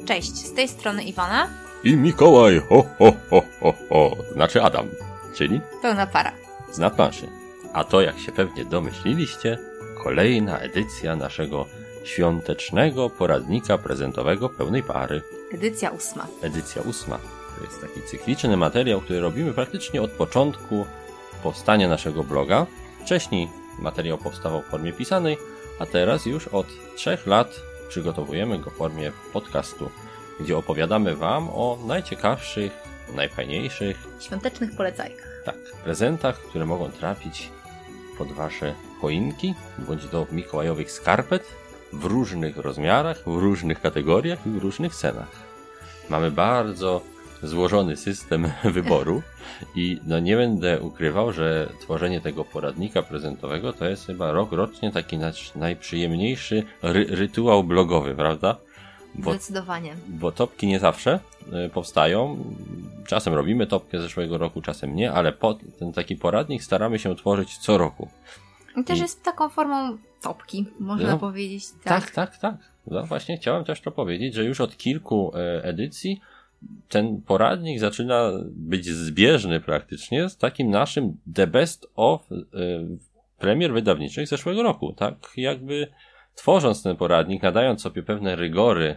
Cześć, z tej strony Iwona i Mikołaj, ho, ho, ho, ho, ho, znaczy Adam, czyli pełna para z nadplanszy. A to, jak się pewnie domyśliliście, kolejna edycja naszego świątecznego poradnika prezentowego pełnej pary. Edycja 8. Edycja 8. To jest taki cykliczny materiał, który robimy praktycznie od początku powstania naszego bloga. Wcześniej materiał powstawał w formie pisanej, a teraz już od 3 lat przygotowujemy go w formie podcastu, gdzie opowiadamy Wam o najciekawszych, najfajniejszych świątecznych polecajkach. Tak, prezentach, które mogą trafić pod Wasze choinki, bądź do mikołajowych skarpet w różnych rozmiarach, w różnych kategoriach i w różnych cenach. Mamy bardzo złożony system wyboru i nie będę ukrywał, że tworzenie tego poradnika prezentowego to jest chyba rok rocznie taki nasz najprzyjemniejszy rytuał blogowy, prawda? Zdecydowanie. Bo topki nie zawsze powstają. Czasem robimy topkę z zeszłego roku, czasem nie, ale ten taki poradnik staramy się tworzyć co roku. I też jest taką formą topki, można powiedzieć. Tak. No właśnie chciałem też to powiedzieć, że już od kilku edycji ten poradnik zaczyna być zbieżny praktycznie z takim naszym the best of premier wydawniczych zeszłego roku. Tak jakby tworząc ten poradnik, nadając sobie pewne rygory,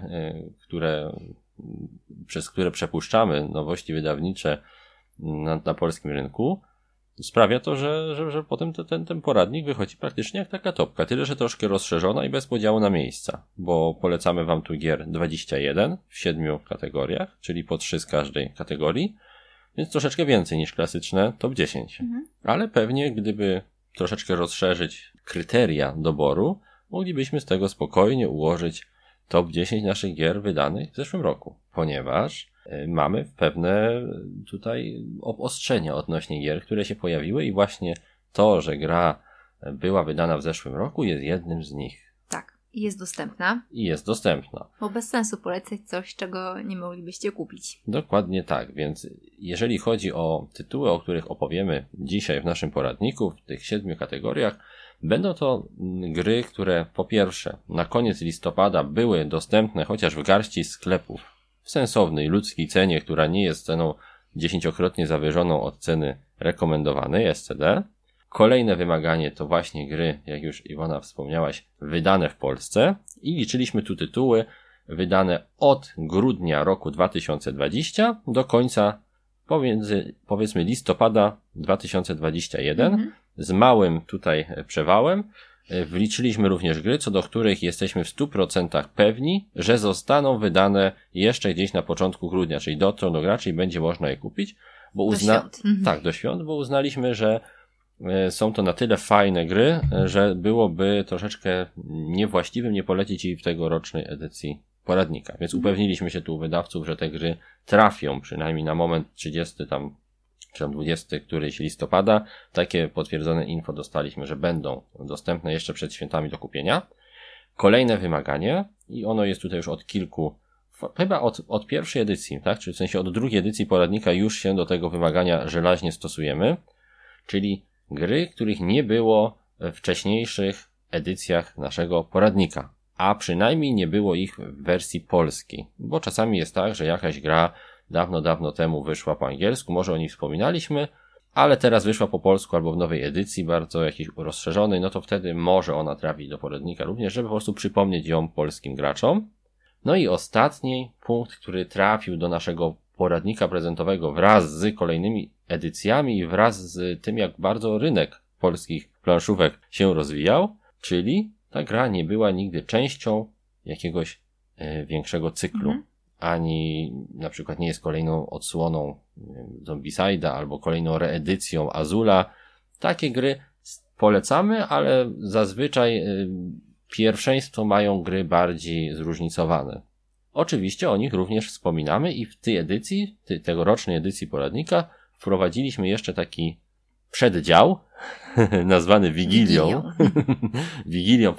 przez które przepuszczamy nowości wydawnicze na polskim rynku, sprawia to, że potem ten poradnik wychodzi praktycznie jak taka topka, tyle że troszkę rozszerzona i bez podziału na miejsca, bo polecamy Wam tu gier 21 w 7 kategoriach, czyli po 3 z każdej kategorii, więc troszeczkę więcej niż klasyczne top 10. Ale pewnie gdyby troszeczkę rozszerzyć kryteria doboru, moglibyśmy z tego spokojnie ułożyć top 10 naszych gier wydanych w zeszłym roku, ponieważ mamy pewne tutaj obostrzenia odnośnie gier, które się pojawiły i właśnie to, że gra była wydana w zeszłym roku, jest jednym z nich. Tak, i jest dostępna. Bo bez sensu polecać coś, czego nie moglibyście kupić. Dokładnie tak, więc jeżeli chodzi o tytuły, o których opowiemy dzisiaj w naszym poradniku, w tych 7 kategoriach, będą to gry, które po pierwsze na koniec listopada były dostępne chociaż w garści sklepów w sensownej ludzkiej cenie, która nie jest ceną 10-krotnie zawyżoną od ceny rekomendowanej SCD. Kolejne wymaganie to właśnie gry, jak już Iwona wspomniałaś, wydane w Polsce i liczyliśmy tu tytuły wydane od grudnia roku 2020 do końca powiedzmy listopada 2021 z małym tutaj przewałem. Wliczyliśmy również gry, co do których jesteśmy w 100% pewni, że zostaną wydane jeszcze gdzieś na początku grudnia, czyli dotrą do graczy i będzie można je kupić. Do świąt. Tak, do świąt, bo uznaliśmy, że są to na tyle fajne gry, że byłoby troszeczkę niewłaściwym nie polecić jej w tegorocznej edycji poradnika. Więc upewniliśmy się tu u wydawców, że te gry trafią przynajmniej na moment 30 czy tam 20 któryś listopada. Takie potwierdzone info dostaliśmy, że będą dostępne jeszcze przed świętami do kupienia. Kolejne wymaganie, i ono jest tutaj już od kilku, chyba od pierwszej edycji, tak? Czyli w sensie od drugiej edycji poradnika już się do tego wymagania żelaźnie stosujemy, czyli gry, których nie było w wcześniejszych edycjach naszego poradnika, a przynajmniej nie było ich w wersji polskiej, bo czasami jest tak, że jakaś gra dawno temu wyszła po angielsku, może o niej wspominaliśmy, ale teraz wyszła po polsku albo w nowej edycji, bardzo jakiejś rozszerzonej, no to wtedy może ona trafić do poradnika również, żeby po prostu przypomnieć ją polskim graczom. No i ostatni punkt, który trafił do naszego poradnika prezentowego wraz z kolejnymi edycjami i wraz z tym, jak bardzo rynek polskich planszówek się rozwijał, czyli ta gra nie była nigdy częścią jakiegoś większego cyklu. Ani na przykład nie jest kolejną odsłoną Zombicide'a albo kolejną reedycją Azula. Takie gry polecamy, ale zazwyczaj pierwszeństwo mają gry bardziej zróżnicowane. Oczywiście o nich również wspominamy i w tej edycji, tegorocznej edycji poradnika wprowadziliśmy jeszcze taki przeddział nazwany Wigilią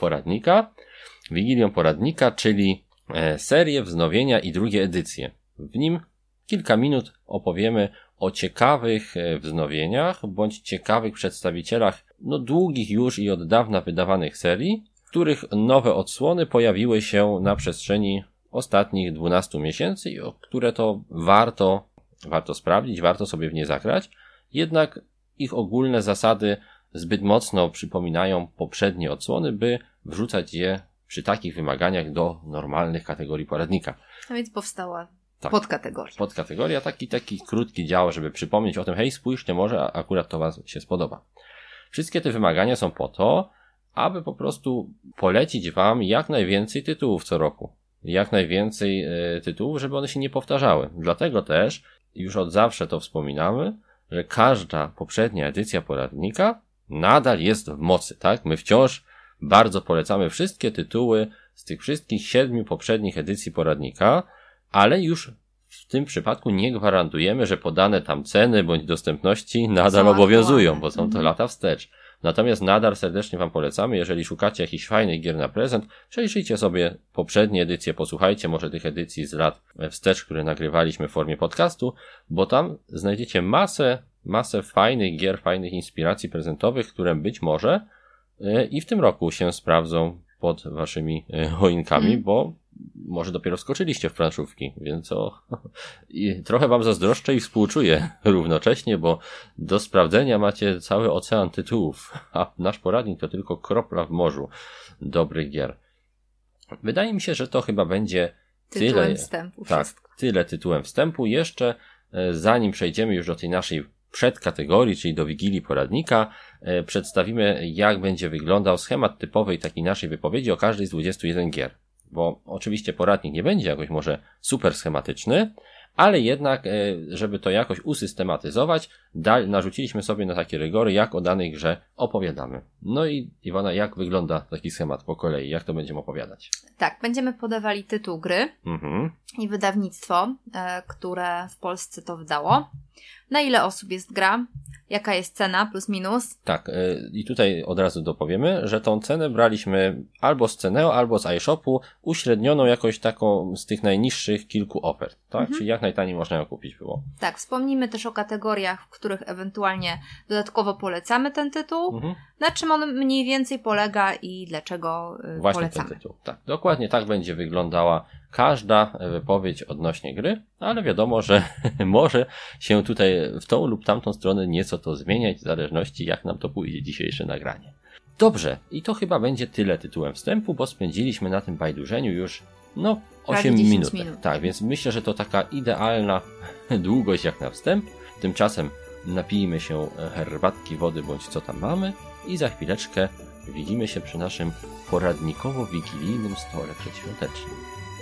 poradnika, czyli serię wznowienia i drugie edycje. W nim kilka minut opowiemy o ciekawych wznowieniach bądź ciekawych przedstawicielach długich już i od dawna wydawanych serii, których nowe odsłony pojawiły się na przestrzeni ostatnich 12 miesięcy, które to warto sprawdzić, warto sobie w nie zagrać. Jednak ich ogólne zasady zbyt mocno przypominają poprzednie odsłony, by wrzucać je przy takich wymaganiach do normalnych kategorii poradnika. A więc powstała Tak. Podkategoria, taki krótki dział, żeby przypomnieć o tym, hej, spójrzcie, może akurat to was się spodoba. Wszystkie te wymagania są po to, aby po prostu polecić wam jak najwięcej tytułów co roku. Jak najwięcej tytułów, żeby one się nie powtarzały. Dlatego też, już od zawsze to wspominamy, że każda poprzednia edycja poradnika nadal jest w mocy, tak? My wciąż bardzo polecamy wszystkie tytuły z tych wszystkich 7 poprzednich edycji poradnika, ale już w tym przypadku nie gwarantujemy, że podane tam ceny bądź dostępności nadal obowiązują, bo są to lata wstecz. Natomiast nadal serdecznie wam polecamy, jeżeli szukacie jakichś fajnych gier na prezent, przejrzyjcie sobie poprzednie edycje, posłuchajcie może tych edycji z lat wstecz, które nagrywaliśmy w formie podcastu, bo tam znajdziecie masę fajnych gier, fajnych inspiracji prezentowych, które być może i w tym roku się sprawdzą pod waszymi choinkami, bo może dopiero wskoczyliście w planszówki, więc i trochę wam zazdroszczę i współczuję równocześnie, bo do sprawdzenia macie cały ocean tytułów, a nasz poradnik to tylko kropla w morzu dobrych gier. Wydaje mi się, że to chyba będzie tyle tytułem wstępu. Jeszcze zanim przejdziemy już do tej naszej przedkategorii, czyli do Wigilii Poradnika, przedstawimy, jak będzie wyglądał schemat typowej takiej naszej wypowiedzi o każdej z 21 gier. Bo oczywiście poradnik nie będzie jakoś może super schematyczny, ale jednak, żeby to jakoś usystematyzować, narzuciliśmy sobie na takie rygory, jak o danej grze opowiadamy. No i Iwona, jak wygląda taki schemat po kolei? Jak to będziemy opowiadać? Tak, będziemy podawali tytuł gry i wydawnictwo, które w Polsce to wydało. Na ile osób jest gra? Jaka jest cena plus minus? Tak, i tutaj od razu dopowiemy, że tą cenę braliśmy albo z Ceneo, albo z iShopu, uśrednioną jakoś taką z tych najniższych kilku ofert, tak? Czyli jak najtaniej można ją kupić było. Tak, wspomnimy też o kategoriach, w których ewentualnie dodatkowo polecamy ten tytuł, na czym on mniej więcej polega i dlaczego właśnie polecamy. Ten tytuł. Tak, dokładnie tak będzie wyglądała każda wypowiedź odnośnie gry, ale wiadomo, że może się tutaj w tą lub tamtą stronę nieco to zmieniać, w zależności jak nam to pójdzie dzisiejsze nagranie. Dobrze, i to chyba będzie tyle tytułem wstępu, bo spędziliśmy na tym bajdurzeniu już 8 minut. Tak, więc myślę, że to taka idealna długość jak na wstęp. Tymczasem napijmy się herbatki, wody bądź co tam mamy i za chwileczkę widzimy się przy naszym poradnikowo-wigilijnym stole przedświątecznym.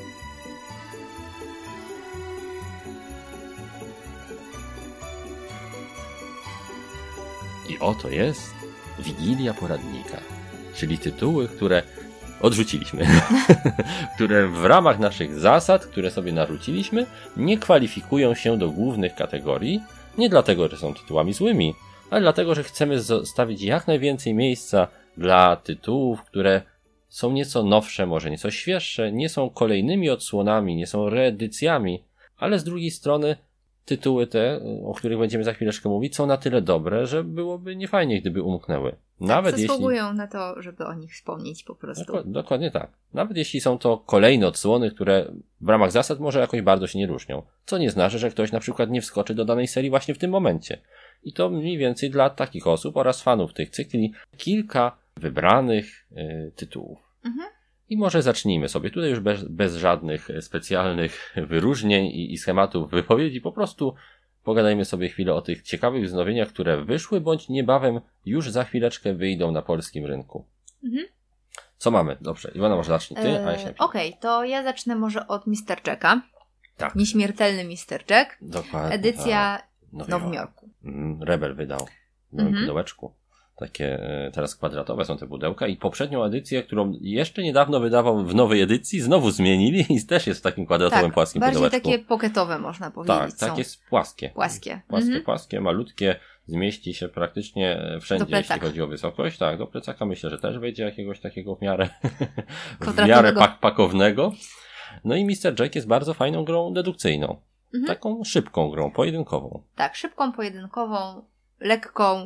I oto jest Wigilia Poradnika, czyli tytuły, które odrzuciliśmy, które w ramach naszych zasad, które sobie narzuciliśmy, nie kwalifikują się do głównych kategorii, nie dlatego, że są tytułami złymi, ale dlatego, że chcemy zostawić jak najwięcej miejsca dla tytułów, które są nieco nowsze, może nieco świeższe, nie są kolejnymi odsłonami, nie są reedycjami, ale z drugiej strony tytuły te, o których będziemy za chwileczkę mówić, są na tyle dobre, że byłoby niefajnie, gdyby umknęły. Nawet zasługują na to, żeby o nich wspomnieć po prostu. Dokładnie tak. Nawet jeśli są to kolejne odsłony, które w ramach zasad może jakoś bardzo się nie różnią. Co nie znaczy, że ktoś na przykład nie wskoczy do danej serii właśnie w tym momencie. I to mniej więcej dla takich osób oraz fanów tych cykli kilka wybranych tytułów. I może zacznijmy sobie tutaj już bez żadnych specjalnych wyróżnień i schematów wypowiedzi, po prostu pogadajmy sobie chwilę o tych ciekawych wznowieniach, które wyszły, bądź niebawem już za chwileczkę wyjdą na polskim rynku. Co mamy? Dobrze, Iwona, może zacznij ty, a ja się Okej, to ja zacznę może od Mr. Jacka. Tak. Nieśmiertelny Mr. Jack. Dokładnie. Edycja w Nowymjorku. Rebel wydał w nowym pudełeczku. Takie teraz kwadratowe są te pudełka i poprzednią edycję, którą jeszcze niedawno wydawał w nowej edycji, znowu zmienili i też jest w takim kwadratowym, płaskim bardziej pudełeczku. Takie pocketowe można powiedzieć. Tak, jest płaskie. Płaskie, malutkie, zmieści się praktycznie wszędzie, jeśli chodzi o wysokość. Tak, do plecaka myślę, że też wejdzie jakiegoś takiego w miarę pakownego. No i Mr. Jack jest bardzo fajną grą dedukcyjną. Taką szybką grą, pojedynkową. Tak, szybką, pojedynkową, lekką,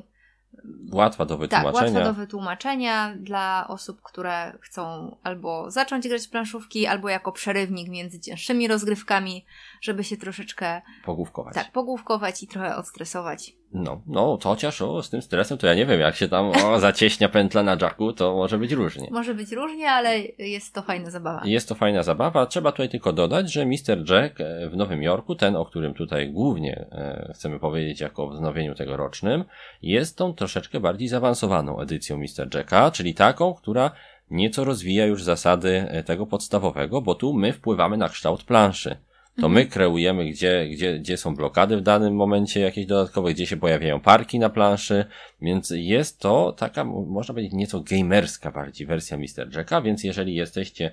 łatwa do wytłumaczenia. Tak, łatwa do wytłumaczenia dla osób, które chcą albo zacząć grać w planszówki, albo jako przerywnik między cięższymi rozgrywkami, żeby się troszeczkę pogłówkować. Tak, pogłówkować i trochę odstresować. No, chociaż z tym stresem to ja nie wiem, jak się tam zacieśnia pętla na jacku, to może być różnie. Może być różnie, ale jest to fajna zabawa. Jest to fajna zabawa. Trzeba tutaj tylko dodać, że Mr. Jack w Nowym Jorku, ten, o którym tutaj głównie chcemy powiedzieć jako o wznowieniu tegorocznym, jest tą troszeczkę bardziej zaawansowaną edycją Mr. Jacka, czyli taką, która nieco rozwija już zasady tego podstawowego, bo tu my wpływamy na kształt planszy. To my kreujemy, gdzie są blokady w danym momencie jakieś dodatkowe, gdzie się pojawiają parki na planszy, więc jest to taka, można powiedzieć, nieco gamerska bardziej wersja Mr. Jacka, więc jeżeli jesteście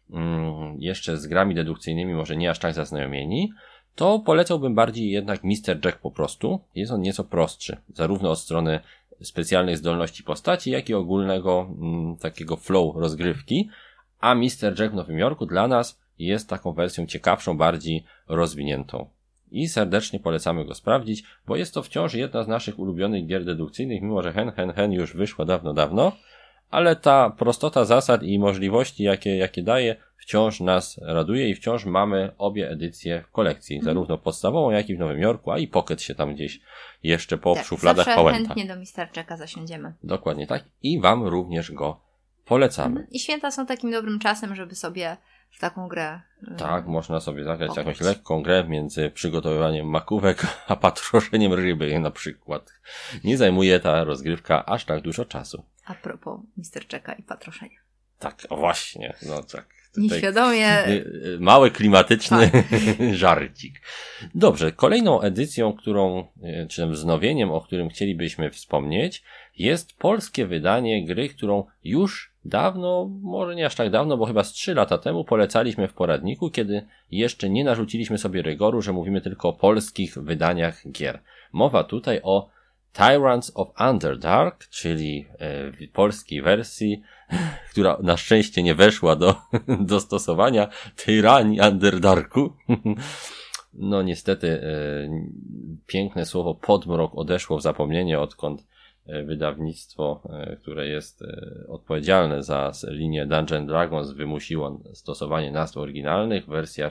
jeszcze z grami dedukcyjnymi, może nie aż tak zaznajomieni, to polecałbym bardziej jednak Mr. Jack po prostu. Jest on nieco prostszy, zarówno od strony specjalnych zdolności postaci, jak i ogólnego takiego flow rozgrywki, a Mr. Jack w Nowym Jorku dla nas jest taką wersją ciekawszą, bardziej rozwiniętą. I serdecznie polecamy go sprawdzić, bo jest to wciąż jedna z naszych ulubionych gier dedukcyjnych, mimo że hen już wyszła dawno, ale ta prostota zasad i możliwości, jakie daje, wciąż nas raduje i wciąż mamy obie edycje w kolekcji, zarówno podstawową, jak i w Nowym Jorku, a i Pocket się tam gdzieś jeszcze po szufladach pałęta. Zawsze chętnie do Mr. Jacka zasiądziemy. Dokładnie tak i wam również go polecamy. I święta są takim dobrym czasem, żeby sobie w taką grę tak, można sobie zagrać jakąś lekką grę między przygotowywaniem makówek a patroszeniem ryby na przykład. Nie zajmuje ta rozgrywka aż tak dużo czasu. A propos Mr. Jacka i patroszenia. Tak, właśnie. No tak. Nieświadomie. Mały klimatyczny żarcik. Dobrze, kolejną edycją, czy tym wznowieniem, o którym chcielibyśmy wspomnieć, jest polskie wydanie gry, którą już dawno, może nie aż tak dawno, bo chyba z 3 lata temu polecaliśmy w poradniku, kiedy jeszcze nie narzuciliśmy sobie rygoru, że mówimy tylko o polskich wydaniach gier. Mowa tutaj o Tyrants of Underdark, czyli polskiej wersji, która na szczęście nie weszła do stosowania, Tyranii Underdarku. No niestety piękne słowo podmrok odeszło w zapomnienie, odkąd wydawnictwo, które jest odpowiedzialne za linię Dungeons & Dragons, wymusiło stosowanie nazw oryginalnych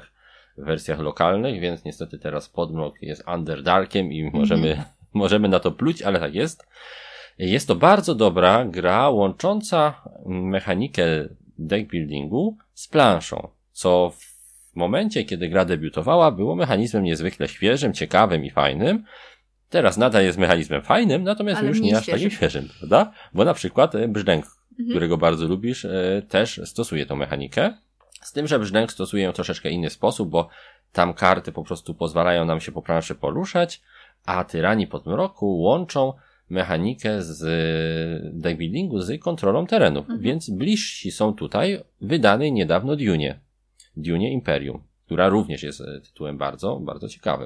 w wersjach lokalnych, więc niestety teraz podmrok jest Underdarkiem i możemy na to pluć, ale tak jest. Jest to bardzo dobra gra łącząca mechanikę deckbuildingu z planszą, co w momencie, kiedy gra debiutowała, było mechanizmem niezwykle świeżym, ciekawym i fajnym. Teraz nadal jest mechanizmem fajnym, natomiast ale już nie aż takim świeżym, prawda? Bo na przykład Brzdęk, którego bardzo lubisz, też stosuje tą mechanikę. Z tym, że Brzdęk stosuje ją troszeczkę inny sposób, bo tam karty po prostu pozwalają nam się po planszy poruszać, a Tyranii Podmroku łączą mechanikę z deckbuildingu z kontrolą terenów, więc bliżsi są tutaj wydanej niedawno Dune Imperium, która również jest tytułem bardzo, bardzo ciekawym.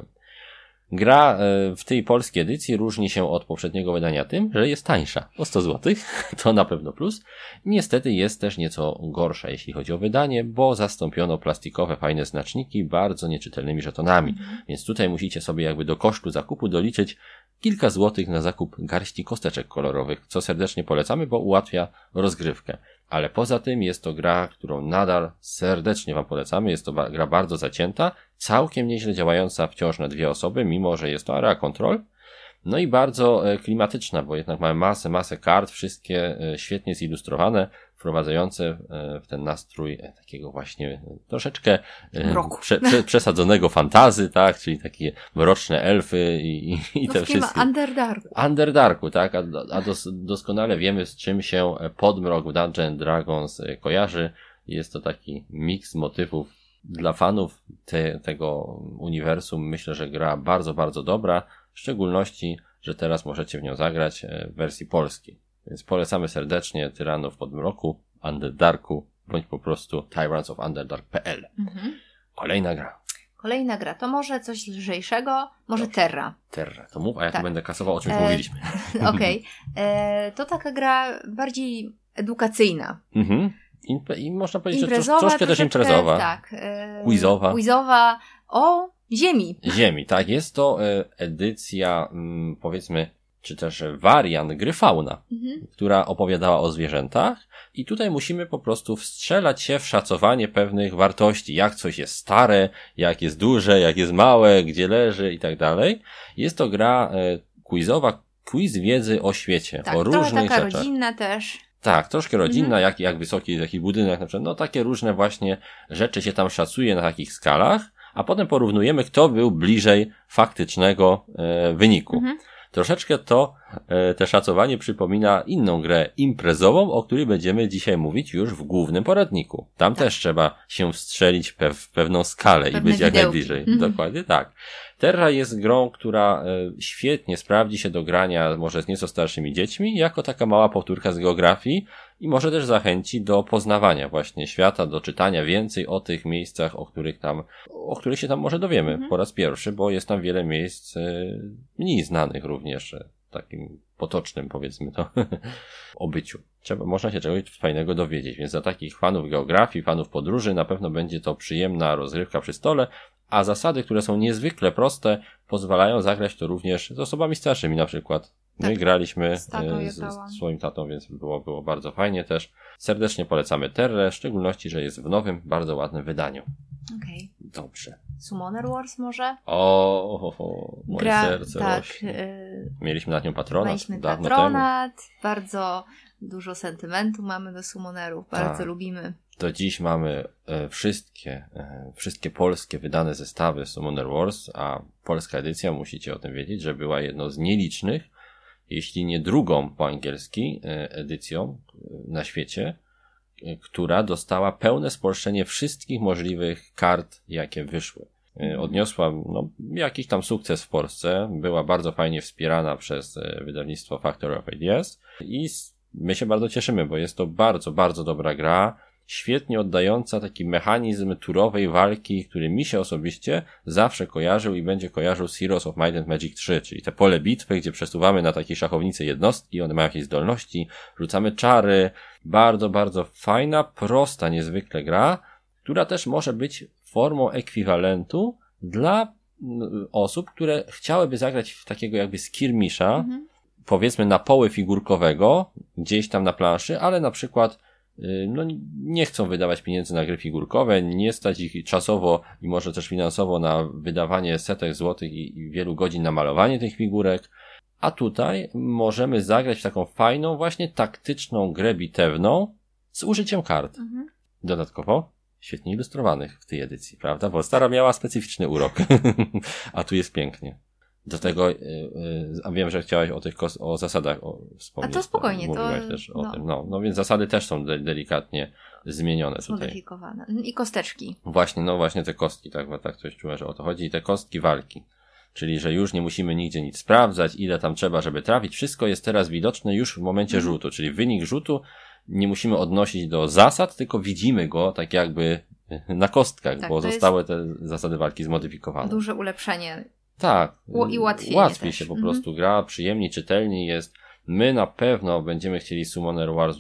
Gra w tej polskiej edycji różni się od poprzedniego wydania tym, że jest tańsza o 100 zł, to na pewno plus. Niestety jest też nieco gorsza, jeśli chodzi o wydanie, bo zastąpiono plastikowe fajne znaczniki bardzo nieczytelnymi żetonami, więc tutaj musicie sobie jakby do kosztu zakupu doliczyć kilka złotych na zakup garści kosteczek kolorowych, co serdecznie polecamy, bo ułatwia rozgrywkę. Ale poza tym jest to gra, którą nadal serdecznie wam polecamy. Jest to gra bardzo zacięta, całkiem nieźle działająca wciąż na 2 osoby, mimo że jest to area control. No i bardzo klimatyczna, bo jednak mamy masę kart, wszystkie świetnie zilustrowane, wprowadzające w ten nastrój takiego właśnie troszeczkę przesadzonego fantazy, tak, czyli takie mroczne elfy i te wszystkie. Underdarku, tak, a doskonale wiemy, z czym się podmrok w Dungeons & Dragons kojarzy. Jest to taki miks motywów. Dla fanów tego uniwersum myślę, że gra bardzo, bardzo dobra, w szczególności, że teraz możecie w nią zagrać w wersji polskiej. Więc polecamy serdecznie Tyranów Podmroku, Underdarku, bądź po prostu Tyrants of Underdark.pl. Kolejna gra. To może coś lżejszego, może Terra. To mów, a ja tu będę kasował, o czym mówiliśmy. Okej. To taka gra bardziej edukacyjna. I można powiedzieć, że troszkę też imprezowa. Tak. Quizowa. O ziemi. Tak. Jest to edycja, powiedzmy, czy też wariant gry Fauna, która opowiadała o zwierzętach i tutaj musimy po prostu wstrzelać się w szacowanie pewnych wartości, jak coś jest stare, jak jest duże, jak jest małe, gdzie leży i tak dalej. Jest to gra quizowa, quiz wiedzy o świecie, tak, o różnych taka rzeczach. Rodzinna też. Tak, troszkę rodzinna, jak wysoki jest jaki budynek, na przykład, no takie różne właśnie rzeczy się tam szacuje na takich skalach, a potem porównujemy, kto był bliżej faktycznego wyniku. Troszeczkę te szacowanie przypomina inną grę imprezową, o której będziemy dzisiaj mówić już w głównym poradniku. Tam też trzeba się wstrzelić w pewną skalę i być jak najbliżej. Dokładnie tak. Terra jest grą, która świetnie sprawdzi się do grania może z nieco starszymi dziećmi, jako taka mała powtórka z geografii i może też zachęci do poznawania właśnie świata, do czytania więcej o tych miejscach, o których się tam może dowiemy po raz pierwszy, bo jest tam wiele miejsc mniej znanych również, takim potocznym, powiedzmy to, obyciu. Można się czegoś fajnego dowiedzieć, więc dla takich fanów geografii, fanów podróży na pewno będzie to przyjemna rozrywka przy stole, a zasady, które są niezwykle proste, pozwalają zagrać to również z osobami starszymi na przykład. My graliśmy z swoim tatą, więc było bardzo fajnie też. Serdecznie polecamy Terrę, w szczególności, że jest w nowym, bardzo ładnym wydaniu. Okej. Dobrze. Summoner Wars może? Moje serce rośnie. Mieliśmy nad nią patronat. Mieliśmy patronat, bardzo dużo sentymentu mamy do summonerów, bardzo lubimy. Do dziś mamy wszystkie polskie wydane zestawy Summoner Wars, a polska edycja, musicie o tym wiedzieć, że była jedną z nielicznych, jeśli nie drugą po angielski edycją na świecie, która dostała pełne spolszczenie wszystkich możliwych kart, jakie wyszły. Odniosła jakiś tam sukces w Polsce, była bardzo fajnie wspierana przez wydawnictwo Factory of Ideas i my się bardzo cieszymy, bo jest to bardzo, bardzo dobra gra, świetnie oddająca taki mechanizm turowej walki, który mi się osobiście zawsze kojarzył i będzie kojarzył z Heroes of Might and Magic 3, czyli te pole bitwy, gdzie przesuwamy na takiej szachownicy jednostki, one mają jakieś zdolności, rzucamy czary. Bardzo, bardzo fajna, prosta niezwykle gra, która też może być formą ekwiwalentu dla osób, które chciałyby zagrać w takiego jakby skirmisza, powiedzmy na poły figurkowego, gdzieś tam na planszy, ale na przykład nie chcą wydawać pieniędzy na gry figurkowe, nie stać ich czasowo i może też finansowo na wydawanie setek złotych i wielu godzin na malowanie tych figurek, a tutaj możemy zagrać w taką fajną, właśnie taktyczną grę bitewną z użyciem kart. Dodatkowo świetnie ilustrowanych w tej edycji, prawda? Bo stara miała specyficzny urok, a tu jest pięknie. Do tego, a wiem, że chciałaś o zasadach wspomnieć. A to spokojnie. Mówiłaś też o tym. No więc zasady też są delikatnie zmienione zmodyfikowane. I kosteczki. Właśnie te kostki, tak coś czułem, że o to chodzi. I te kostki walki. Czyli, że już nie musimy nigdzie nic sprawdzać, ile tam trzeba, żeby trafić. Wszystko jest teraz widoczne już w momencie rzutu. Czyli wynik rzutu nie musimy odnosić do zasad, tylko widzimy go tak jakby na kostkach, bo zostały te zasady walki zmodyfikowane. Duże ulepszenie. Tak. I łatwiej się po prostu gra, przyjemniej, czytelniej jest. My na pewno będziemy chcieli Summoner Wars w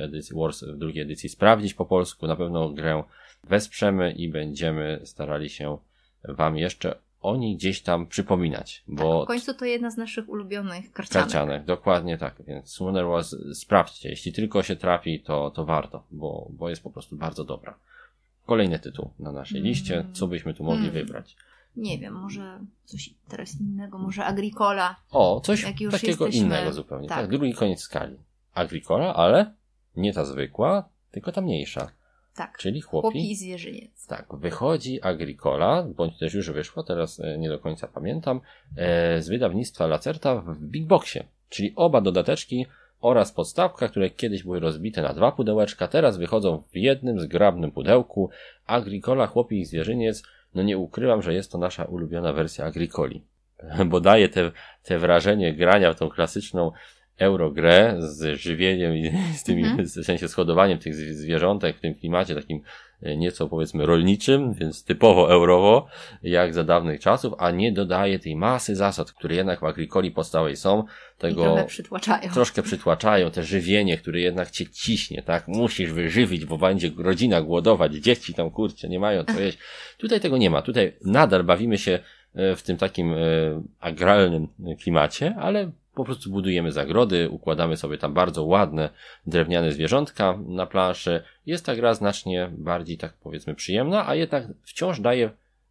drugiej edycji sprawdzić po polsku. Na pewno grę wesprzemy i będziemy starali się wam jeszcze o niej gdzieś tam przypominać. Bo w końcu to jedna z naszych ulubionych karcianek. Dokładnie tak. Więc Summoner Wars sprawdźcie. Jeśli tylko się trafi, to warto, bo jest po prostu bardzo dobra. Kolejny tytuł na naszej liście. Co byśmy tu mogli wybrać? Nie wiem, może coś teraz innego, może Agricola. Coś takiego innego zupełnie. Tak, drugi koniec skali. Agricola, ale nie ta zwykła, tylko ta mniejsza. Tak. Czyli Chłopi i zwierzyniec. Tak, wychodzi Agricola, bądź też już wyszło, teraz nie do końca pamiętam, z wydawnictwa Lacerta w Big Boxie. Czyli oba dodateczki oraz podstawka, które kiedyś były rozbite na 2 pudełeczka, teraz wychodzą w jednym zgrabnym pudełku. Agricola, Chłopi i zwierzyniec. Nie ukrywam, że jest to nasza ulubiona wersja Agricoli, bo daje te wrażenie grania w tą klasyczną eurogrę z żywieniem i z tymi, w sensie z hodowaniem tych zwierzątek w tym klimacie takim nieco powiedzmy rolniczym, więc typowo eurowo, jak za dawnych czasów, a nie dodaje tej masy zasad, które jednak w Agricoli podstawowej są. Tego troszkę przytłaczają, te żywienie, które jednak cię ciśnie, tak? Musisz wyżywić, bo będzie rodzina głodować, dzieci tam kurczę nie mają co jeść. Tutaj tego nie ma, tutaj nadal bawimy się w tym takim agralnym klimacie, ale po prostu budujemy zagrody, układamy sobie tam bardzo ładne drewniane zwierzątka na planszy. Jest ta gra znacznie bardziej, tak powiedzmy, przyjemna, a jednak wciąż daje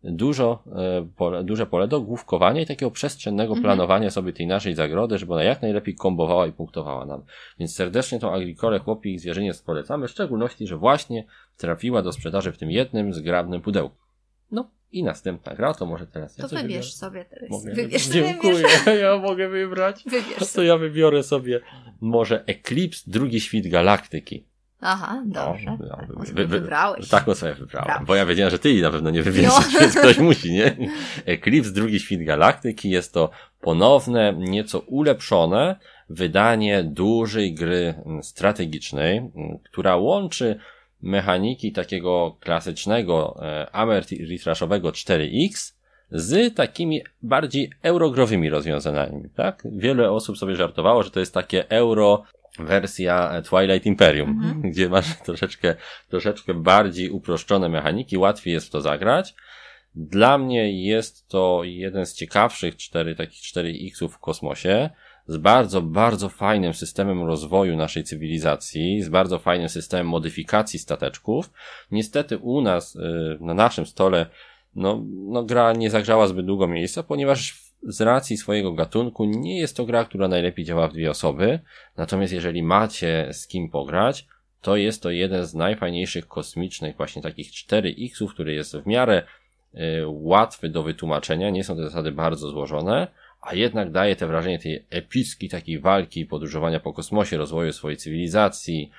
duże pole do główkowania i takiego przestrzennego planowania sobie tej naszej zagrody, żeby ona jak najlepiej kombowała i punktowała nam. Więc serdecznie tą Agricolę Chłopi i Zwierzyniec polecamy, w szczególności, że właśnie trafiła do sprzedaży w tym jednym zgrabnym pudełku. No i następna gra, to może teraz ja to coś wybierz sobie teraz. Dziękuję, ja mogę wybrać. To ja wybiorę sobie może Eclipse, Drugi Świt Galaktyki. Aha, dobrze. Wybrałeś. Taką sobie wybrałem, bo ja wiedziałem, że ty jej na pewno nie wybierzesz, więc ktoś musi, nie? Eclipse, Drugi Świt Galaktyki jest to ponowne, nieco ulepszone wydanie dużej gry strategicznej, która łączy mechaniki takiego klasycznego Ameritraszowego 4X z takimi bardziej eurogrowymi rozwiązaniami, tak? Wiele osób sobie żartowało, że to jest takie wersja Twilight Imperium, gdzie masz troszeczkę bardziej uproszczone mechaniki, łatwiej jest w to zagrać. Dla mnie jest to jeden z ciekawszych takich 4X-ów w kosmosie, z bardzo, bardzo fajnym systemem rozwoju naszej cywilizacji, z bardzo fajnym systemem modyfikacji stateczków. Niestety u nas, na naszym stole, gra nie zagrzała zbyt długo miejsca, ponieważ z racji swojego gatunku nie jest to gra, która najlepiej działa w 2 osoby. Natomiast jeżeli macie z kim pograć, to jest to jeden z najfajniejszych kosmicznych właśnie takich 4X-ów, który jest w miarę łatwy do wytłumaczenia. Nie są te zasady bardzo złożone, a jednak daje te wrażenie tej epickiej takiej walki, podróżowania po kosmosie, rozwoju swojej cywilizacji,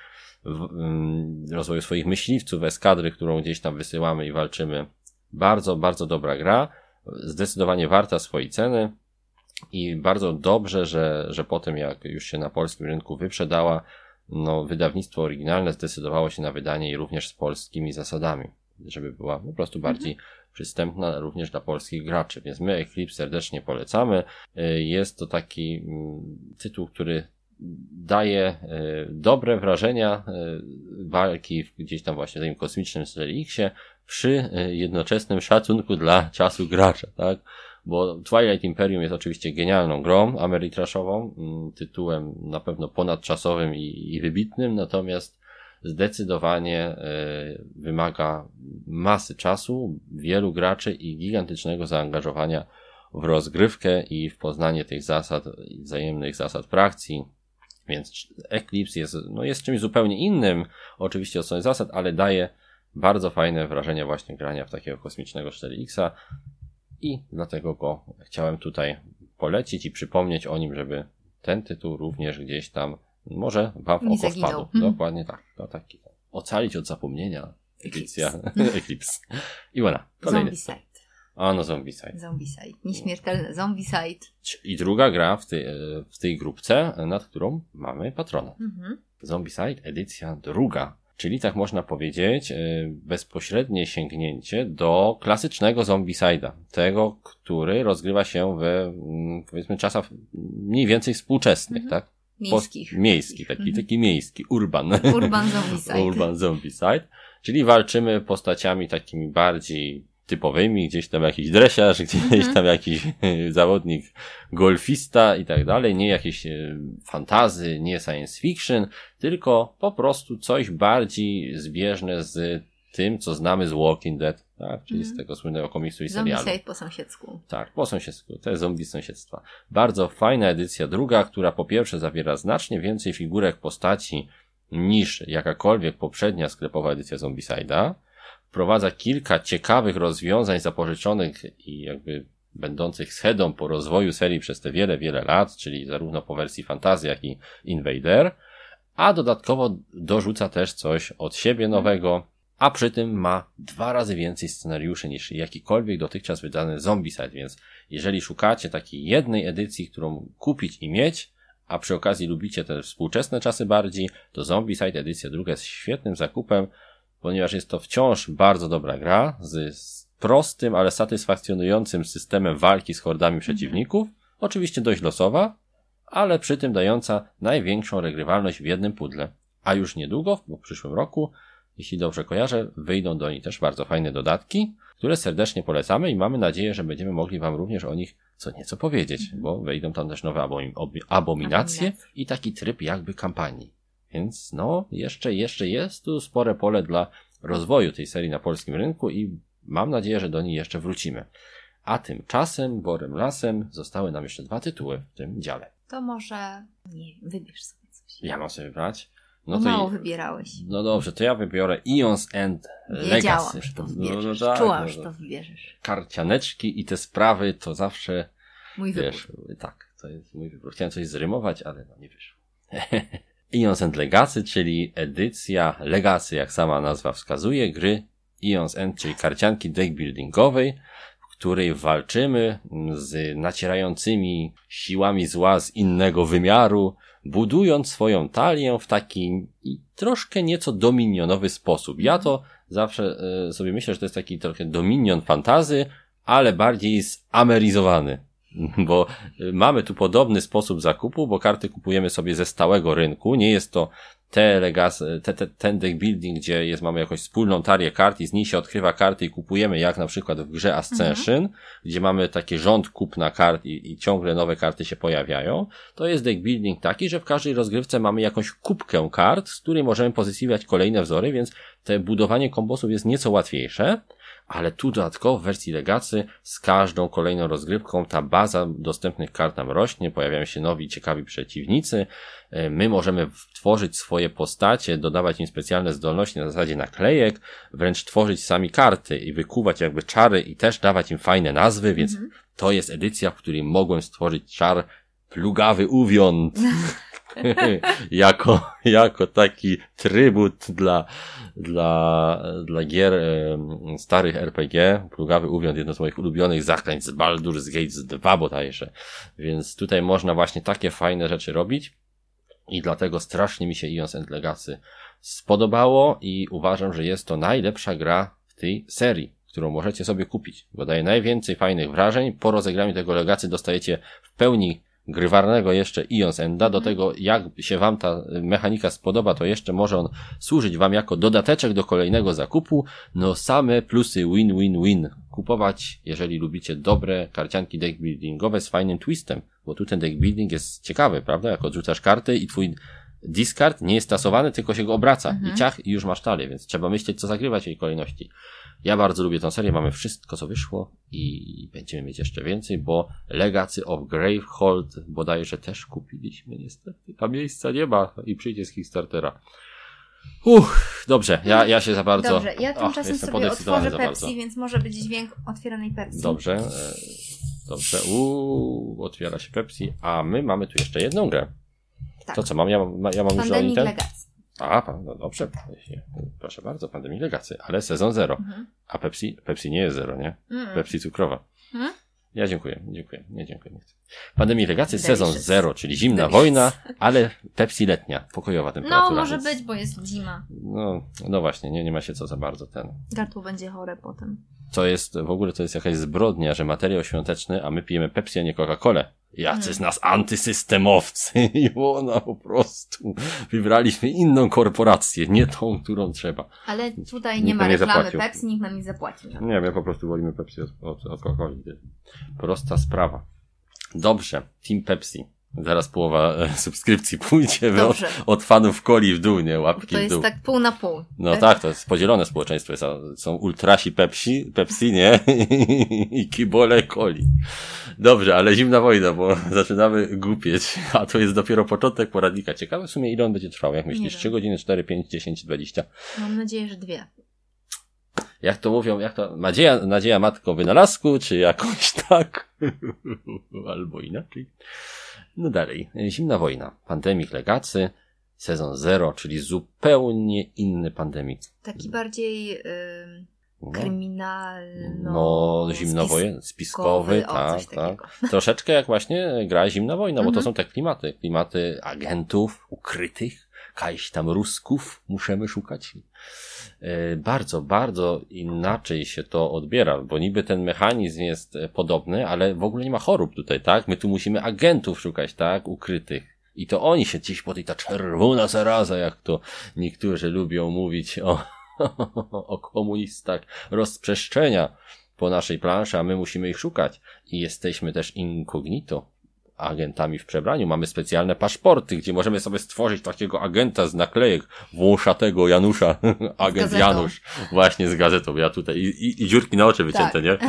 rozwoju swoich myśliwców, eskadry, którą gdzieś tam wysyłamy i walczymy. Bardzo, bardzo dobra gra. Zdecydowanie warta swojej ceny i bardzo dobrze, że po tym jak już się na polskim rynku wyprzedała, wydawnictwo oryginalne zdecydowało się na wydanie jej również z polskimi zasadami, żeby była po prostu bardziej przystępna również dla polskich graczy, więc my Eclipse serdecznie polecamy. Jest to taki tytuł, który daje dobre wrażenia walki gdzieś tam właśnie w tym kosmicznym 4X-ie przy jednoczesnym szacunku dla czasu gracza, tak? Bo Twilight Imperium jest oczywiście genialną grą ameritraszową, tytułem na pewno ponadczasowym i wybitnym, natomiast zdecydowanie wymaga masy czasu, wielu graczy i gigantycznego zaangażowania w rozgrywkę i w poznanie tych zasad, wzajemnych zasad frakcji. Więc Eclipse jest czymś zupełnie innym, oczywiście od strony zasad, ale daje bardzo fajne wrażenie właśnie grania w takiego kosmicznego 4X-a i dlatego go chciałem tutaj polecić i przypomnieć o nim, żeby ten tytuł również gdzieś tam może wam w oko wpadł. Dokładnie tak. To taki ocalić od zapomnienia edycja Eclipse. Iwona, kolejny. Zombicide. Zombicide. Nieśmiertelny Zombicide. I druga gra w tej grupce, nad którą mamy patrona. Zombicide, edycja druga. Czyli tak można powiedzieć, bezpośrednie sięgnięcie do klasycznego Zombicide'a. Tego, który rozgrywa się w, powiedzmy, czasach mniej więcej współczesnych, tak? Miejski, taki miejski, urban Zombicide. Czyli walczymy postaciami takimi bardziej typowymi, gdzieś tam jakiś dresiarz, gdzieś tam jakiś zawodnik golfista i tak dalej, nie jakieś fantazy, nie science fiction, tylko po prostu coś bardziej zbieżne z tym, co znamy z Walking Dead, tak? Czyli z tego słynnego komiksu i serialu. Zombicide po sąsiedzku. Tak, po sąsiedzku. To jest zombie z sąsiedztwa. Bardzo fajna edycja druga, która po pierwsze zawiera znacznie więcej figurek postaci niż jakakolwiek poprzednia sklepowa edycja Zombicide'a. Wprowadza kilka ciekawych rozwiązań zapożyczonych i jakby będących schedą po rozwoju serii przez te wiele, wiele lat, czyli zarówno po wersji Fantasy, jak i Invader, a dodatkowo dorzuca też coś od siebie nowego, a przy tym ma 2 razy więcej scenariuszy niż jakikolwiek dotychczas wydany Zombicide, więc jeżeli szukacie takiej jednej edycji, którą kupić i mieć, a przy okazji lubicie te współczesne czasy bardziej, to Zombicide edycja druga jest świetnym zakupem, ponieważ jest to wciąż bardzo dobra gra z prostym, ale satysfakcjonującym systemem walki z hordami przeciwników, oczywiście dość losowa, ale przy tym dająca największą regrywalność w jednym pudle. A już niedługo, w przyszłym roku, jeśli dobrze kojarzę, wyjdą do niej też bardzo fajne dodatki, które serdecznie polecamy i mamy nadzieję, że będziemy mogli wam również o nich co nieco powiedzieć, bo wejdą tam też nowe abominacje i taki tryb jakby kampanii. Więc no, jeszcze jest tu spore pole dla rozwoju tej serii na polskim rynku i mam nadzieję, że do niej jeszcze wrócimy. A tymczasem, borem lasem, zostały nam jeszcze 2 tytuły w tym dziale. To może, nie wiem, wybierz sobie coś. Ja mam sobie wybrać. No to mało wybierałeś. No dobrze, to ja wybiorę Eons and Legacy. Wiedziałam, że to wybierzesz. Tak, czułam, że to wybierzesz. Karcianeczki i te sprawy to zawsze... Mój wybór. Tak, to jest mój wybór. Chciałem coś zrymować, ale no nie wyszło. Eons and Legacy, czyli edycja Legacy, jak sama nazwa wskazuje, gry Eons End, czyli karcianki deckbuildingowej, w której walczymy z nacierającymi siłami zła z innego wymiaru, budując swoją talię w taki troszkę nieco dominionowy sposób. Ja to zawsze sobie myślę, że to jest taki trochę dominion fantazy, ale bardziej zameryzowany. Bo mamy tu podobny sposób zakupu, bo karty kupujemy sobie ze stałego rynku. Nie jest to ten deck building, gdzie mamy jakąś wspólną talię kart i z niej się odkrywa karty i kupujemy, jak na przykład w grze Ascension, gdzie mamy taki rząd kupna kart i ciągle nowe karty się pojawiają. To jest deck building taki, że w każdej rozgrywce mamy jakąś kubkę kart, z której możemy pozyskiwać kolejne wzory, więc te budowanie kombosów jest nieco łatwiejsze. Ale tu dodatkowo w wersji Legacy z każdą kolejną rozgrywką ta baza dostępnych kart nam rośnie, pojawiają się nowi, ciekawi przeciwnicy, my możemy tworzyć swoje postacie, dodawać im specjalne zdolności na zasadzie naklejek, wręcz tworzyć sami karty i wykuwać jakby czary i też dawać im fajne nazwy, więc to jest edycja, w której mogłem stworzyć czar Plugawy Uwiąd. jako taki trybut dla gier starych RPG. Plugawy Uwiąd, jedno z moich ulubionych zaklęć z Baldur's Gate 2 bodajże. Więc tutaj można właśnie takie fajne rzeczy robić i dlatego strasznie mi się Eons and Legacy spodobało i uważam, że jest to najlepsza gra w tej serii, którą możecie sobie kupić, bo daje najwięcej fajnych wrażeń. Po rozegraniu tego Legacy dostajecie w pełni grywalnego jeszcze Eons Enda. Do tego, jak się wam ta mechanika spodoba, to jeszcze może on służyć wam jako dodateczek do kolejnego zakupu. No same plusy win. Kupować, jeżeli lubicie dobre karcianki deckbuildingowe z fajnym twistem, bo tu ten deckbuilding jest ciekawy, prawda? Jak odrzucasz karty i twój discard nie jest tasowany, tylko się go obraca i ciach i już masz talię, więc trzeba myśleć, co zagrywać w jej kolejności. Ja bardzo lubię tę serię, mamy wszystko, co wyszło i będziemy mieć jeszcze więcej, bo Legacy of Gravehold bodajże też kupiliśmy niestety. A miejsca nie ma i przyjdzie z Kickstartera. Dobrze, ja się za bardzo... Dobrze, ja tymczasem sobie otworzę Pepsi, więc może być dźwięk otwieranej Pepsi. Dobrze. Otwiera się Pepsi, a my mamy tu jeszcze jedną grę. Tak. To co, mam już Pandemic Legacy. No dobrze, proszę bardzo, Pandemic Legacy, ale sezon 0. A Pepsi nie jest 0, nie? Pepsi cukrowa. Ja dziękuję, nie chcę. Pandemic Legacy, sezon 0, czyli zimna wojna, ale Pepsi letnia, pokojowa temperatura. No, może być, bo jest zima. No właśnie, nie ma się co za bardzo Gardło będzie chore potem. W ogóle to jest jakaś zbrodnia, że materiał świąteczny, a my pijemy Pepsi, a nie Coca-Colę. Jacy z nas antysystemowcy i ona po prostu wybraliśmy inną korporację, nie tą, którą trzeba. Ale tutaj nie ma reklamy Pepsi, nikt nam nie zapłaci. Nie, my po prostu wolimy Pepsi od Coca-Coli. Prosta sprawa. Dobrze, Team Pepsi. Zaraz połowa subskrypcji pójdzie od fanów coli w dół, nie? Łapki w dół. To jest tak pół na pół. No tak, to jest podzielone społeczeństwo. Są ultrasi Pepsi, nie? I kibole coli. Dobrze, ale zimna wojna, bo zaczynamy głupieć. A to jest dopiero początek poradnika. Ciekawe w sumie, ile on będzie trwał. Jak myślisz? 3 godziny, 4, 5, 10, 20? Mam nadzieję, że 2. Jak to mówią, nadzieja matko wynalazku, czy jakoś tak? Albo inaczej. No dalej. Zimna wojna. Pandemic Legacy. Sezon 0, czyli zupełnie inny Pandemic. Taki bardziej kryminalno... No, zimnowojenny, spiskowy, tak. Troszeczkę jak właśnie gra Zimna wojna, bo to są te klimaty. Klimaty agentów ukrytych, jakichś tam Rusków musimy szukać. Bardzo, bardzo inaczej się to odbiera, bo niby ten mechanizm jest podobny, ale w ogóle nie ma chorób tutaj, tak? My tu musimy agentów szukać, tak? Ukrytych. I to oni się gdzieś po tej ta czerwona zaraza, jak to niektórzy lubią mówić o komunistach rozprzestrzenia po naszej planszy, a my musimy ich szukać. I jesteśmy też incognito, agentami w przebraniu. Mamy specjalne paszporty, gdzie możemy sobie stworzyć takiego agenta z naklejek wąsatego Janusza. Agent Janusz. Właśnie z gazetą. Ja tutaj i dziurki na oczy wycięte, nie?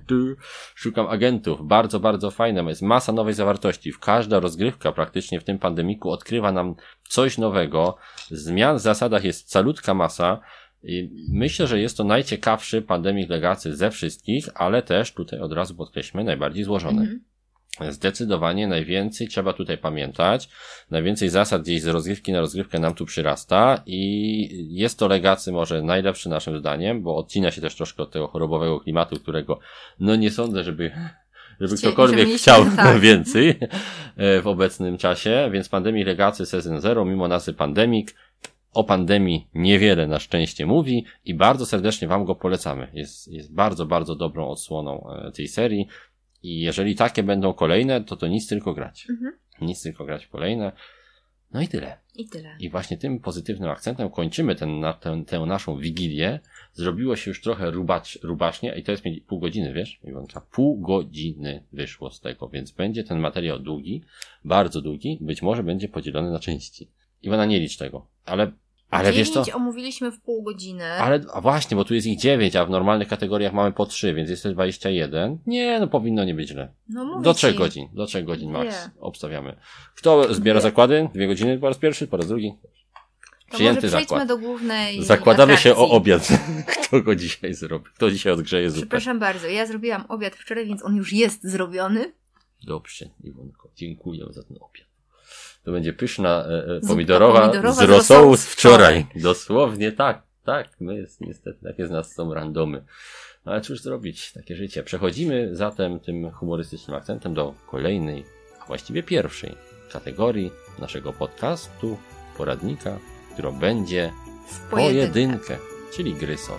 Szukam agentów. Bardzo, bardzo fajne. Jest masa nowej zawartości. Każda rozgrywka praktycznie w tym pandemiku odkrywa nam coś nowego. Zmian w zasadach jest calutka masa. I myślę, że jest to najciekawszy Pandemic Legacy ze wszystkich, ale też tutaj od razu podkreślmy najbardziej złożony. Zdecydowanie najwięcej trzeba tutaj pamiętać. Najwięcej zasad gdzieś z rozgrywki na rozgrywkę nam tu przyrasta i jest to Legacy może najlepszy naszym zdaniem, bo odcina się też troszkę od tego chorobowego klimatu, którego no nie sądzę, żeby ktokolwiek chciał więcej w obecnym czasie, więc Pandemic Legacy Season 0 mimo nazwy Pandemic o pandemii niewiele na szczęście mówi i bardzo serdecznie wam go polecamy. Jest bardzo, bardzo dobrą odsłoną tej serii. I jeżeli takie będą kolejne, to nic tylko grać. Nic tylko grać w kolejne. No i tyle. I właśnie tym pozytywnym akcentem kończymy tę naszą wigilię. Zrobiło się już trochę rubacznie i to jest pół godziny, wiesz, Iwonka? Pół godziny wyszło z tego, więc będzie ten materiał długi, bardzo długi, być może będzie podzielony na części. Iwona, nie licz tego, ale wiesz co? 9 omówiliśmy w pół godziny. A właśnie, bo tu jest ich 9, a w normalnych kategoriach mamy po 3, więc jest to 21. Nie, no powinno nie być źle. No do 3 godzin. Do 3 godzin max. Obstawiamy. Kto zbiera zakłady? 2 godziny po raz pierwszy, po raz drugi? Przyjęty zakład. Przejdźmy do głównej Zakładamy atrakcji. się o obiad. Kto go dzisiaj zrobi? Kto dzisiaj odgrzeje zupę? Przepraszam bardzo, ja zrobiłam obiad wczoraj, więc on już jest zrobiony. Dobrze, Iwonko. Dziękuję za ten obiad. To będzie pyszna pomidorowa z rosołu z wczoraj. Dosłownie tak. Niestety, takie z nas są randomy. Ale cóż zrobić, takie życie. Przechodzimy zatem tym humorystycznym akcentem do kolejnej, właściwie pierwszej kategorii naszego podcastu, poradnika, którą będzie w pojedynkę, czyli gry solo.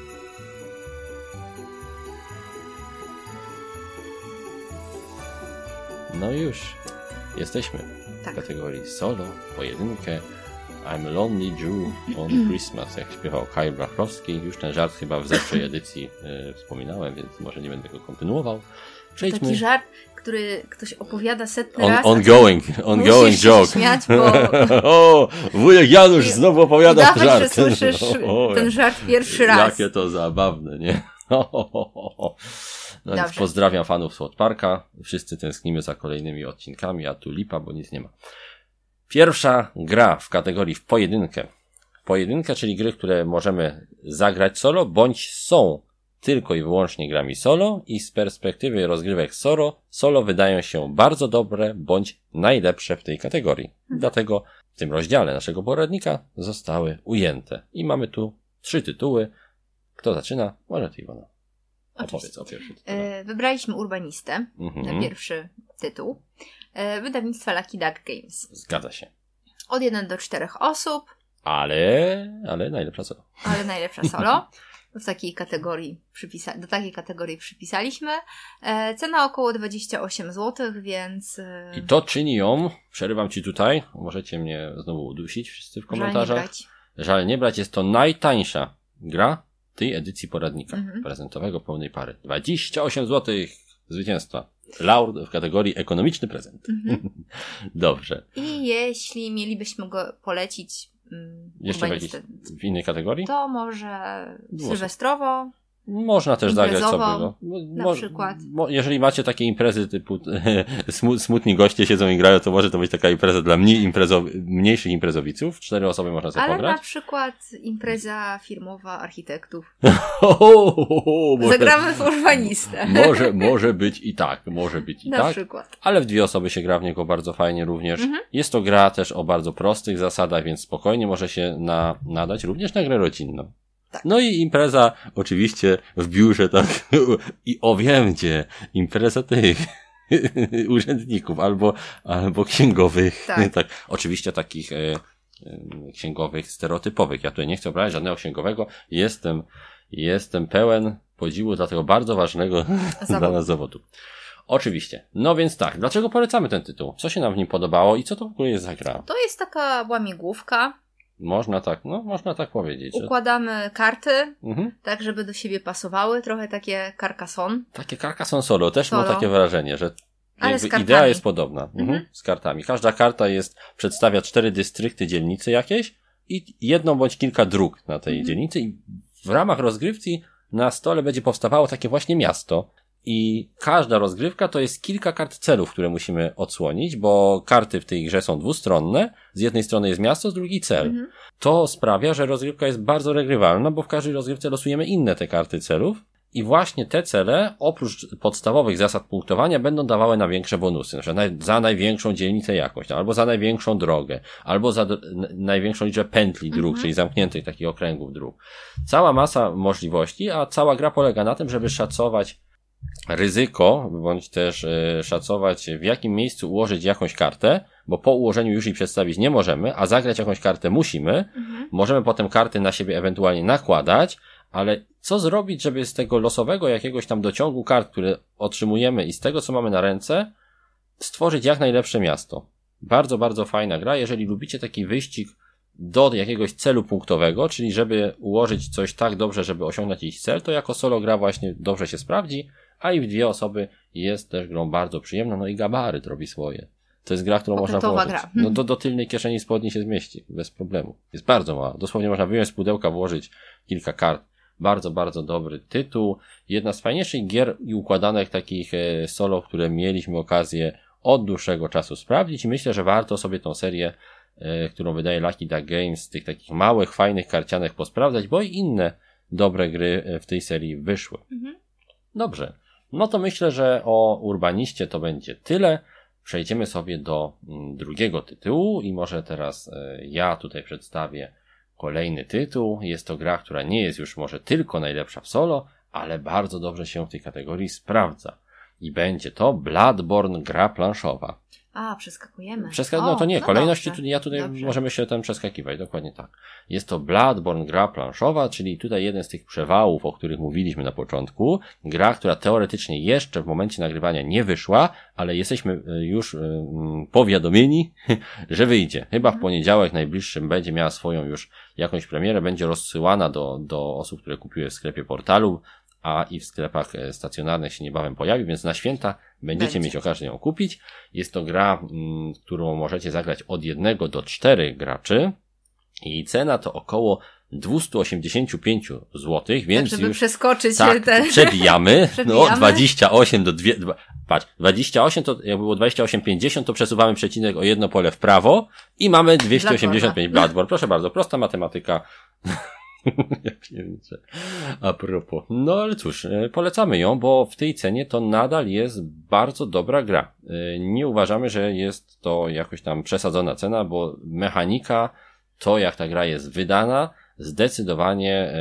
No już, jesteśmy w kategorii solo, pojedynkę. I'm Lonely Jew on Christmas, jak śpiewał Kyle Brachlowski. Już ten żart chyba w zeszłej edycji wspominałem, więc może nie będę go kontynuował. Przejdźmy. Taki żart, który ktoś opowiada setny raz. Ongoing joke. Się śmiać, bo... O, wujek Janusz znowu opowiada żart. Udawać, że słyszysz ten żart pierwszy raz. Jakie to zabawne, nie? No więc pozdrawiam fanów South Parka. Wszyscy tęsknimy za kolejnymi odcinkami, a tu lipa, bo nic nie ma. Pierwsza gra w kategorii w pojedynkę. Pojedynkę, czyli gry, które możemy zagrać solo, bądź są tylko i wyłącznie grami solo i z perspektywy rozgrywek solo wydają się bardzo dobre, bądź najlepsze w tej kategorii. Dlatego w tym rozdziale naszego poradnika zostały ujęte. I mamy tu 3 tytuły. Kto zaczyna? Może ty, Iwona. Opowiedz o pierwszym tytule. Wybraliśmy Urbanistę na pierwszy tytuł. Wydawnictwa Lucky Duck Games. Zgadza się. Od 1 do 4 osób. Ale najlepsza solo. Ale najlepsza solo. Do takiej kategorii przypisaliśmy. Cena około 28 zł, więc... I to czyni ją, przerywam ci tutaj, możecie mnie znowu udusić wszyscy w komentarzach. Żal nie brać. Jest to najtańsza gra tej edycji poradnika prezentowego pełnej pary. 28 zł zwycięstwa. Laur w kategorii ekonomiczny prezent. Dobrze. I jeśli mielibyśmy go polecić jeszcze w innej kategorii? To może sylwestrowo. Można też zagrać sobie. Na przykład. Jeżeli macie takie imprezy typu smutni goście siedzą i grają, to może to być taka impreza dla mniejszych imprezowiców. 4 osoby można sobie pograć. Ale na przykład impreza firmowa architektów. Zagramy w Urbanistę. Może być i tak. Na przykład. Ale w 2 osoby się gra w niego bardzo fajnie również. Jest to gra też o bardzo prostych zasadach, więc spokojnie może się nadać również na grę rodzinną. Tak. No i impreza oczywiście w biurze, tak, i wiem gdzie, impreza tych urzędników albo księgowych, tak. Oczywiście takich księgowych stereotypowych. Ja tutaj nie chcę obrazić żadnego księgowego, jestem pełen podziwu dla tego bardzo ważnego dla nas zawodu. Oczywiście. No więc tak, dlaczego polecamy ten tytuł? Co się nam w nim podobało i co to w ogóle jest za gra? To jest taka łamigłówka. Można tak powiedzieć. Układamy karty, tak żeby do siebie pasowały, trochę takie Carcassonne. Takie Carcassonne solo, też mam takie wrażenie, że idea jest podobna z kartami. Każda karta przedstawia 4 dystrykty dzielnicy jakieś i jedną bądź kilka dróg na tej dzielnicy i w ramach rozgrywki na stole będzie powstawało takie właśnie miasto. I każda rozgrywka to jest kilka kart celów, które musimy odsłonić, bo karty w tej grze są dwustronne. Z jednej strony jest miasto, z drugiej cel. To sprawia, że rozgrywka jest bardzo regrywalna, bo w każdej rozgrywce losujemy inne te karty celów i właśnie te cele, oprócz podstawowych zasad punktowania, będą dawały na większe bonusy. Na przykład za największą dzielnicę jakąś, albo za największą drogę, albo za największą liczbę pętli dróg, czyli zamkniętych takich okręgów dróg. Cała masa możliwości, a cała gra polega na tym, żeby szacować ryzyko, bądź też szacować, w jakim miejscu ułożyć jakąś kartę, bo po ułożeniu już jej przedstawić nie możemy, a zagrać jakąś kartę musimy. Możemy potem karty na siebie ewentualnie nakładać, ale co zrobić, żeby z tego losowego jakiegoś tam dociągu kart, które otrzymujemy i z tego, co mamy na ręce, stworzyć jak najlepsze miasto. Bardzo, bardzo fajna gra. Jeżeli lubicie taki wyścig do jakiegoś celu punktowego, czyli żeby ułożyć coś tak dobrze, żeby osiągnąć jakiś cel, to jako solo gra właśnie dobrze się sprawdzi, a i w 2 osoby jest też grą bardzo przyjemną, no i gabaryt robi swoje. To jest gra, którą można włożyć. No do tylnej kieszeni spodni się zmieści, bez problemu. Jest bardzo mała. Dosłownie można wyjąć z pudełka, włożyć kilka kart. Bardzo, bardzo dobry tytuł. Jedna z fajniejszych gier i układanek takich solo, które mieliśmy okazję od dłuższego czasu sprawdzić i myślę, że warto sobie tą serię, którą wydaje Lucky Duck Games, tych takich małych, fajnych karcianek posprawdzać, bo i inne dobre gry w tej serii wyszły. Dobrze. No to myślę, że o Urbaniście to będzie tyle. Przejdziemy sobie do drugiego tytułu i może teraz ja tutaj przedstawię kolejny tytuł. Jest to gra, która nie jest już może tylko najlepsza w solo, ale bardzo dobrze się w tej kategorii sprawdza. I będzie to Bloodborne, gra planszowa. Przeskakujemy. No to nie, kolejności tutaj możemy się tam przeskakiwać, dokładnie tak. Jest to Bloodborne, gra planszowa, czyli tutaj jeden z tych przewałów, o których mówiliśmy na początku. Gra, która teoretycznie jeszcze w momencie nagrywania nie wyszła, ale jesteśmy już powiadomieni, że wyjdzie. Chyba w poniedziałek najbliższym będzie miała swoją już jakąś premierę, będzie rozsyłana do osób, które kupiły w sklepie Portalu, a i w sklepach stacjonarnych się niebawem pojawi, więc na święta będziecie mieć okazję ją kupić. Jest to gra, którą możecie zagrać od 1 do 4 graczy. Jej cena to około 285 zł, więc tak, żeby już przeskoczyć przebijamy. No 28 do 2, patrz, 28 to jak było 28,50 to przesuwamy przecinek o jedno pole w prawo i mamy 285 Bloodborne. Proszę bardzo, prosta matematyka. Ja pierniczę. A propos. No ale cóż, polecamy ją, bo w tej cenie to nadal jest bardzo dobra gra. Nie uważamy, że jest to jakoś tam przesadzona cena, bo mechanika, to jak ta gra jest wydana, zdecydowanie,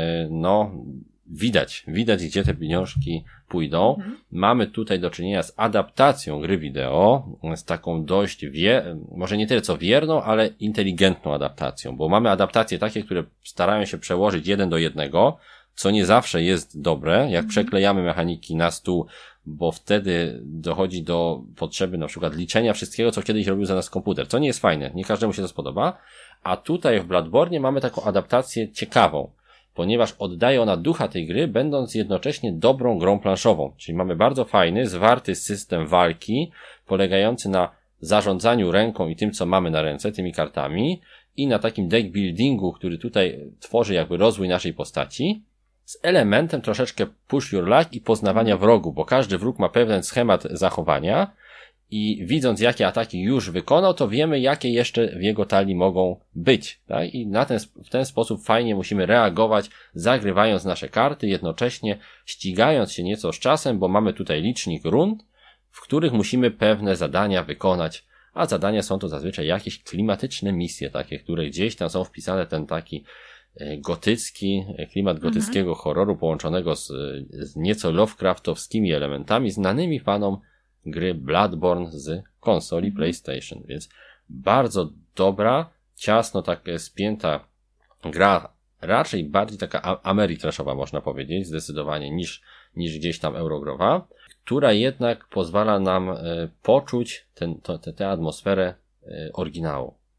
widać gdzie te pieniążki pójdą. Mamy tutaj do czynienia z adaptacją gry wideo, z taką dość może nie tyle co wierną, ale inteligentną adaptacją, bo mamy adaptacje takie, które starają się przełożyć 1 do 1, co nie zawsze jest dobre, jak przeklejamy mechaniki na stół, bo wtedy dochodzi do potrzeby na przykład liczenia wszystkiego, co kiedyś robił za nas komputer, co nie jest fajne, nie każdemu się to spodoba, a tutaj w Bloodborne mamy taką adaptację ciekawą, ponieważ oddaje ona ducha tej gry, będąc jednocześnie dobrą grą planszową. Czyli mamy bardzo fajny, zwarty system walki, polegający na zarządzaniu ręką i tym, co mamy na ręce, tymi kartami, i na takim deck buildingu, który tutaj tworzy jakby rozwój naszej postaci, z elementem troszeczkę push your luck i poznawania wrogu, bo każdy wróg ma pewien schemat zachowania, i widząc jakie ataki już wykonał, to wiemy jakie jeszcze w jego talii mogą być, tak? I w ten sposób fajnie musimy reagować, zagrywając nasze karty, jednocześnie ścigając się nieco z czasem, bo mamy tutaj licznik rund, w których musimy pewne zadania wykonać, a zadania są to zazwyczaj jakieś klimatyczne misje takie, które gdzieś tam są wpisane, ten taki gotycki, klimat gotyckiego horroru połączonego z nieco Lovecraftowskimi elementami, znanymi fanom gry Bloodborne z konsoli PlayStation, więc bardzo dobra, ciasno tak spięta gra, raczej bardziej taka Ameritrashowa można powiedzieć, zdecydowanie niż gdzieś tam eurogrowa, która jednak pozwala nam poczuć tę atmosferę oryginału.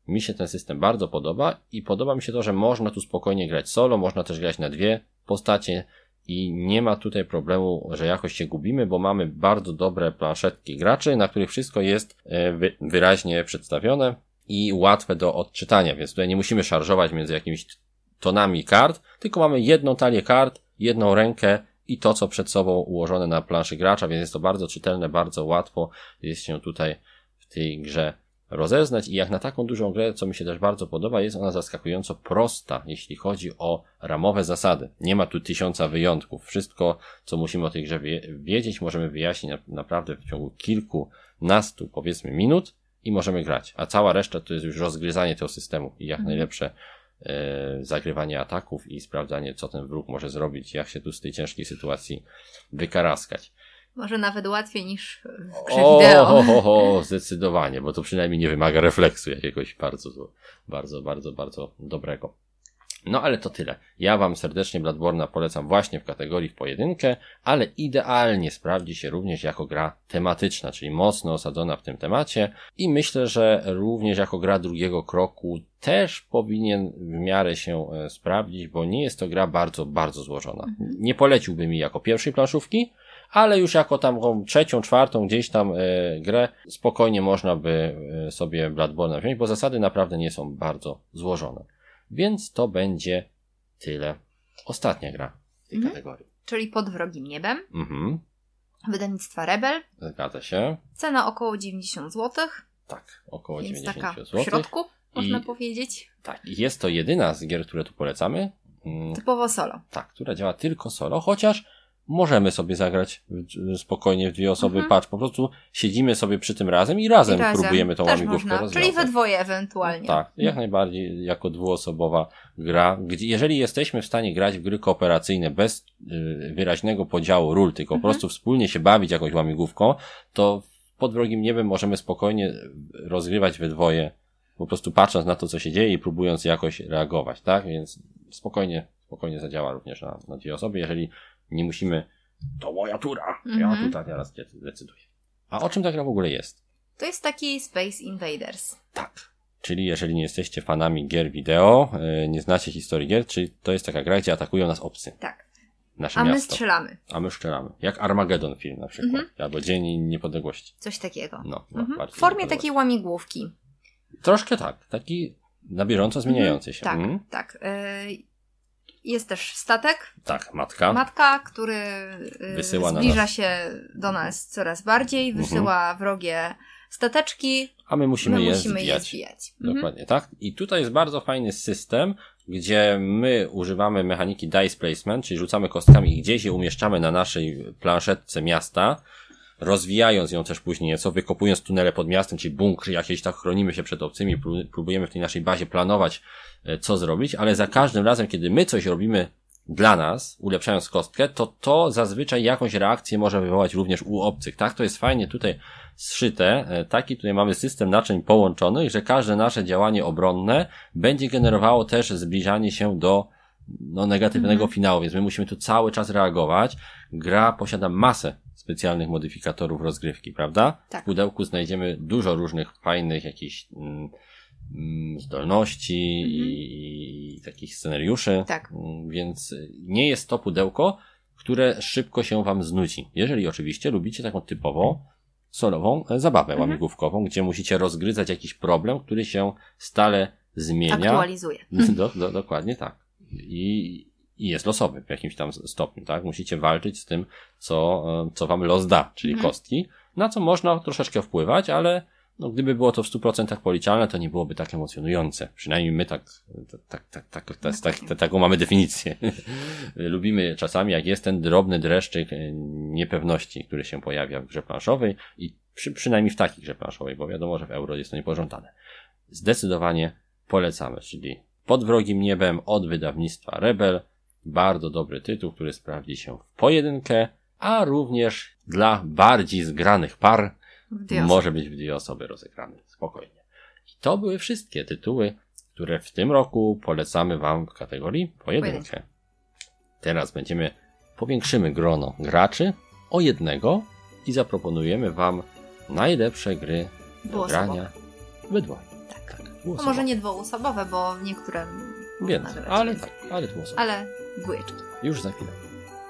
Mi się ten system bardzo podoba i podoba mi się to, że można tu spokojnie grać solo, można też grać na 2 postacie i nie ma tutaj problemu, że jakoś się gubimy, bo mamy bardzo dobre planszetki graczy, na których wszystko jest wyraźnie przedstawione i łatwe do odczytania, więc tutaj nie musimy szarżować między jakimiś tonami kart, tylko mamy jedną talię kart, jedną rękę i to, co przed sobą ułożone na planszy gracza, więc jest to bardzo czytelne, bardzo łatwo jest się tutaj w tej grze rozeznać i jak na taką dużą grę, co mi się też bardzo podoba, jest ona zaskakująco prosta, jeśli chodzi o ramowe zasady. Nie ma tu 1000 wyjątków. Wszystko, co musimy o tej grze wiedzieć, możemy wyjaśnić naprawdę w ciągu kilkunastu, powiedzmy, minut i możemy grać. A cała reszta to jest już rozgryzanie tego systemu i jak najlepsze zagrywanie ataków i sprawdzanie, co ten wróg może zrobić, jak się tu z tej ciężkiej sytuacji wykaraskać. Może nawet łatwiej niż w grze wideo. Zdecydowanie, bo to przynajmniej nie wymaga refleksu jakiegoś bardzo dobrego. No ale to tyle. Ja wam serdecznie Bloodborne'a polecam właśnie w kategorii w pojedynkę, ale idealnie sprawdzi się również jako gra tematyczna, czyli mocno osadzona w tym temacie i myślę, że również jako gra drugiego kroku też powinien w miarę się sprawdzić, bo nie jest to gra bardzo złożona. Nie poleciłbym jej jako pierwszej planszówki, ale już jako tam 3., 4. gdzieś tam grę spokojnie można by sobie Bloodborne'a wziąć, bo zasady naprawdę nie są bardzo złożone. Więc to będzie tyle. Ostatnia gra w tej kategorii. Czyli Pod wrogim niebem. Wydawnictwa Rebel. Zgadza się. Cena około 90 zł. Tak, około Więc 90 taka zł. w środku, można powiedzieć. Tak, i jest to jedyna z gier, które tu polecamy. Typowo solo. Tak, która działa tylko solo, chociaż możemy sobie zagrać spokojnie w 2 osoby. Patrz, po prostu siedzimy sobie przy tym razem i razem próbujemy tą łamigłówkę rozwiązać. Czyli we dwoje ewentualnie. Tak, jak najbardziej jako 2-osobowa gra. Gdzie, jeżeli jesteśmy w stanie grać w gry kooperacyjne bez wyraźnego podziału ról, tylko po prostu wspólnie się bawić jakąś łamigłówką, to Pod wrogim niebem możemy spokojnie rozgrywać we dwoje, po prostu patrząc na to, co się dzieje i próbując jakoś reagować, tak? Więc spokojnie zadziała również na 2 osoby, jeżeli nie musimy, to moja tura, ja tutaj teraz decyduję. A o czym ta gra w ogóle jest? To jest taki Space Invaders. Tak. Czyli jeżeli nie jesteście fanami gier wideo, nie znacie historii gier, czyli to jest taka gra, gdzie atakują nas obcy. Tak. Nasze miasto. A my strzelamy. Jak Armageddon film na przykład. Albo Dzień Niepodległości. Coś takiego. No, w formie takiej łamigłówki. Troszkę tak. Taki na bieżąco zmieniający się. Tak. Jest też statek. Tak, matka. Matka, który zbliża się do nas coraz bardziej, wysyła wrogie stateczki, a my musimy je zbijać. Dokładnie, tak. I tutaj jest bardzo fajny system, gdzie my używamy mechaniki dice placement, czyli rzucamy kostkami i gdzieś je umieszczamy na naszej planszetce miasta, rozwijając ją też później nieco, wykopując tunele pod miastem, czyli bunkry jakieś, tak chronimy się przed obcymi, próbujemy w tej naszej bazie planować, co zrobić, ale za każdym razem, kiedy my coś robimy dla nas, ulepszając kostkę, to zazwyczaj jakąś reakcję może wywołać również u obcych, tak? To jest fajnie tutaj zszyte, taki tutaj mamy system naczyń połączonych, że każde nasze działanie obronne będzie generowało też zbliżanie się do negatywnego finału, więc my musimy tu cały czas reagować. Gra posiada masę specjalnych modyfikatorów rozgrywki, prawda? Tak. W pudełku znajdziemy dużo różnych fajnych jakichś zdolności i takich scenariuszy. Tak. Więc nie jest to pudełko, które szybko się wam znudzi. Jeżeli oczywiście lubicie taką typową solową zabawę łamigłówkową, gdzie musicie rozgryzać jakiś problem, który się stale zmienia. Aktualizuje. Dokładnie tak. I jest losowy w jakimś tam stopniu, tak? Musicie walczyć z tym, co wam los da, czyli kostki, na co można troszeczkę wpływać, ale gdyby było to w 100% policzalne, to nie byłoby tak emocjonujące. Przynajmniej my taką mamy definicję. Lubimy czasami, jak jest ten drobny dreszczyk niepewności, który się pojawia w grze planszowej i przynajmniej w takiej grze planszowej, bo wiadomo, że w euro jest to niepożądane. Zdecydowanie polecamy, czyli Pod wrogim niebem od wydawnictwa Rebel. Bardzo dobry tytuł, który sprawdzi się w pojedynkę, a również dla bardziej zgranych par może być w 2 osoby rozegrany. Spokojnie. I to były wszystkie tytuły, które w tym roku polecamy wam w kategorii pojedynkę. Teraz powiększymy grono graczy o 1 i zaproponujemy wam najlepsze gry do grania we dwoje. Tak. No może nie dwuosobowe, bo niektóre... Więc, ale tak, ale dwuosobowe. Ale dwójeczki. Już za chwilę.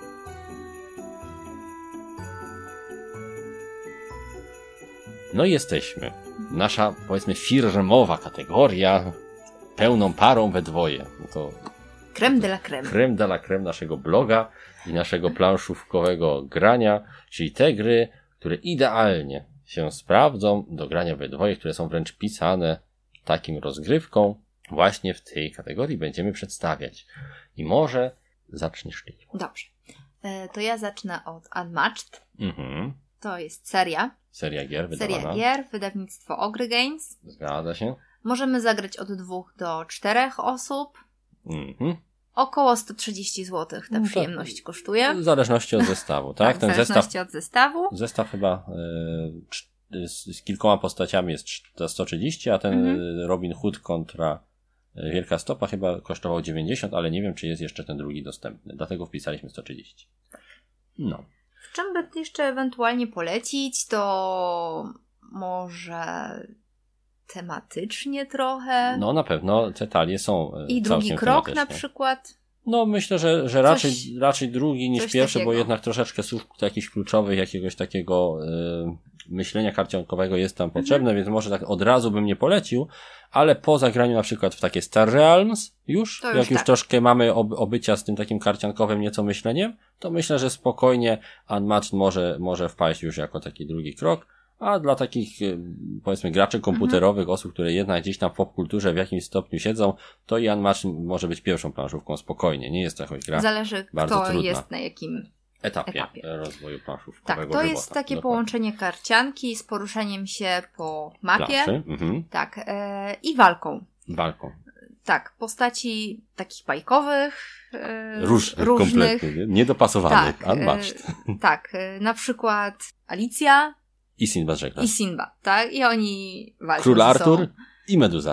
No i jesteśmy. Nasza, powiedzmy, firmowa kategoria pełną parą we dwoje. No to Creme de la creme. Creme de la creme naszego bloga i naszego planszówkowego grania, czyli te gry, które idealnie się sprawdzą do grania we dwoje, które są wręcz pisane takim rozgrywką. Właśnie w tej kategorii będziemy przedstawiać. I może zaczniesz ty. Dobrze. To ja zacznę od Unmatched. Mhm. To jest seria. Seria gier wydawana. Seria gier, wydawnictwo Ogry Games. Zgadza się. Możemy zagrać od 2 do 4 osób. Mhm. Około 130 zł ta przyjemność kosztuje. W zależności od zestawu, tak? Tak, w zależności od zestawu. Zestaw chyba z kilkoma postaciami jest za 130, a ten Robin Hood kontra Wielka Stopa chyba kosztował 90, ale nie wiem, czy jest jeszcze ten drugi dostępny. Dlatego wpisaliśmy 130. No. W czym by jeszcze ewentualnie polecić, to może tematycznie trochę. No na pewno te talie są i drugi krok na przykład. No myślę, że raczej drugi niż pierwszy, takiego. Bo jednak troszeczkę słów jakichś kluczowych, jakiegoś takiego myślenia karciankowego jest tam potrzebne, więc może tak od razu bym nie polecił, ale po zagraniu na przykład w takie Star Realms już tak. Troszkę mamy obycia z tym takim karciankowym nieco myśleniem, to myślę, że spokojnie Unmatched może wpaść już jako taki drugi krok. A dla takich, powiedzmy, graczy komputerowych, osób, które jednak gdzieś tam w popkulturze w jakimś stopniu siedzą, to i Unmatched może być pierwszą planszówką spokojnie. Nie jest to jakoś gra Zależy, bardzo kto trudna. jest na jakim etapie rozwoju planszówkowego. Tak, to jest takie dokładnie. Połączenie karcianki z poruszeniem się po mapie. Tak, i walką. Tak, postaci takich bajkowych, różnych. Niedopasowanych. Tak, Unmatched. Tak, na przykład Alicja. I Sinbad żeglarz. I Sinbad, tak? I oni walczą Król Artur i Meduza.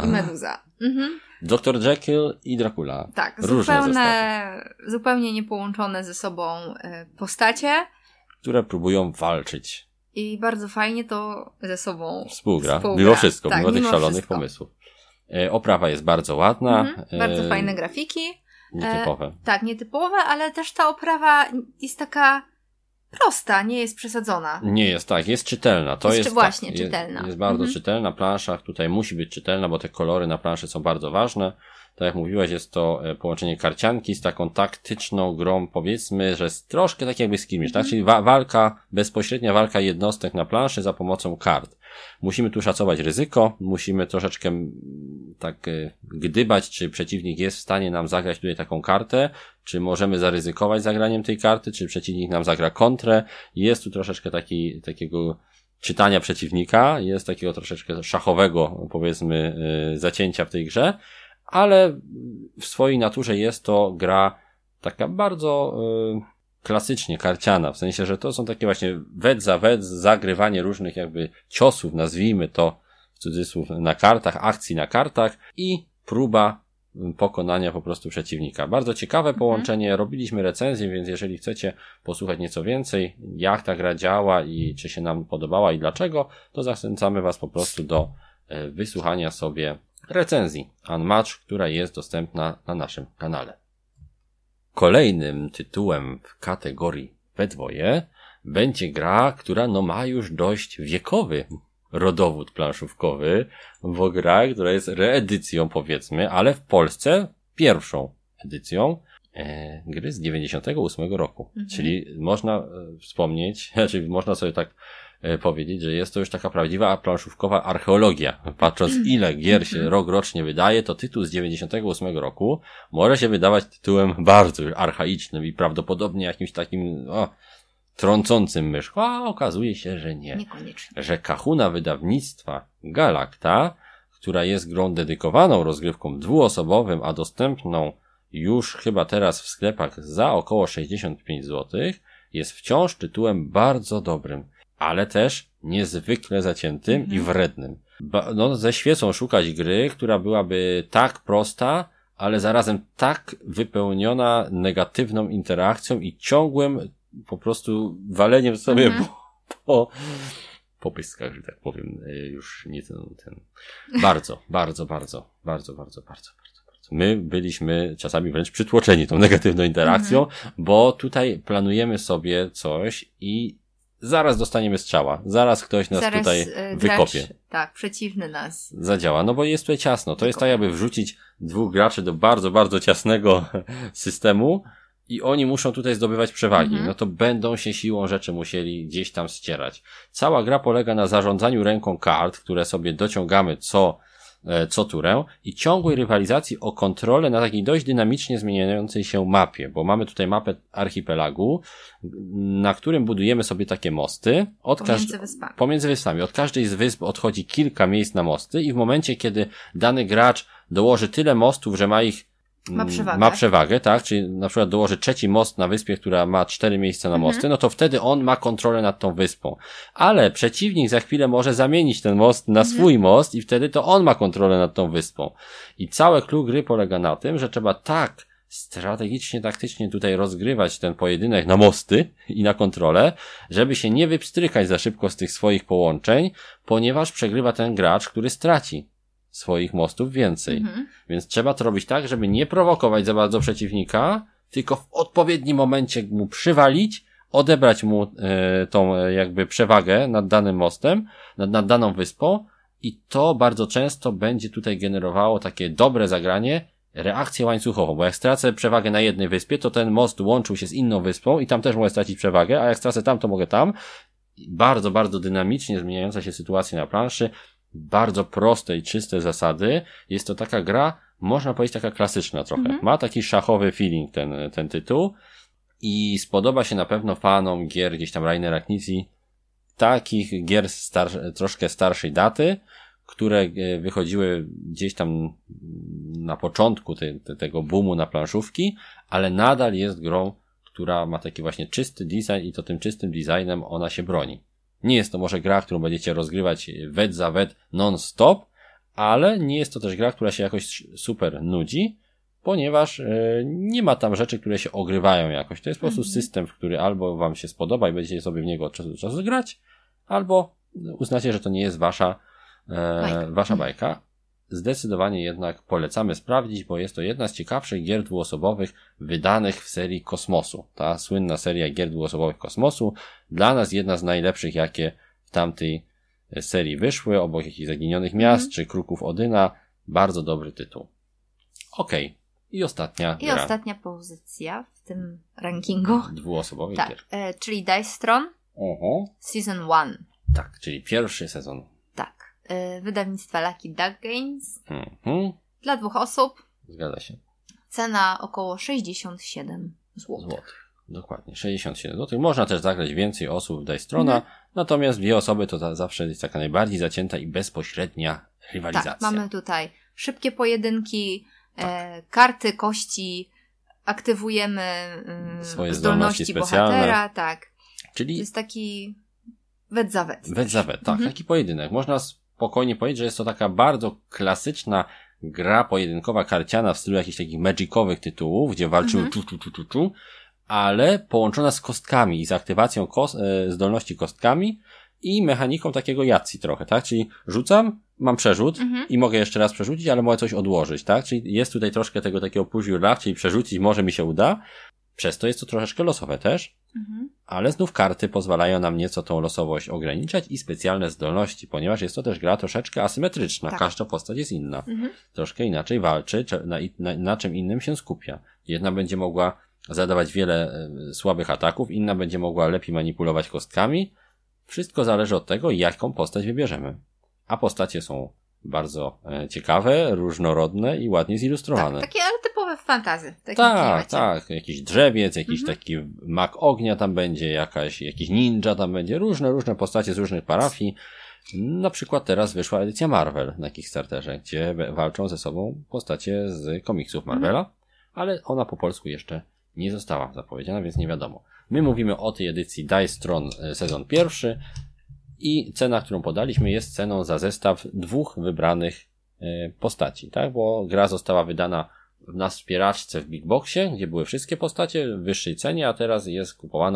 Dr. Jekyll i Dracula. Tak, zupełnie niepołączone ze sobą postacie. Które próbują walczyć. I bardzo fajnie to ze sobą współgra. Mimo wszystko, tak, mimo tych szalonych pomysłów. Oprawa jest bardzo ładna. Bardzo fajne grafiki. Nietypowe. Tak, nietypowe, ale też ta oprawa jest taka prosta, nie jest przesadzona. Nie jest, tak, jest czytelna. To jest właśnie czytelna. Jest bardzo czytelna. Plansza tutaj musi być czytelna, bo te kolory na planszy są bardzo ważne. Tak jak mówiłaś, jest to połączenie karcianki z taką taktyczną grą, powiedzmy, że jest troszkę tak jakby skirmish, tak? Czyli bezpośrednia walka jednostek na planszy za pomocą kart. Musimy tu szacować ryzyko, musimy troszeczkę tak gdybać, czy przeciwnik jest w stanie nam zagrać tutaj taką kartę, czy możemy zaryzykować zagraniem tej karty, czy przeciwnik nam zagra kontrę. Jest tu troszeczkę takiego czytania przeciwnika, jest takiego troszeczkę szachowego, powiedzmy, zacięcia w tej grze, ale w swojej naturze jest to gra taka bardzo klasycznie karciana, w sensie, że to są takie właśnie wed za wed, zagrywanie różnych jakby ciosów, nazwijmy to w cudzysłów, na kartach, akcji na kartach i próba pokonania po prostu przeciwnika. Bardzo ciekawe połączenie, robiliśmy recenzję, więc jeżeli chcecie posłuchać nieco więcej, jak ta gra działa i czy się nam podobała i dlaczego, to zachęcamy Was po prostu do wysłuchania sobie recenzji Unmatched, która jest dostępna na naszym kanale. Kolejnym tytułem w kategorii we dwoje będzie gra, która ma już dość wiekowy rodowód planszówkowy, bo gra, która jest reedycją, powiedzmy, ale w Polsce pierwszą edycją gry z 98 roku. Czyli można wspomnieć, czyli można sobie tak powiedzieć, że jest to już taka prawdziwa planszówkowa archeologia. Patrząc ile gier się rok rocznie wydaje, to tytuł z 98 roku może się wydawać tytułem bardzo już archaicznym i prawdopodobnie jakimś takim trącącym mysz. A okazuje się, że nie. Niekoniecznie. Że Kahuna wydawnictwa Galacta, która jest grą dedykowaną rozgrywką dwuosobowym, a dostępną już chyba teraz w sklepach za około 65 zł, jest wciąż tytułem bardzo dobrym, ale też niezwykle zaciętym i wrednym. Ze świecą szukać gry, która byłaby tak prosta, ale zarazem tak wypełniona negatywną interakcją i ciągłym po prostu waleniem sobie po popystkach, że tak powiem, już nie ten. Bardzo. My byliśmy czasami wręcz przytłoczeni tą negatywną interakcją, bo tutaj planujemy sobie coś i zaraz dostaniemy strzała. Zaraz ktoś nas tutaj wykopie. Gracz, tak, przeciwny nas. Zadziała, no bo jest tutaj ciasno. To jest tak, jakby wrzucić 2 graczy do bardzo, bardzo ciasnego systemu i oni muszą tutaj zdobywać przewagi. No to będą się siłą rzeczy musieli gdzieś tam ścierać. Cała gra polega na zarządzaniu ręką kart, które sobie dociągamy co turę i ciągłej rywalizacji o kontrolę na takiej dość dynamicznie zmieniającej się mapie, bo mamy tutaj mapę archipelagu, na którym budujemy sobie takie mosty pomiędzy wyspami. Od każdej z wysp odchodzi kilka miejsc na mosty i w momencie, kiedy dany gracz dołoży tyle mostów, że ma przewagę, tak? Czyli na przykład dołoży 3. most na wyspie, która ma 4 miejsca na mosty, no to wtedy on ma kontrolę nad tą wyspą. Ale przeciwnik za chwilę może zamienić ten most na swój most i wtedy to on ma kontrolę nad tą wyspą. I całe clue gry polega na tym, że trzeba tak strategicznie, taktycznie tutaj rozgrywać ten pojedynek na mosty i na kontrolę, żeby się nie wypstrykać za szybko z tych swoich połączeń, ponieważ przegrywa ten gracz, który straci swoich mostów więcej. Więc trzeba to robić tak, żeby nie prowokować za bardzo przeciwnika, tylko w odpowiednim momencie mu przywalić, odebrać mu tą jakby przewagę nad danym mostem, nad daną wyspą i to bardzo często będzie tutaj generowało takie dobre zagranie, reakcję łańcuchową, bo jak stracę przewagę na jednej wyspie, to ten most łączył się z inną wyspą i tam też mogę stracić przewagę, a jak stracę tam, to mogę tam. Bardzo, bardzo dynamicznie zmieniająca się sytuacja na planszy, bardzo proste i czyste zasady. Jest to taka gra, można powiedzieć taka klasyczna trochę. Ma taki szachowy feeling ten tytuł i spodoba się na pewno fanom gier gdzieś tam Rainera Knizzi, takich gier troszkę starszej daty, które wychodziły gdzieś tam na początku tego boomu na planszówki, ale nadal jest grą, która ma taki właśnie czysty design i to tym czystym designem ona się broni. Nie jest to może gra, którą będziecie rozgrywać wet za wet non-stop, ale nie jest to też gra, która się jakoś super nudzi, ponieważ nie ma tam rzeczy, które się ogrywają jakoś. To jest po prostu system, w który albo wam się spodoba i będziecie sobie w niego od czasu do czasu grać, albo uznacie, że to nie jest wasza bajka. Zdecydowanie jednak polecamy sprawdzić, bo jest to jedna z ciekawszych gier dwuosobowych wydanych w serii Kosmosu. Ta słynna seria gier dwuosobowych Kosmosu, dla nas jedna z najlepszych, jakie w tamtej serii wyszły, obok jakichś Zaginionych Miast, czy Kruków Odyna. Bardzo dobry tytuł. Okej. I ostatnia gra. I ostatnia pozycja w tym rankingu. Dwuosobowych gier. Czyli Dice Throne Season 1. Tak, czyli pierwszy sezon. Tak. Wydawnictwa Lucky Duck Games. Dla 2 osób. Zgadza się. Cena około 67 zł. Dokładnie, 67 zł. Można też zagrać więcej osób w Dice Throne'a, natomiast 2 osoby to zawsze jest taka najbardziej zacięta i bezpośrednia rywalizacja. Tak, mamy tutaj szybkie pojedynki, karty, kości, aktywujemy swoje zdolności bohatera, tak. Czyli to jest taki wet za wet. Wet za wet, tak, taki pojedynek. Można spokojnie powiedzieć, że jest to taka bardzo klasyczna gra pojedynkowa, karciana w stylu jakichś takich magicowych tytułów, gdzie walczymy ale połączona z kostkami i z aktywacją zdolności kostkami i mechaniką takiego Yahtzee trochę, tak? Czyli rzucam, mam przerzut i mogę jeszcze raz przerzucić, ale mogę coś odłożyć, tak? Czyli jest tutaj troszkę tego takiego push your luck, czyli przerzucić może mi się uda. Przez to jest to troszeczkę losowe też, ale znów karty pozwalają nam nieco tą losowość ograniczać i specjalne zdolności, ponieważ jest to też gra troszeczkę asymetryczna. Tak. Każda postać jest inna. Troszkę inaczej walczy, na czym innym się skupia. Jedna będzie mogła zadawać wiele słabych ataków, inna będzie mogła lepiej manipulować kostkami. Wszystko zależy od tego, jaką postać wybierzemy. A postacie są bardzo ciekawe, różnorodne i ładnie zilustrowane. Tak, takie ale typowe fantasy. Tak. Jakiś drzewiec, jakiś taki mag ognia tam będzie, jakiś ninja tam będzie. Różne postacie z różnych parafii. Na przykład teraz wyszła edycja Marvel na Kickstarterze, gdzie walczą ze sobą postacie z komiksów Marvela, ale ona po polsku jeszcze nie została zapowiedziana, więc nie wiadomo. My mówimy o tej edycji Dice Throne sezon 1 i cena, którą podaliśmy, jest ceną za zestaw 2 wybranych postaci, tak? Bo gra została wydana na wspieraczce w Big Boxie, gdzie były wszystkie postacie w wyższej cenie, a teraz jest kupowana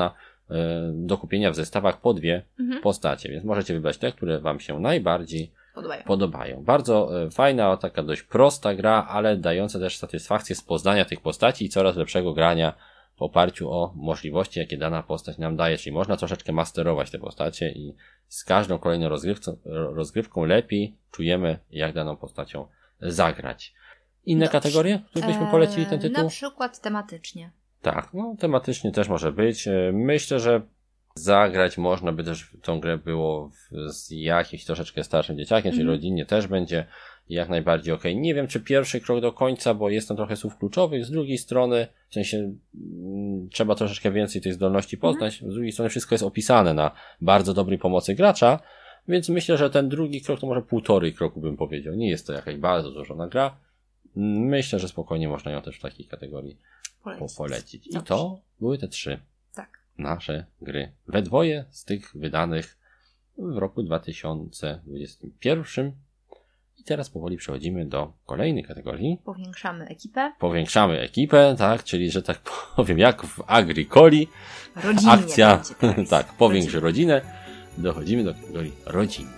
do kupienia w zestawach po 2 postacie, więc możecie wybrać te, które wam się najbardziej podobają. Bardzo fajna, taka dość prosta gra, ale dająca też satysfakcję z poznania tych postaci i coraz lepszego grania w oparciu o możliwości, jakie dana postać nam daje, czyli można troszeczkę masterować te postacie i z każdą kolejną rozgrywką lepiej czujemy, jak daną postacią zagrać. Inne kategorie, które byśmy polecili ten tytuł? Na przykład tematycznie. Tak, no tematycznie też może być. Myślę, że zagrać można by też tą grę było z jakimś troszeczkę starszym dzieciakiem, czyli rodzinnie też będzie jak najbardziej okej. Nie wiem, czy pierwszy krok do końca, bo jest tam trochę słów kluczowych, z drugiej strony, w sensie trzeba troszeczkę więcej tej zdolności poznać, z drugiej strony wszystko jest opisane na bardzo dobrej pomocy gracza, więc myślę, że ten drugi krok to może 1,5 kroku bym powiedział. Nie jest to jakaś bardzo złożona gra. Myślę, że spokojnie można ją też w takiej kategorii polecić. I to były te 3 nasze gry. We dwoje z tych wydanych w roku 2021. I teraz powoli przechodzimy do kolejnej kategorii. Powiększamy ekipę, tak, czyli, że tak powiem, jak w Agricoli. Rodzinnie akcja, tak, powiększy rodzinę. Dochodzimy do kategorii rodzinnej.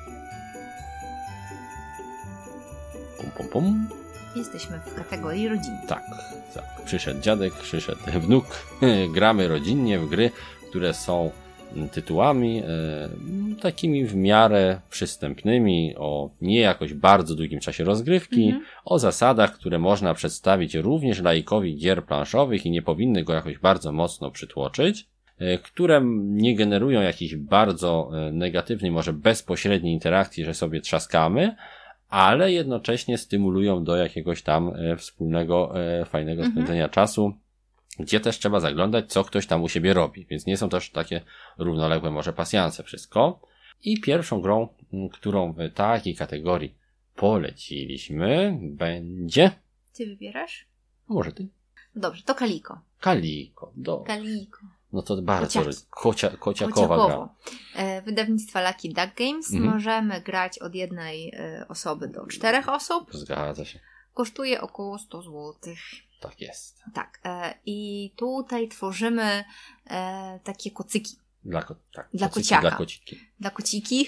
Jesteśmy w kategorii rodzinnej. Tak. Przyszedł dziadek, przyszedł wnuk. Gramy rodzinnie w gry, które są tytułami takimi w miarę przystępnymi, o nie jakoś bardzo długim czasie rozgrywki, o zasadach, które można przedstawić również laikowi gier planszowych i nie powinny go jakoś bardzo mocno przytłoczyć, które nie generują jakiejś bardzo negatywnej, może bezpośredniej interakcji, że sobie trzaskamy, ale jednocześnie stymulują do jakiegoś tam wspólnego, fajnego spędzenia czasu, gdzie też trzeba zaglądać, co ktoś tam u siebie robi, więc nie są też takie równoległe może pasjanse wszystko. I pierwszą grą, którą w takiej kategorii poleciliśmy, będzie... Ty wybierasz? Może ty. Dobrze, to Kaliko. Kaliko. No to bardzo kociakowa gra. Wydawnictwa Lucky Duck Games. Możemy grać od jednej osoby do 4 osób. Zgadza się. Kosztuje około 100 zł. Tak jest. Tak. I tutaj tworzymy takie kocyki. Dla kociaka. Dla kociki. Dla kociki.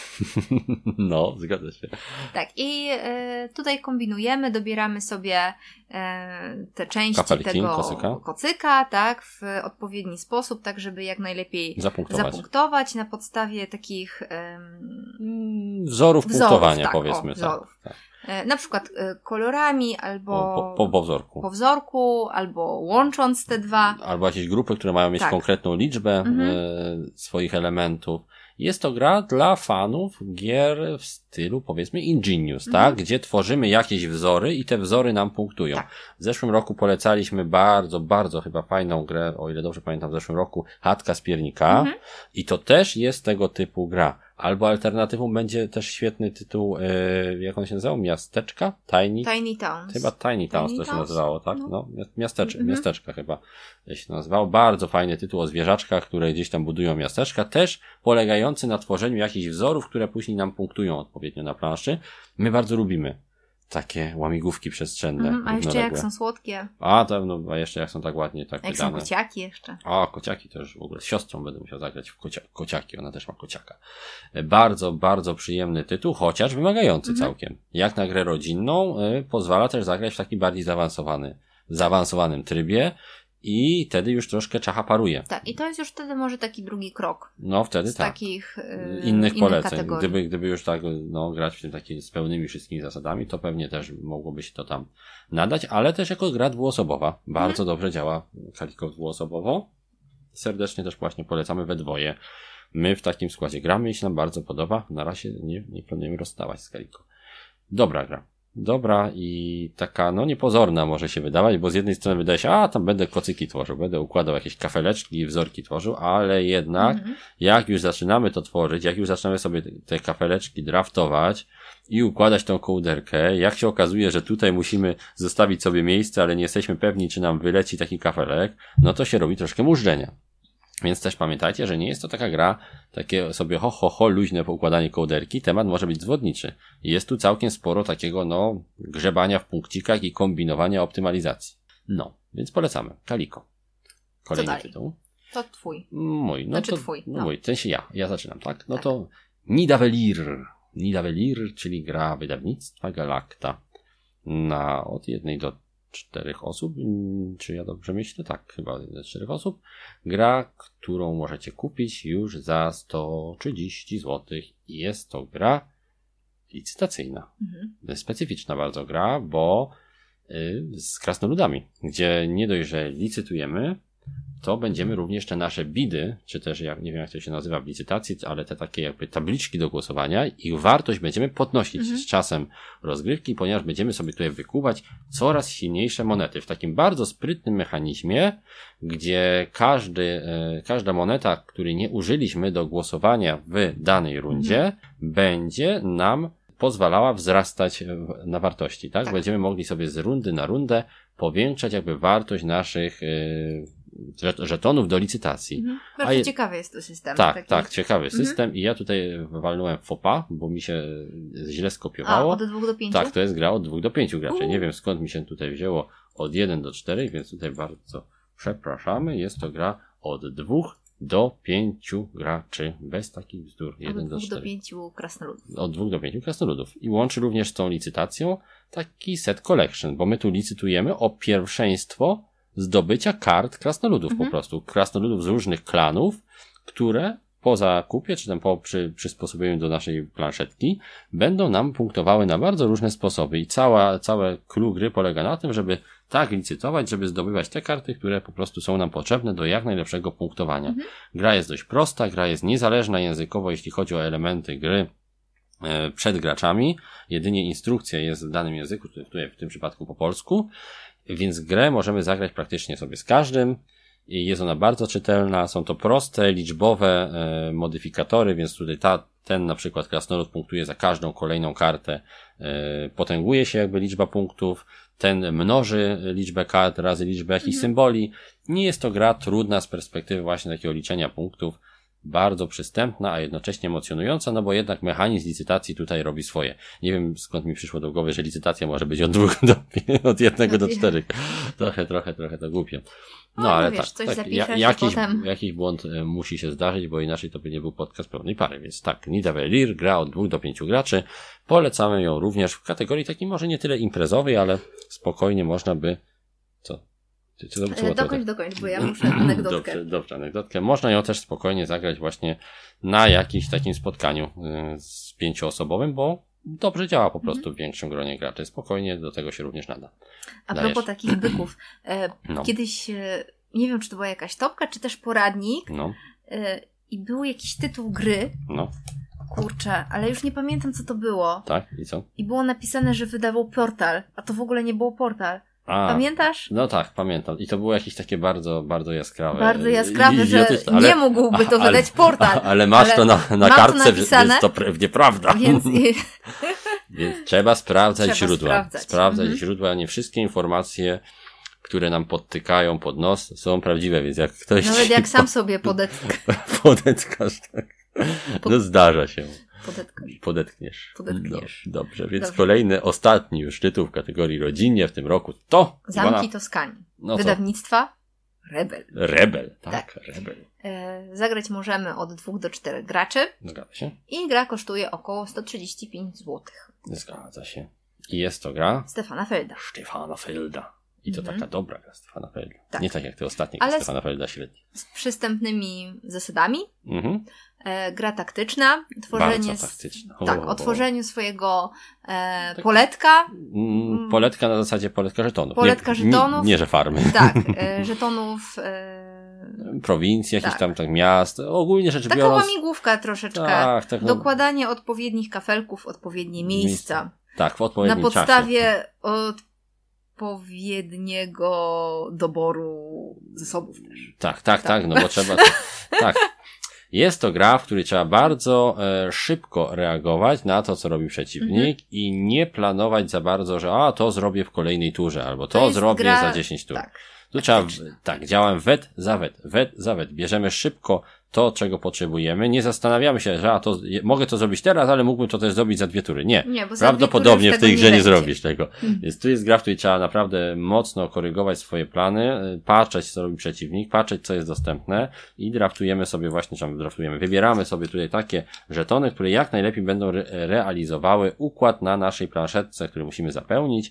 No, zgadza się. Tak. I tutaj kombinujemy, dobieramy sobie te części kapelki, tego kocyka, tak, w odpowiedni sposób, tak, żeby jak najlepiej zapunktować na podstawie takich wzorów punktowania, tak, powiedzmy. Wzorów. Tak. Na przykład kolorami, albo po wzorku, albo łącząc te dwa. Albo jakieś grupy, które mają mieć konkretną liczbę swoich elementów. Jest to gra dla fanów gier w stylu, powiedzmy, Ingenious, tak? Gdzie tworzymy jakieś wzory i te wzory nam punktują. Tak. W zeszłym roku polecaliśmy bardzo, bardzo chyba fajną grę, o ile dobrze pamiętam, w zeszłym roku Chatka z piernika. I to też jest tego typu gra. Albo alternatywą będzie też świetny tytuł, jak on się nazywał? Miasteczka? Tiny Towns. Chyba Tiny Towns to się nazywało, tak? No, miasteczka chyba się nazywało. Bardzo fajny tytuł o zwierzaczkach, które gdzieś tam budują miasteczka, też polegający na tworzeniu jakichś wzorów, które później nam punktują odpowiednio na planszy. My bardzo lubimy takie łamigłówki przestrzenne. A jeszcze jak są słodkie. A jeszcze jak są tak ładnie tak jak wydane. Jak są kociaki jeszcze. A, kociaki też w ogóle. Z siostrą będę musiał zagrać w kociaki. Ona też ma kociaka. Bardzo, bardzo przyjemny tytuł, chociaż wymagający całkiem. Jak na grę rodzinną pozwala też zagrać w taki bardziej zaawansowanym trybie i wtedy już troszkę czacha paruje. Tak, i to jest już wtedy może taki drugi krok. No wtedy z takich innych poleceń. Gdyby już tak grać w tym takim z pełnymi wszystkimi zasadami, to pewnie też mogłoby się to tam nadać, ale też jako gra dwuosobowa. Bardzo dobrze działa Kaliko dwuosobowo. Serdecznie też właśnie polecamy we dwoje. My w takim składzie gramy i się nam bardzo podoba. Na razie nie planujemy rozstawać z Kaliko. Dobra gra. Dobra i taka, niepozorna może się wydawać, bo z jednej strony wydaje się, tam będę kocyki tworzył, będę układał jakieś kafeleczki i wzorki tworzył, ale jednak jak już zaczynamy to tworzyć, jak już zaczynamy sobie te kafeleczki draftować i układać tą kołderkę, jak się okazuje, że tutaj musimy zostawić sobie miejsce, ale nie jesteśmy pewni, czy nam wyleci taki kafelek, no to się robi troszkę mużdżenia. Więc też pamiętajcie, że nie jest to taka gra, takie sobie luźne poukładanie kołderki, temat może być zwodniczy. Jest tu całkiem sporo takiego, grzebania w punkcikach i kombinowania optymalizacji. Więc polecamy. Kaliko. Kolejny tytuł. To twój. Mój. No to twój. No mój, w sensie ja zaczynam, tak? No tak. To Nidavellir, czyli gra wydawnictwa Galacta od 1 do 4 osób. Czy ja dobrze myślę? Tak, chyba 1 do 4 osób. Gra, którą możecie kupić już za 130 zł. Jest to gra licytacyjna. Specyficzna bardzo gra, bo z krasnoludami, gdzie nie dość, że licytujemy, to będziemy również te nasze bidy, czy też nie wiem jak to się nazywa w licytacji, ale te takie jakby tabliczki do głosowania, ich wartość będziemy podnosić z czasem rozgrywki, ponieważ będziemy sobie tutaj wykuwać coraz silniejsze monety w takim bardzo sprytnym mechanizmie, gdzie każda moneta, której nie użyliśmy do głosowania w danej rundzie, będzie nam pozwalała wzrastać na wartości, tak? Będziemy mogli sobie z rundy na rundę powiększać jakby wartość naszych żetonów do licytacji. Bardzo ciekawy jest to system. Tak, ciekawy system i ja tutaj walnąłem faux pas, bo mi się źle skopiowało. Od 2 do 5? Tak, to jest gra od 2 do 5 graczy. Nie wiem skąd mi się tutaj wzięło od 1 do 4, więc tutaj bardzo przepraszamy. Jest to gra od 2 do 5 graczy, bez takich bzdur. 1 do 4. Od 2 do 5 krasnoludów. Od 2 do 5 krasnoludów. I łączy również z tą licytacją taki set collection, bo my tu licytujemy o pierwszeństwo zdobycia kart krasnoludów po prostu. Krasnoludów z różnych klanów, które po zakupie, czy tam po przysposobieniu do naszej planszetki, będą nam punktowały na bardzo różne sposoby. I całe clue gry polega na tym, żeby tak licytować, żeby zdobywać te karty, które po prostu są nam potrzebne do jak najlepszego punktowania. Gra jest dość prosta, gra jest niezależna językowo, jeśli chodzi o elementy gry przed graczami. Jedynie instrukcja jest w danym języku, tutaj w tym przypadku po polsku. Więc grę możemy zagrać praktycznie sobie z każdym. Jest ona bardzo czytelna, są to proste, liczbowe modyfikatory, więc tutaj ten na przykład krasnolud punktuje za każdą kolejną kartę, potęguje się jakby liczba punktów, ten mnoży liczbę kart razy liczbę jakichś symboli. Nie jest to gra trudna z perspektywy właśnie takiego liczenia punktów, bardzo przystępna, a jednocześnie emocjonująca, no bo jednak mechanizm licytacji tutaj robi swoje. Nie wiem skąd mi przyszło do głowy, że licytacja może być od 1 do 4. Trochę to głupie. No ale wiesz, tak jakiś błąd musi się zdarzyć, bo inaczej to by nie był podcast pełnej pary. Więc tak, Nidavellir, gra od 2 do 5 graczy. Polecamy ją również w kategorii takiej może nie tyle imprezowej, ale spokojnie można by... Dokończ, bo ja muszę anegdotkę. Dobrze, anegdotkę. Można ją też spokojnie zagrać właśnie na jakimś takim spotkaniu z 5-osobowym, bo dobrze działa po prostu w większym gronie graczy. Spokojnie do tego się również nada. A propos takich byków. Kiedyś, nie wiem czy to była jakaś topka, czy też poradnik i był jakiś tytuł gry. Kurczę, ale już nie pamiętam co to było. Tak, i co? I było napisane, że wydawał Portal, a to w ogóle nie było Portal. Pamiętasz? No tak, pamiętam. I to było jakieś takie bardzo, bardzo jaskrawe. Bardzo jaskrawe, że nie mógłby to wydać Portal. Ale masz to na kartce, więc to pewnie prawda. Więc trzeba sprawdzać źródła. Sprawdzać źródła. Nie wszystkie informacje, które nam podtykają pod nos, są prawdziwe, więc jak ktoś... Nawet jak sam sobie podetkasz, tak. No zdarza się. Podetkniesz. Dobrze, więc kolejny, ostatni już tytuł w kategorii rodzinnie w tym roku to... Zamki Toskanii. Wydawnictwa Rebel, tak. Rebel. Zagrać możemy od 2 do 4 graczy. Zgadza się. I gra kosztuje około 135 zł. Zgadza się. I jest to gra... Stefana Felda. I to taka dobra gra Stefana Felda. Tak. Nie tak jak te ostatnie Stefana Felda średnie. Z przystępnymi zasadami. Gra taktyczna. O tworzeniu swojego poletka. Poletka na zasadzie poletka żetonów. Nie, że farmy. Tak, żetonów. Prowincji, jakichś tam miast. Ogólnie rzecz biorąc. Taka łamigłówka troszeczkę. Dokładanie odpowiednich kafelków w odpowiednie miejsca. Tak, w odpowiednim czasie. Na podstawie odpowiedniego doboru zasobów też. Tak, no bo trzeba... tak. Jest to gra, w której trzeba bardzo szybko reagować na to, co robi przeciwnik i nie planować za bardzo, że to zrobię w kolejnej turze, albo to zrobię za 10 tur. Tu trzeba, działam wet za wet. Bierzemy szybko to, czego potrzebujemy. Nie zastanawiamy się, że mogę to zrobić teraz, ale mógłbym to też zrobić za 2 tury. Nie, bo prawdopodobnie w tej grze nie zrobisz tego. Więc tu jest gra, w której trzeba naprawdę mocno korygować swoje plany, patrzeć, co robi przeciwnik, patrzeć, co jest dostępne i wybieramy sobie tutaj takie żetony, które jak najlepiej będą realizowały układ na naszej planszetce, który musimy zapełnić.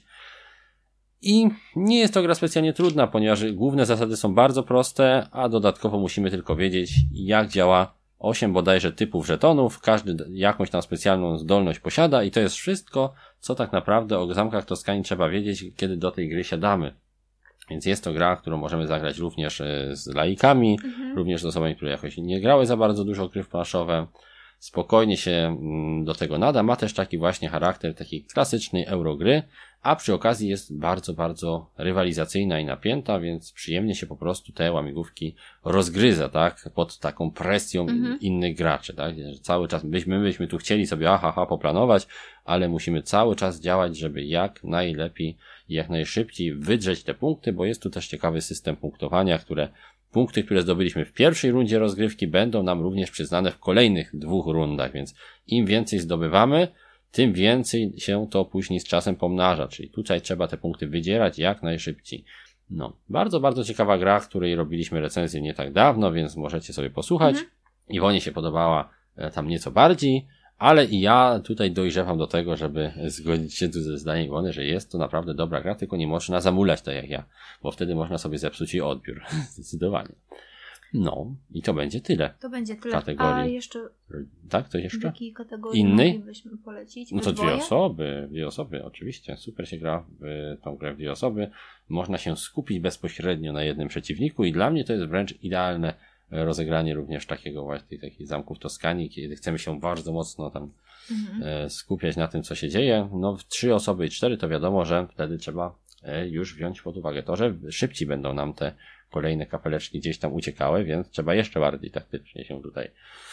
I nie jest to gra specjalnie trudna, ponieważ główne zasady są bardzo proste, a dodatkowo musimy tylko wiedzieć, jak działa 8 bodajże typów żetonów, każdy jakąś tam specjalną zdolność posiada i to jest wszystko, co tak naprawdę o Zamkach Toskanii trzeba wiedzieć, kiedy do tej gry siadamy. Więc jest to gra, którą możemy zagrać również z laikami, również z osobami, które jakoś nie grały za bardzo dużo gry planszowe. Spokojnie się do tego nada, ma też taki właśnie charakter takiej klasycznej eurogry, a przy okazji jest bardzo, bardzo rywalizacyjna i napięta, więc przyjemnie się po prostu te łamigłówki rozgryza, tak, pod taką presją innych graczy, tak, cały czas myśmy tu chcieli sobie poplanować, ale musimy cały czas działać, żeby jak najlepiej i jak najszybciej wydrzeć te punkty, bo jest tu też ciekawy system punktowania, punkty, które zdobyliśmy w pierwszej rundzie rozgrywki, będą nam również przyznane w kolejnych 2 rundach, więc im więcej zdobywamy, tym więcej się to później z czasem pomnaża, czyli tutaj trzeba te punkty wydzierać jak najszybciej. No, bardzo, bardzo ciekawa gra, której robiliśmy recenzję nie tak dawno, więc możecie sobie posłuchać. Iwonie się podobała tam nieco bardziej, ale i ja tutaj dojrzewam do tego, żeby zgodzić się tu ze zdaniem Iwony, że jest to naprawdę dobra gra, tylko nie można zamulać tak jak ja, bo wtedy można sobie zepsuć i odbiór. Zdecydowanie. No, i to będzie tyle. To będzie tyle. Kategorii. A jeszcze... Tak, coś jeszcze? Jakiej kategorii innej moglibyśmy polecić? No to 2 osoby, oczywiście. Super się gra w tą grę w 2 osoby. Można się skupić bezpośrednio na jednym przeciwniku i dla mnie to jest wręcz idealne rozegranie również takiego właśnie takich Zamków Toskanii, kiedy chcemy się bardzo mocno tam skupiać na tym, co się dzieje. No w 3 osoby i 4 to wiadomo, że wtedy trzeba już wziąć pod uwagę to, że szybciej będą nam te kolejne kafeleczki gdzieś tam uciekały, więc trzeba jeszcze bardziej taktycznie się tutaj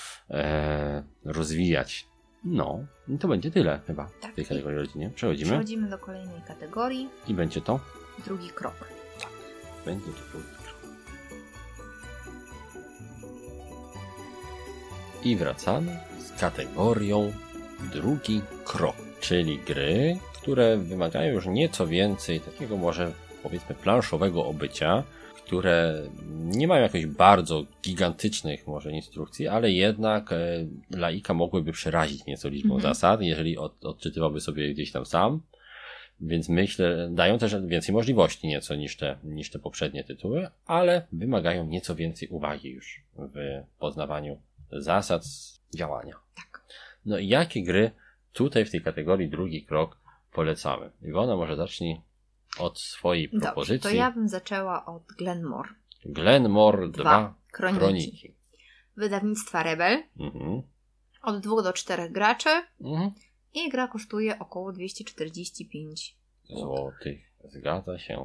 rozwijać. No, i to będzie tyle chyba w tej kategorii rodzinie. Przechodzimy do kolejnej kategorii. I będzie to? Drugi krok. Tak, będzie to drugi krok. I wracamy z kategorią drugi krok, czyli gry, które wymagają już nieco więcej takiego może powiedzmy planszowego obycia, które nie mają jakichś bardzo gigantycznych może instrukcji, ale jednak laika mogłyby przerazić nieco liczbą zasad, jeżeli odczytywałby sobie gdzieś tam sam. Więc myślę, dają też więcej możliwości nieco niż te poprzednie tytuły, ale wymagają nieco więcej uwagi już w poznawaniu zasad działania. Tak. No i jakie gry tutaj w tej kategorii drugi krok polecamy? Iwona, może zacznij od swojej propozycji. Dobrze, to ja bym zaczęła od Glenmore. Glenmore 2 Kroniki. Wydawnictwa Rebel. Od 2 do 4 graczy. I gra kosztuje około 245 złotych. Zgadza się.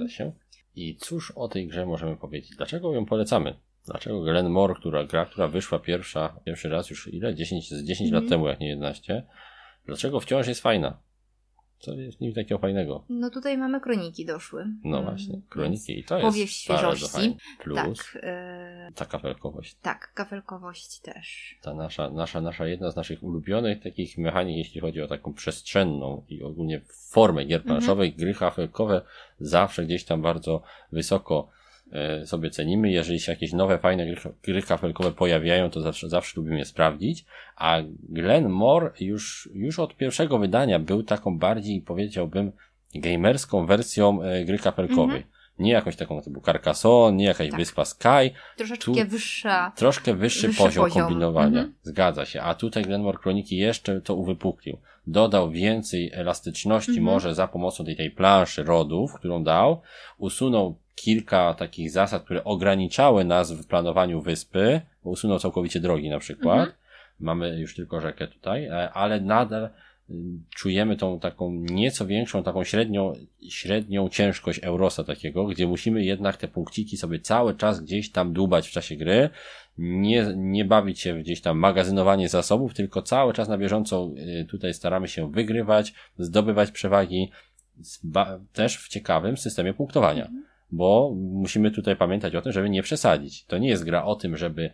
I cóż o tej grze możemy powiedzieć? Dlaczego ją polecamy? Dlaczego Glenmore, która wyszła pierwszy raz już ile? 10 lat temu, jak nie 11. Dlaczego wciąż jest fajna? Co jest w nim takiego fajnego? No tutaj mamy kroniki doszły. No właśnie, kroniki i to jest powiew świeżości. Plus ta kafelkowość. Tak, kafelkowość też. Ta nasza jedna z naszych ulubionych takich mechanik, jeśli chodzi o taką przestrzenną i ogólnie formę gier planszowych, gry kafelkowe zawsze gdzieś tam bardzo wysoko sobie cenimy. Jeżeli się jakieś nowe, fajne gry kafelkowe pojawiają, to zawsze lubimy je sprawdzić. A Glenmore już od pierwszego wydania był taką bardziej, powiedziałbym, gamerską wersją gry kafelkowej. Nie jakąś taką typu Carcassonne, nie jakaś wyspa Sky. Troszkę wyższy poziom kombinowania. Zgadza się. A tutaj Glenmore Kroniki jeszcze to uwypuklił. Dodał więcej elastyczności może za pomocą tej planszy rodów, którą dał. Usunął kilka takich zasad, które ograniczały nas w planowaniu wyspy. Usunął całkowicie drogi na przykład. Mamy już tylko rzekę tutaj, ale nadal czujemy tą taką nieco większą, taką średnią ciężkość Eurosa takiego, gdzie musimy jednak te punkciki sobie cały czas gdzieś tam dłubać w czasie gry, nie bawić się gdzieś tam magazynowanie zasobów, tylko cały czas na bieżąco tutaj staramy się wygrywać, zdobywać przewagi, też w ciekawym systemie punktowania. bo musimy tutaj pamiętać o tym, żeby nie przesadzić. To nie jest gra o tym, żeby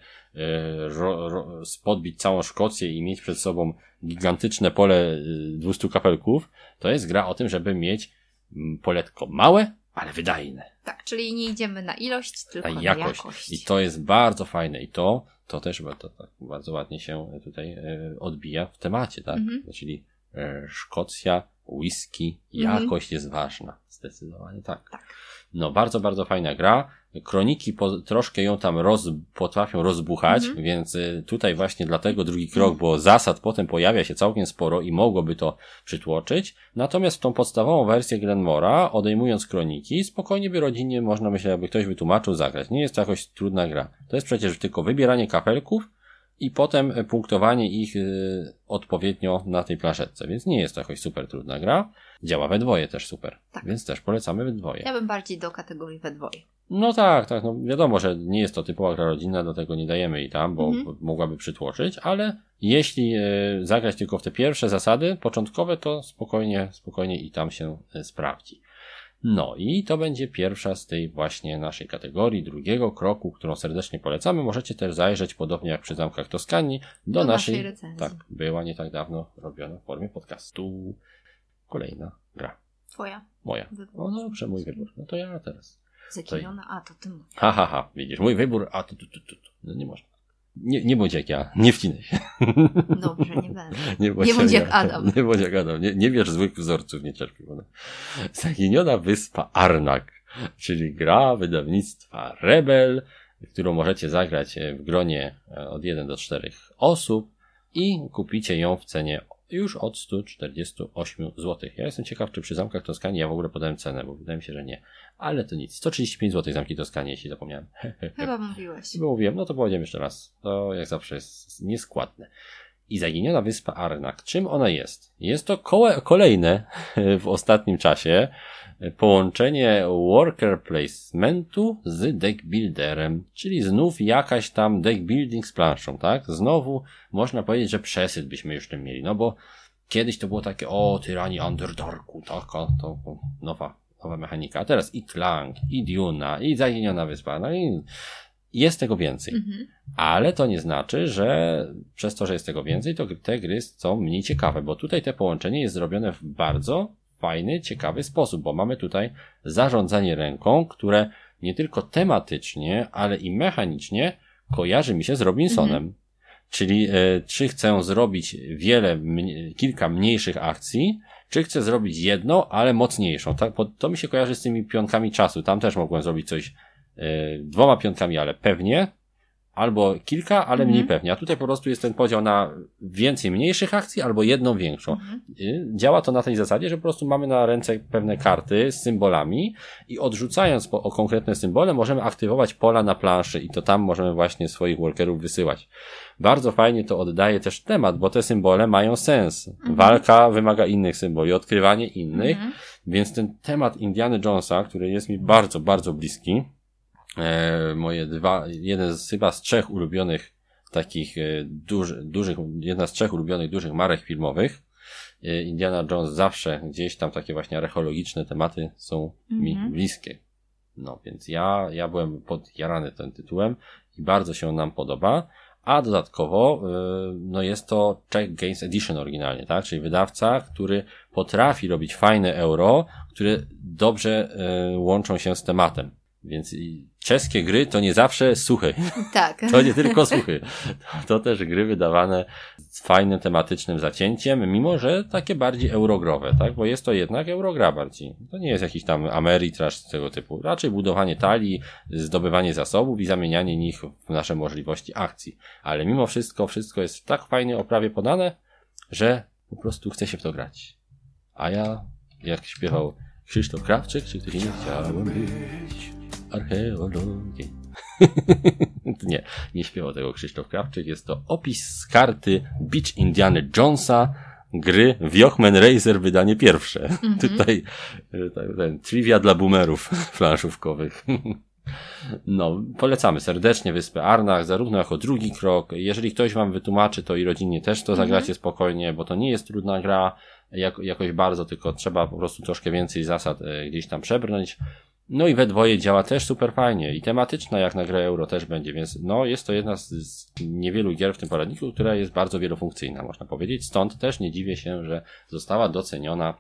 podbić całą Szkocję i mieć przed sobą gigantyczne pole 200 kapelków. To jest gra o tym, żeby mieć poletko małe, ale wydajne. Tak, czyli nie idziemy na ilość, tylko na jakość. I to jest bardzo fajne i to też to tak bardzo ładnie się tutaj odbija w temacie, tak? Czyli Szkocja, whisky, jakość jest ważna. Zdecydowanie tak. No, bardzo, bardzo fajna gra. Kroniki troszkę ją tam potrafią rozbuchać, więc tutaj właśnie dlatego drugi krok, bo zasad potem pojawia się całkiem sporo i mogłoby to przytłoczyć. Natomiast w tą podstawową wersję Glenmora, odejmując kroniki, spokojnie by rodzinnie można, myślę, jakby ktoś wytłumaczył, zagrać. Nie jest to jakoś trudna gra. To jest przecież tylko wybieranie kapelków i potem punktowanie ich odpowiednio na tej planszetce, więc nie jest to jakoś super trudna gra. Działa we dwoje też super, więc też polecamy we dwoje. Ja bym bardziej do kategorii we dwoje. No tak, no wiadomo, że nie jest to typowa gra rodzinna, dlatego nie dajemy jej tam, bo mogłaby przytłoczyć, ale jeśli zagrać tylko w te pierwsze zasady początkowe, to spokojnie i tam się sprawdzi. No i to będzie pierwsza z tej właśnie naszej kategorii, drugiego kroku, którą serdecznie polecamy. Możecie też zajrzeć, podobnie jak przy Zamkach Toskanii, do naszej recenzji. Tak, była nie tak dawno robiona w formie podcastu. Kolejna gra. Twoja. Moja. O, no dobrze, mój wybór. No to ja teraz. Zaginiona, a to ty mówisz. Widzisz, mój wybór, a tu. No nie można. Nie bądź jak ja, nie wcinaj się. Dobrze, nie będę. Nie bądź jak Adam. Nie bądź jak Adam, nie bierz złych wzorców, nie cierpi. Zaginiona wyspa Arnak, czyli gra wydawnictwa Rebel, którą możecie zagrać w gronie od 1 do 4 osób i kupicie ją w cenie już od 148 zł. Ja jestem ciekaw, czy przy Zamkach Toskanii ja w ogóle podałem cenę, bo wydaje mi się, że nie. Ale to nic. 135 zł Zamki Toskanii, jeśli zapomniałem. Chyba mówiłeś. Chyba mówiłem, no to powiem jeszcze raz. To jak zawsze jest nieskładne. I Zaginiona wyspa Arnak. Czym ona jest? Jest to kolejne w ostatnim czasie połączenie worker placementu z deck builderem, czyli znów jakaś tam deck building z planszą, tak? Znowu można powiedzieć, że przesyt byśmy już tym mieli, no bo kiedyś to było takie, Tyranii Underdarku, taka to nowa mechanika, a teraz i Klang, i Duna, i Zaginiona wyspa, no i jest tego więcej. Ale to nie znaczy, że przez to, że jest tego więcej, to te gry są mniej ciekawe, bo tutaj te połączenie jest zrobione w bardzo fajny, ciekawy sposób, bo mamy tutaj zarządzanie ręką, które nie tylko tematycznie, ale i mechanicznie kojarzy mi się z Robinsonem. Czyli czy chcę zrobić kilka mniejszych akcji, czy chcę zrobić jedną, ale mocniejszą. Tak? To mi się kojarzy z tymi pionkami czasu. Tam też mogłem zrobić coś 2 pionkami, ale pewnie, albo kilka, ale mniej pewnie. A tutaj po prostu jest ten podział na więcej mniejszych akcji albo jedną większą. Działa to na tej zasadzie, że po prostu mamy na ręce pewne karty z symbolami i odrzucając o konkretne symbole możemy aktywować pola na planszy i to tam możemy właśnie swoich workerów wysyłać. Bardzo fajnie to oddaje też temat, bo te symbole mają sens. Walka wymaga innych symboli, odkrywanie innych, więc ten temat Indiana Jonesa, który jest mi bardzo, bardzo bliski, chyba z 3 ulubionych takich jedna z 3 ulubionych dużych marek filmowych. Indiana Jones zawsze gdzieś tam takie właśnie archeologiczne tematy są mi bliskie. No więc ja byłem podjarany tym tytułem i bardzo się nam podoba. A dodatkowo, jest to Czech Games Edition oryginalnie, tak? Czyli wydawca, który potrafi robić fajne euro, które dobrze łączą się z tematem. Więc czeskie gry to nie zawsze suchy. Tak. To nie tylko suchy. To też gry wydawane z fajnym tematycznym zacięciem, mimo że takie bardziej eurogrowe, tak? Bo jest to jednak eurogra bardziej. To nie jest jakiś tam Ameritrash tego typu. Raczej budowanie talii, zdobywanie zasobów i zamienianie nich w nasze możliwości akcji. Ale mimo wszystko jest w tak fajnej oprawie podane, że po prostu chce się w to grać. A ja, jak śpiewał Krzysztof Krawczyk, czy ktoś inny, chciałem być archeologiem. Nie śpiewał tego Krzysztof Krawczyk. Jest to opis z karty Beach Indiana Jonesa, gry Wiochman Racer, wydanie pierwsze. Tutaj ten trivia dla boomerów planszówkowych. No, polecamy serdecznie Wyspę Arnak, zarówno jako drugi krok. Jeżeli ktoś wam wytłumaczy, to i rodzinnie też to zagracie spokojnie, bo to nie jest trudna gra jakoś bardzo, tylko trzeba po prostu troszkę więcej zasad gdzieś tam przebrnąć. No i we dwoje działa też super fajnie i tematyczna jak na grę euro też będzie, więc no jest to jedna z niewielu gier w tym poradniku, która jest bardzo wielofunkcyjna, można powiedzieć. Stąd też nie dziwię się, że została doceniona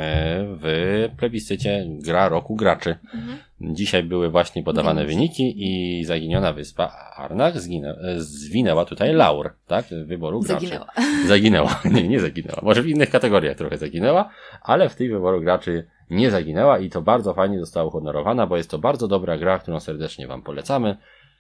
w plebiscycie gra roku graczy. Dzisiaj były właśnie podawane wyniki i zaginiona wyspa Arnak zwinęła tutaj laur, tak? Wyboru graczy. Zaginęła. Nie zaginęła. Może w innych kategoriach trochę zaginęła, ale w tej wyboru graczy nie zaginęła i to bardzo fajnie została uhonorowana, bo jest to bardzo dobra gra, którą serdecznie wam polecamy.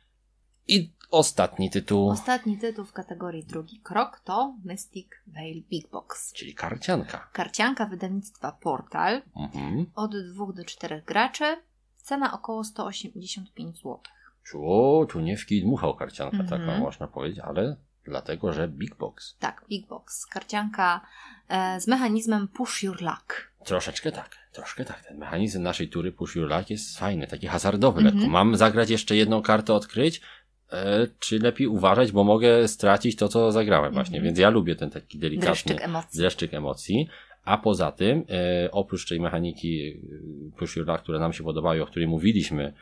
I ostatni tytuł. Ostatni tytuł w kategorii drugi krok to Mystic Veil Big Box. Czyli karcianka. Karcianka wydawnictwa Portal. Od 2 do 4 graczy. Cena około 185 zł. Tu nie dmuchał karcianka taka, można powiedzieć, ale dlatego, że Big Box. Tak, Big Box. Karcianka z mechanizmem Push Your Luck. Troszkę tak. Ten mechanizm naszej tury Push Your Luck jest fajny, taki hazardowy lekko. Mam zagrać jeszcze jedną kartę, odkryć, czy lepiej uważać, bo mogę stracić to, co zagrałem właśnie. Więc ja lubię ten taki delikatny dreszczyk emocji. A poza tym, oprócz tej mechaniki Push Your Luck, które nam się podobały, o której mówiliśmy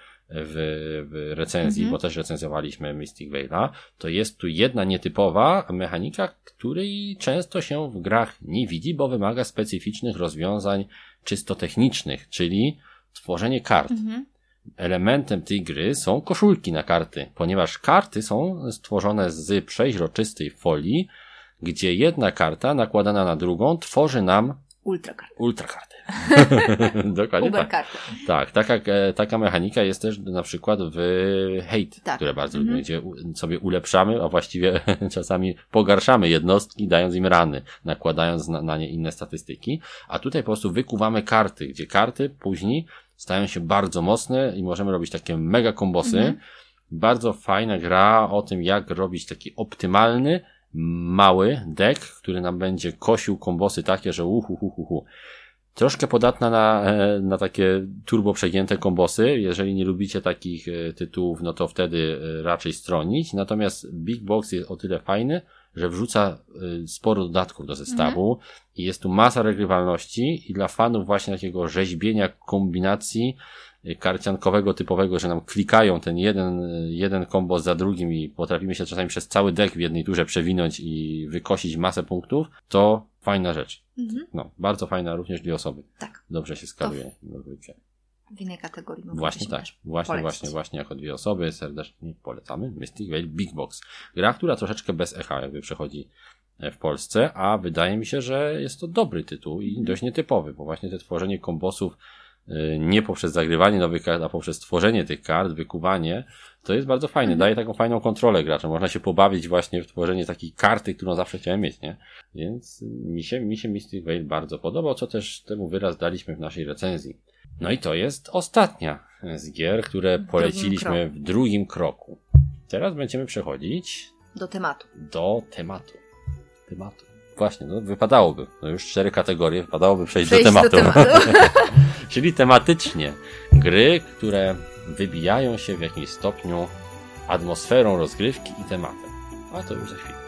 w recenzji, bo też recenzjowaliśmy Mystic Veila, to jest tu jedna nietypowa mechanika, której często się w grach nie widzi, bo wymaga specyficznych rozwiązań czysto technicznych, czyli tworzenie kart. Elementem tej gry są koszulki na karty, ponieważ karty są stworzone z przejrzystej folii, gdzie jedna karta nakładana na drugą tworzy nam ultrakarty. Dokładnie tak. Taka mechanika jest też na przykład w Hate, które bardzo lubimy, gdzie sobie ulepszamy, a właściwie czasami pogarszamy jednostki, dając im rany, nakładając na nie inne statystyki, a tutaj po prostu wykuwamy karty, gdzie karty później stają się bardzo mocne i możemy robić takie mega kombosy. Bardzo fajna gra o tym, jak robić taki optymalny, mały deck, który nam będzie kosił kombosy takie, że Troszkę podatna na takie turbo przegięte kombosy. Jeżeli nie lubicie takich tytułów, no to wtedy raczej stronić. Natomiast Big Box jest o tyle fajny, że wrzuca sporo dodatków do zestawu i jest tu masa regrywalności i dla fanów właśnie takiego rzeźbienia kombinacji karciankowego typowego, że nam klikają ten jeden kombos za drugim i potrafimy się czasami przez cały deck w jednej turze przewinąć i wykosić masę punktów, to fajna rzecz. No, bardzo fajna również dla osoby. Tak. Dobrze się skaluje. W innej kategorii. Właśnie tak. Właśnie jako dwie osoby serdecznie polecamy. Mystic Veil Big Box. Gra, która troszeczkę bez echa jakby przechodzi w Polsce, a wydaje mi się, że jest to dobry tytuł i dość nietypowy, bo właśnie te tworzenie kombosów nie poprzez zagrywanie nowych kart, a poprzez tworzenie tych kart, wykuwanie, to jest bardzo fajne. Daje taką fajną kontrolę graczom. Można się pobawić właśnie w tworzenie takiej karty, którą zawsze chciałem mieć, nie? Więc mi się Mystic Veil bardzo podobał, co też temu wyraz daliśmy w naszej recenzji. No i to jest ostatnia z gier, które poleciliśmy w drugim kroku. Teraz będziemy przechodzić do tematu. Właśnie, no wypadałoby. No już 4 kategorie, wypadałoby przejść do tematu. Czyli tematycznie. Gry, które wybijają się w jakimś stopniu atmosferą rozgrywki i tematem. A to już za chwilę.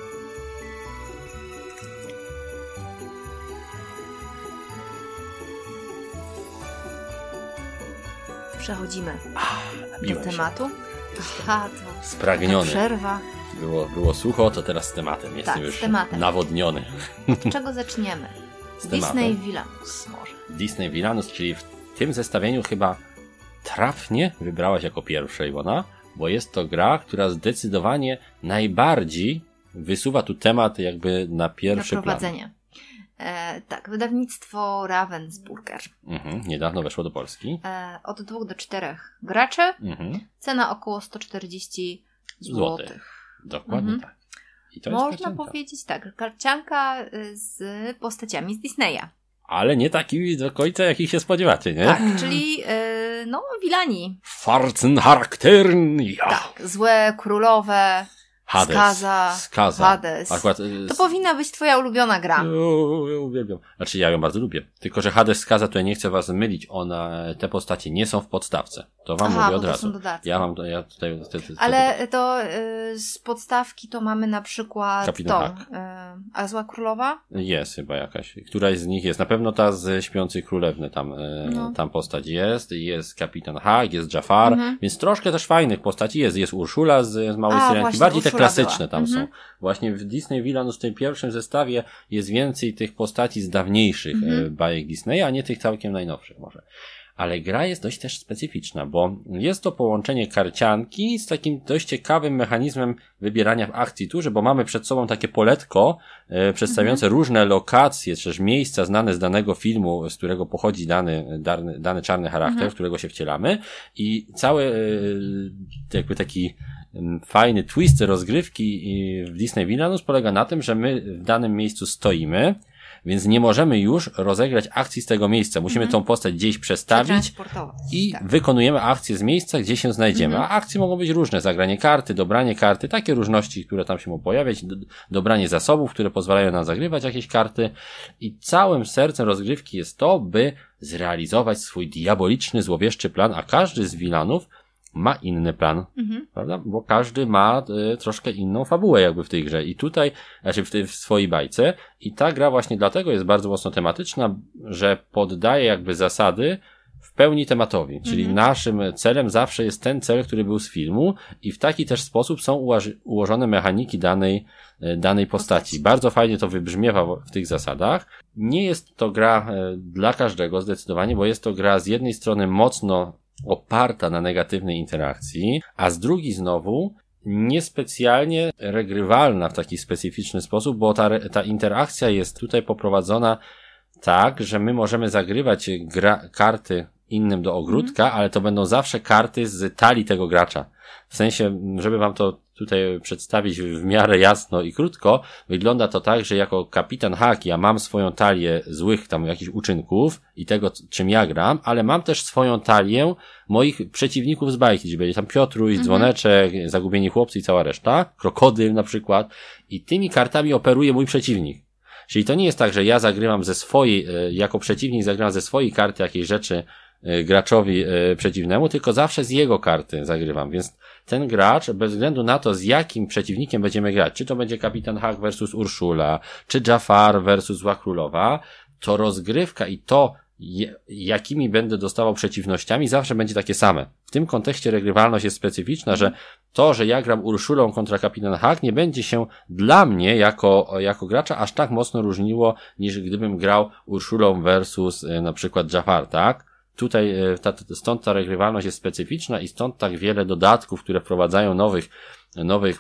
Przechodzimy do tematu. Aha, to spragniony. Przerwa. Było sucho, to teraz z tematem. Jestem już nawodniony. Od czego zaczniemy? Disney Villainous może. Disney Villainous, czyli w tym zestawieniu chyba trafnie wybrałaś jako pierwsza, Iwona, bo jest to gra, która zdecydowanie najbardziej wysuwa tu temat jakby na pierwszy plan. Tak, wydawnictwo Ravensburger. Niedawno weszło do Polski. Od 2 do 4 graczy. Cena około 140 zł. Dokładnie tak. I to można jest karcianka. powiedzieć tak, karcianka z postaciami z Disneya. Ale nie takimi do końca, jakich się spodziewacie, nie? Tak, czyli wilani. Schwarzen Charakteren, ja. Tak, złe, królowe. Skaza. Hades. Akurat, to powinna być twoja ulubiona gra. Ja uwielbiam. Znaczy ja ją bardzo lubię. Tylko, że Hades, Skaza, to ja nie chcę was mylić. Te postacie nie są w podstawce. To wam mówię od razu. Są dodatki. Ja tutaj ale to z podstawki to mamy na przykład a Zła Królowa? Jest chyba jakaś. Któraś z nich jest. Na pewno ta z Śpiącej Królewny tam postać jest. Jest Kapitan Hak, jest Jafar, więc troszkę też fajnych postaci jest. Jest Urszula z Małej Syrenki. Bardziej te klasyczne tam są. Właśnie w Disney Villainous w tym pierwszym zestawie jest więcej tych postaci z dawniejszych bajek Disneya, a nie tych całkiem najnowszych może. Ale gra jest dość też specyficzna, bo jest to połączenie karcianki z takim dość ciekawym mechanizmem wybierania w akcji turze, bo mamy przed sobą takie poletko przedstawiające różne lokacje, czy też miejsca znane z danego filmu, z którego pochodzi dany czarny charakter, w którego się wcielamy i cały jakby taki fajny twist rozgrywki w Disney Villainous polega na tym, że my w danym miejscu stoimy, więc nie możemy już rozegrać akcji z tego miejsca. Musimy tą postać gdzieś przestawić i wykonujemy akcję z miejsca, gdzie się znajdziemy. A akcje mogą być różne. Zagranie karty, dobranie karty, takie różności, które tam się mogą pojawiać, dobranie zasobów, które pozwalają nam zagrywać jakieś karty. I całym sercem rozgrywki jest to, by zrealizować swój diaboliczny, złowieszczy plan, a każdy z vilanów ma inny plan, prawda? Bo każdy ma troszkę inną fabułę jakby w tej grze. I tutaj, w swojej bajce. I ta gra właśnie dlatego jest bardzo mocno tematyczna, że poddaje jakby zasady w pełni tematowi. Czyli naszym celem zawsze jest ten cel, który był z filmu i w taki też sposób są ułożone mechaniki danej postaci. Bardzo fajnie to wybrzmiewa w tych zasadach. Nie jest to gra dla każdego zdecydowanie, bo jest to gra z jednej strony mocno oparta na negatywnej interakcji, a z drugiej znowu niespecjalnie regrywalna w taki specyficzny sposób, bo ta interakcja jest tutaj poprowadzona tak, że my możemy zagrywać karty innym do ogródka, ale to będą zawsze karty z talii tego gracza. W sensie, żeby wam to tutaj przedstawić w miarę jasno i krótko, wygląda to tak, że jako kapitan Hak ja mam swoją talię złych tam jakichś uczynków i tego, czym ja gram, ale mam też swoją talię moich przeciwników z bajki, gdzie będzie tam Piotruś, Dzwoneczek, Zagubieni chłopcy i cała reszta, Krokodyl na przykład i tymi kartami operuje mój przeciwnik. Czyli to nie jest tak, że ja zagrywam jako przeciwnik zagrywam ze swojej karty jakieś rzeczy graczowi przeciwnemu, tylko zawsze z jego karty zagrywam, więc ten gracz, bez względu na to, z jakim przeciwnikiem będziemy grać, czy to będzie Kapitan Hak versus Urszula, czy Jafar versus Zła Królowa, to rozgrywka i to, jakimi będę dostawał przeciwnościami, zawsze będzie takie same. W tym kontekście regrywalność jest specyficzna, że to, że ja gram Urszulą kontra Kapitan Hak, nie będzie się dla mnie jako gracza aż tak mocno różniło, niż gdybym grał Urszulą versus na przykład Jafar, tak? Tutaj stąd ta regrywalność jest specyficzna i stąd tak wiele dodatków, które wprowadzają nowych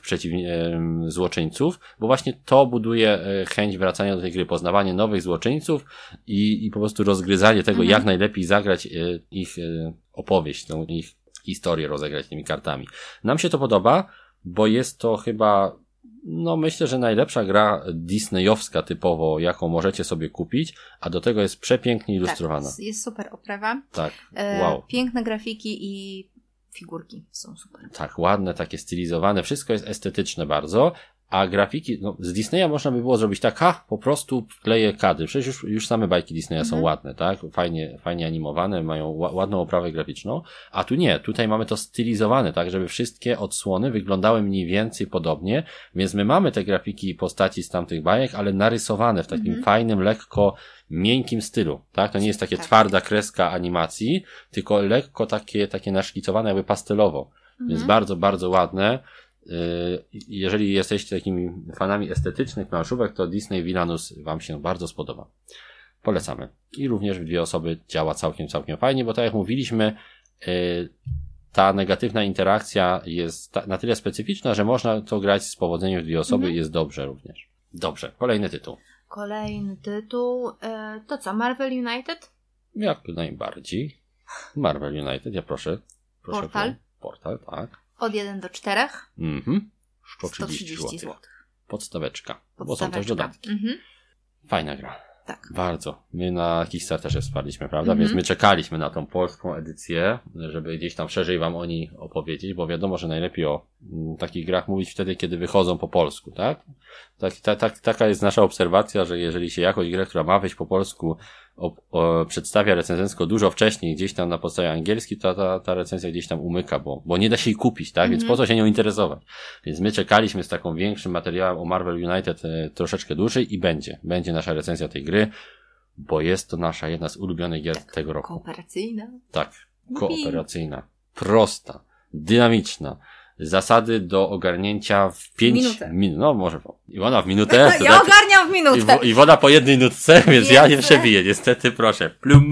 złoczyńców, bo właśnie to buduje chęć wracania do tej gry, poznawanie nowych złoczyńców i po prostu rozgryzanie tego, jak najlepiej zagrać ich opowieść, tą ich historię rozegrać tymi kartami. Nam się to podoba, bo jest to chyba myślę, że najlepsza gra disneyowska typowo, jaką możecie sobie kupić, a do tego jest przepięknie ilustrowana. Tak, jest super oprawa. Tak, wow. Piękne grafiki i figurki są super. Tak, ładne, takie stylizowane, wszystko jest estetyczne bardzo, a grafiki, z Disneya można by było zrobić tak, po prostu wkleję kadry. Przecież już same bajki Disneya są ładne, tak? Fajnie animowane, mają ładną oprawę graficzną, a tu nie, tutaj mamy to stylizowane, tak? Żeby wszystkie odsłony wyglądały mniej więcej podobnie, więc my mamy te grafiki postaci z tamtych bajek, ale narysowane w takim fajnym, lekko miękkim stylu, tak? To nie jest takie twarda kreska animacji, tylko lekko takie naszkicowane jakby pastelowo, więc bardzo, bardzo ładne. Jeżeli jesteście takimi fanami estetycznych planszówek, to Disney Villainous wam się bardzo spodoba. Polecamy. I również w 2 osoby działa całkiem fajnie, bo tak jak mówiliśmy, ta negatywna interakcja jest na tyle specyficzna, że można to grać z powodzeniem w 2 osoby i jest dobrze również. Dobrze, kolejny tytuł. To co, Marvel United? Jak najbardziej. Marvel United, ja proszę. Portal, tak. Od 1 do 4. 130 zł. Podstaweczka. Bo są też dodatki. Fajna gra. Tak. Bardzo. My na Kickstarterze wsparliśmy, prawda? Więc my czekaliśmy na tą polską edycję, żeby gdzieś tam szerzej wam o niej opowiedzieć, bo wiadomo, że najlepiej o takich grach mówić wtedy, kiedy wychodzą po polsku, tak? Taka jest nasza obserwacja, że jeżeli się jakąś grę, która ma wyjść po polsku, przedstawia recenzencko dużo wcześniej, gdzieś tam na podstawie angielskiej, to ta recenzja gdzieś tam umyka, bo nie da się jej kupić, tak? Więc po co się nią interesować? Więc my czekaliśmy z taką większym materiałem o Marvel United troszeczkę dłużej i będzie nasza recenzja tej gry, bo jest to nasza jedna z ulubionych gier tego roku. Kooperacyjna. Tak, kooperacyjna, prosta, dynamiczna. Zasady do ogarnięcia w 5 minut. No może Iwona w minutę. Ja ogarniam w minutę. Iwona po jednej nutce, więc ja nie przebiję. Niestety, proszę. Plum.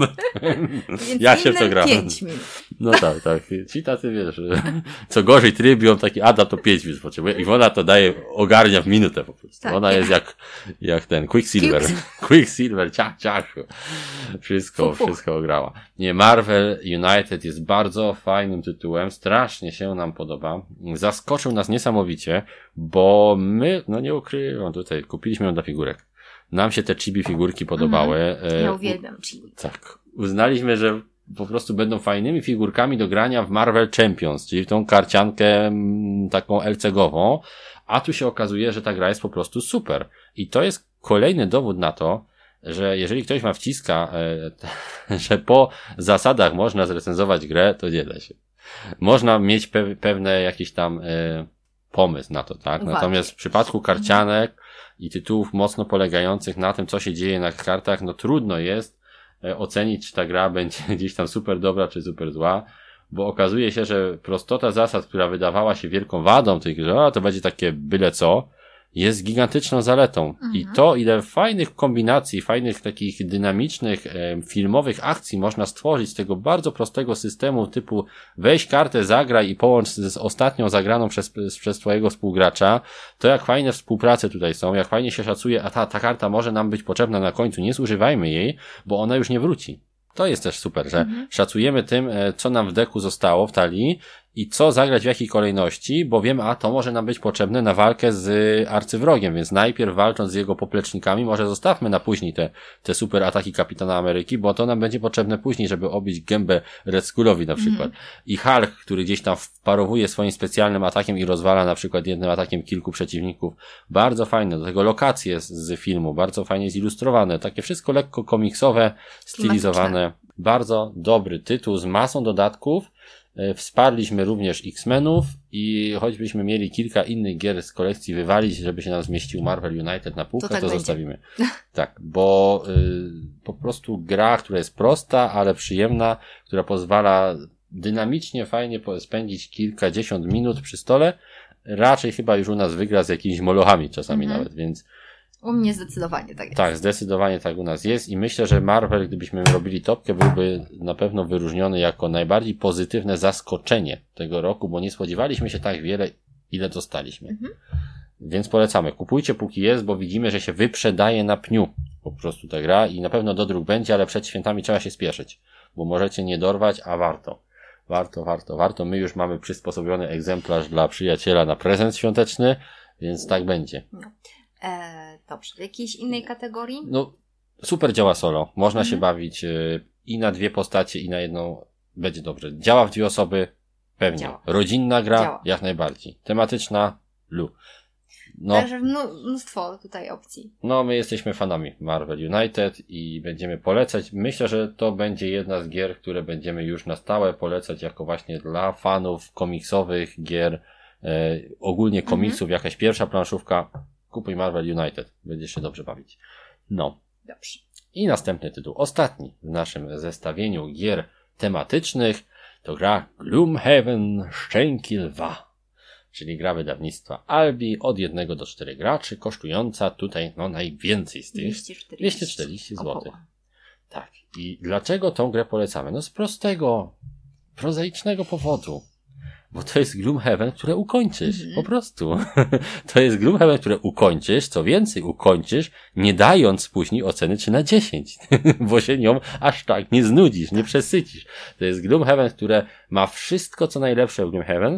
Ja się w to gram. 5 minut. No tak. Ci tacy, wiesz, co gorzej trybią, taki Ada to 5 minut potrzebuje. Iwona to ogarnia w minutę po prostu. Tak, Ona jest jak ten Quicksilver. Quicksilver, ciach. Wszystko ograła. Nie, Marvel United jest bardzo fajnym tytułem. Strasznie się nam podoba. Zaskoczył nas niesamowicie, bo my, no nie ukrywam tutaj, kupiliśmy ją dla figurek. Nam się te chibi figurki podobały. Ja uwielbiam chibi. Tak. Uznaliśmy, że po prostu będą fajnymi figurkami do grania w Marvel Champions, czyli w tą karciankę taką LCG-ową, a tu się okazuje, że ta gra jest po prostu super. I to jest kolejny dowód na to, że jeżeli ktoś ma wciska, że po zasadach można zrecenzować grę, to nie da się. Można mieć pewne jakiś tam pomysł na to, tak? Natomiast w przypadku karcianek i tytułów mocno polegających na tym, co się dzieje na kartach, no trudno jest ocenić, czy ta gra będzie gdzieś tam super dobra, czy super zła, bo okazuje się, że prostota zasad, która wydawała się wielką wadą tej gry, to będzie takie byle co, jest gigantyczną zaletą. I to, ile fajnych kombinacji, fajnych takich dynamicznych, filmowych akcji można stworzyć z tego bardzo prostego systemu typu weź kartę, zagraj i połącz z ostatnią zagraną przez twojego współgracza, to jak fajne współprace tutaj są, jak fajnie się szacuje, a ta karta może nam być potrzebna na końcu, nie zużywajmy jej, bo ona już nie wróci. To jest też super, że szacujemy tym, co nam w deku zostało w talii i co zagrać w jakiej kolejności, bo wiem, to może nam być potrzebne na walkę z arcywrogiem, więc najpierw walcząc z jego poplecznikami, może zostawmy na później te super ataki Kapitana Ameryki, bo to nam będzie potrzebne później, żeby obić gębę Red Skullowi na przykład. I Hulk, który gdzieś tam wparowuje swoim specjalnym atakiem i rozwala na przykład jednym atakiem kilku przeciwników. Bardzo fajne. Do tego lokacje z filmu, bardzo fajnie zilustrowane. Takie wszystko lekko komiksowe, stylizowane. Bardzo dobry tytuł z masą dodatków. Wsparliśmy również X-Menów i choćbyśmy mieli kilka innych gier z kolekcji wywalić, żeby się nam zmieścił Marvel United na półkę, to zostawimy. Tak, bo po prostu gra, która jest prosta, ale przyjemna, która pozwala dynamicznie, fajnie spędzić kilkadziesiąt minut przy stole, raczej chyba już u nas wygra z jakimiś molochami czasami nawet, więc u mnie zdecydowanie tak jest. Tak, zdecydowanie tak u nas jest i myślę, że Marvel, gdybyśmy robili topkę, byłby na pewno wyróżniony jako najbardziej pozytywne zaskoczenie tego roku, bo nie spodziewaliśmy się tak wiele, ile dostaliśmy. Więc polecamy. Kupujcie póki jest, bo widzimy, że się wyprzedaje na pniu po prostu ta gra i na pewno dodruk będzie, ale przed świętami trzeba się spieszyć, bo możecie nie dorwać, a warto. Warto. My już mamy przysposobiony egzemplarz dla przyjaciela na prezent świąteczny, więc tak będzie. Dobrze. W jakiejś innej kategorii? No, super działa solo. Można się bawić i na dwie postacie, i na jedną. Będzie dobrze. Działa w dwie osoby? Pewnie. Działa. Rodzinna gra? Działa. Jak najbardziej. Tematyczna? Także mnóstwo tutaj opcji. No, my jesteśmy fanami Marvel United i będziemy polecać. Myślę, że to będzie jedna z gier, które będziemy już na stałe polecać jako właśnie dla fanów komiksowych gier, ogólnie komiksów, jakaś pierwsza planszówka. Kupuj Marvel United. Będziesz się dobrze bawić. No. Dobrze. I następny tytuł. Ostatni w naszym zestawieniu gier tematycznych to gra Gloomhaven Szczęki Lwa. Czyli gra wydawnictwa Albi od 1 do 4 graczy, kosztująca tutaj najwięcej z tych 240 zł. Tak. I dlaczego tą grę polecamy? No z prostego, prozaicznego powodu. Bo to jest Gloomhaven, które ukończysz. Po prostu. To jest Gloomhaven, które ukończysz. Co więcej, ukończysz, nie dając później oceny 3/10. Bo się nią aż tak nie znudzisz, nie przesycisz. To jest Gloomhaven, które ma wszystko, co najlepsze w Gloomhaven,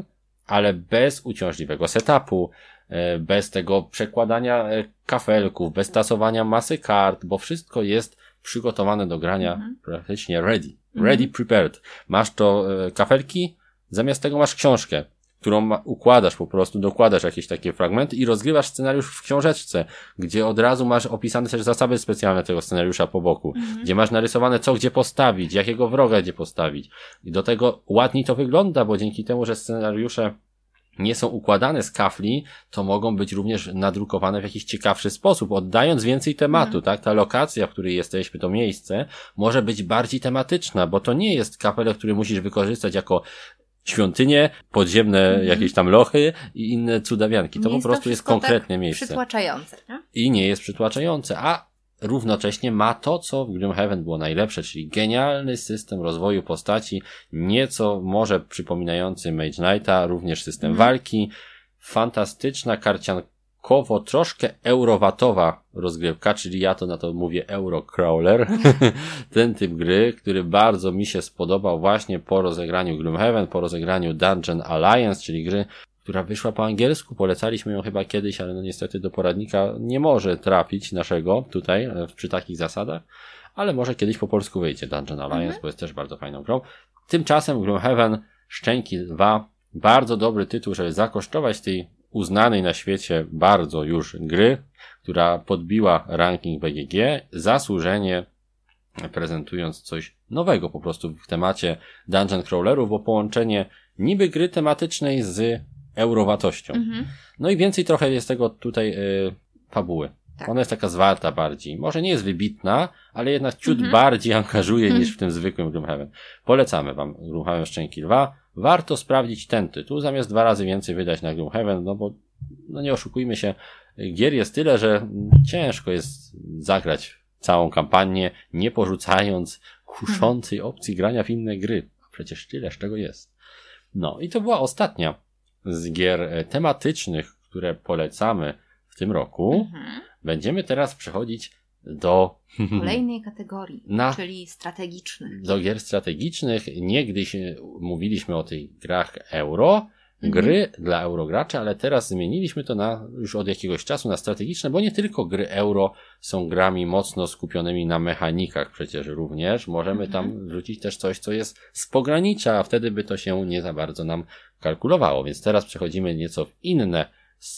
ale bez uciążliwego setupu, bez tego przekładania kafelków, bez tasowania masy kart, bo wszystko jest przygotowane do grania praktycznie ready, prepared. Masz to kafelki, zamiast tego masz książkę, którą układasz po prostu, dokładasz jakieś takie fragmenty i rozgrywasz scenariusz w książeczce, gdzie od razu masz opisane też zasady specjalne tego scenariusza po boku, gdzie masz narysowane co gdzie postawić, jakiego wroga gdzie postawić. I do tego ładniej to wygląda, bo dzięki temu, że scenariusze nie są układane z kafli, to mogą być również nadrukowane w jakiś ciekawszy sposób, oddając więcej tematu, tak? Ta lokacja, w której jesteśmy, to miejsce, może być bardziej tematyczna, bo to nie jest kafelek, który musisz wykorzystać jako świątynie, podziemne jakieś tam lochy i inne cudawianki. To po prostu jest konkretne tak miejsce. Przytłaczające, nie? I nie jest przytłaczające, a równocześnie ma to, co w Gloomhaven było najlepsze, czyli genialny system rozwoju postaci, nieco może przypominający Mage Knighta, również system walki, fantastyczna karciankowo, troszkę eurowatowa rozgrywka, czyli ja to na to mówię Eurocrawler, ten typ gry, który bardzo mi się spodobał właśnie po rozegraniu Gloomhaven, po rozegraniu Dungeon Alliance, czyli gry, która wyszła po angielsku, polecaliśmy ją chyba kiedyś, ale no niestety do poradnika nie może trafić naszego tutaj przy takich zasadach, ale może kiedyś po polsku wyjdzie Dungeon Alliance, bo jest też bardzo fajną grą. Tymczasem Gloomhaven Szczęki 2, bardzo dobry tytuł, żeby zakosztować tej uznanej na świecie bardzo już gry, która podbiła ranking BGG, zasłużenie prezentując coś nowego po prostu w temacie dungeon crawlerów, bo połączenie niby gry tematycznej z eurowatością. No i więcej trochę jest tego tutaj fabuły. Tak. Ona jest taka zwarta bardziej. Może nie jest wybitna, ale jednak ciut bardziej angażuje niż w tym zwykłym Gloomhaven. Polecamy wam Gloomhaven Szczęki 2. Warto sprawdzić ten tytuł, zamiast 2 razy więcej wydać na Gloomhaven, no bo no nie oszukujmy się, gier jest tyle, że ciężko jest zagrać całą kampanię, nie porzucając kuszącej opcji grania w inne gry. Przecież tyleż tego jest. No i to była ostatnia z gier tematycznych, które polecamy w tym roku. Będziemy teraz przechodzić do kolejnej kategorii, czyli strategicznych. Do gier strategicznych. Niegdyś mówiliśmy o tych grach euro, gry dla eurograczy, ale teraz zmieniliśmy to już od jakiegoś czasu na strategiczne, bo nie tylko gry euro są grami mocno skupionymi na mechanikach, przecież również możemy tam wrzucić też coś, co jest z pogranicza, a wtedy by to się nie za bardzo nam kalkulowało, więc teraz przechodzimy nieco w inne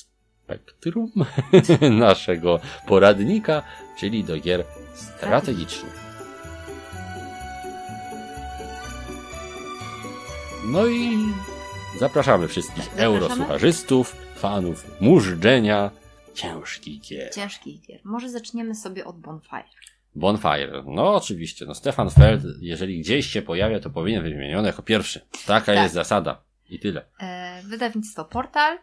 spektrum naszego poradnika, czyli do gier strategicznych. No i zapraszamy wszystkich eurosłucharzystów, fanów mużdżenia, ciężkich gier. Może zaczniemy sobie od Bonfire. Bonfire. No oczywiście. No Stefan Feld, jeżeli gdzieś się pojawia, to powinien być wymieniony jako pierwszy. Taka jest zasada. I tyle. Wydawnictwo Portal.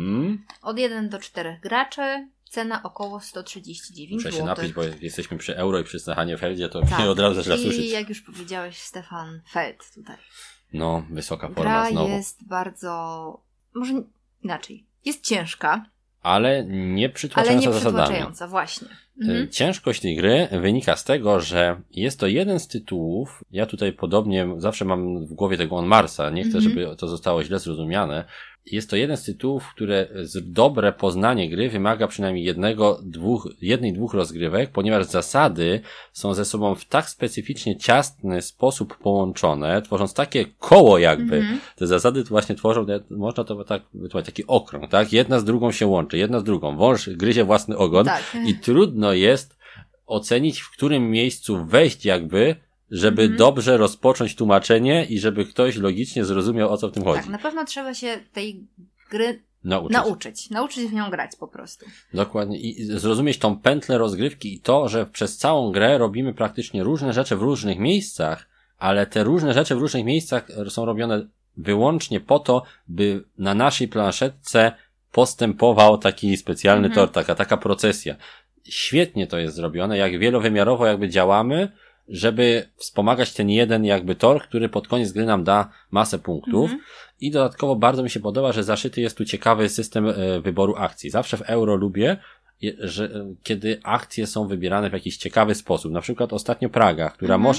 Od 1 do 4 graczy. Cena około 139 zł. Muszę się napić, bo jesteśmy przy euro i przy Stefanie Feldzie, to mnie od razu zaczyna słyszeć. I jak już powiedziałeś, Stefan Feld tutaj. No, wysoka forma znowu. Gra jest bardzo... Może inaczej. Jest ciężka. Ale nie przytłaczająca zasadami. Właśnie. Ciężkość tej gry wynika z tego, że jest to jeden z tytułów, ja tutaj podobnie zawsze mam w głowie tego On Marsa, nie chcę, żeby to zostało źle zrozumiane. Jest to jeden z tytułów, które dobre poznanie gry wymaga przynajmniej jednej, dwóch rozgrywek, ponieważ zasady są ze sobą w tak specyficznie ciasny sposób połączone, tworząc takie koło jakby. Te zasady właśnie tworzą, można to tak wytłumaczyć, taki okrąg, tak? Jedna z drugą się łączy, jedna z drugą. Wąż gryzie własny ogon i trudno jest ocenić, w którym miejscu wejść jakby, żeby dobrze rozpocząć tłumaczenie i żeby ktoś logicznie zrozumiał, o co w tym chodzi. Tak, na pewno trzeba się tej gry nauczyć w nią grać po prostu. Dokładnie. I zrozumieć tą pętlę rozgrywki i to, że przez całą grę robimy praktycznie różne rzeczy w różnych miejscach, ale te różne rzeczy w różnych miejscach są robione wyłącznie po to, by na naszej planszetce postępował taki specjalny tor, taka procesja. Świetnie to jest zrobione, jak wielowymiarowo jakby działamy, żeby wspomagać ten jeden jakby tor, który pod koniec gry nam da masę punktów. I dodatkowo bardzo mi się podoba, że zaszyty jest tu ciekawy system wyboru akcji. Zawsze w euro lubię, że kiedy akcje są wybierane w jakiś ciekawy sposób. Na przykład ostatnio Praga, która może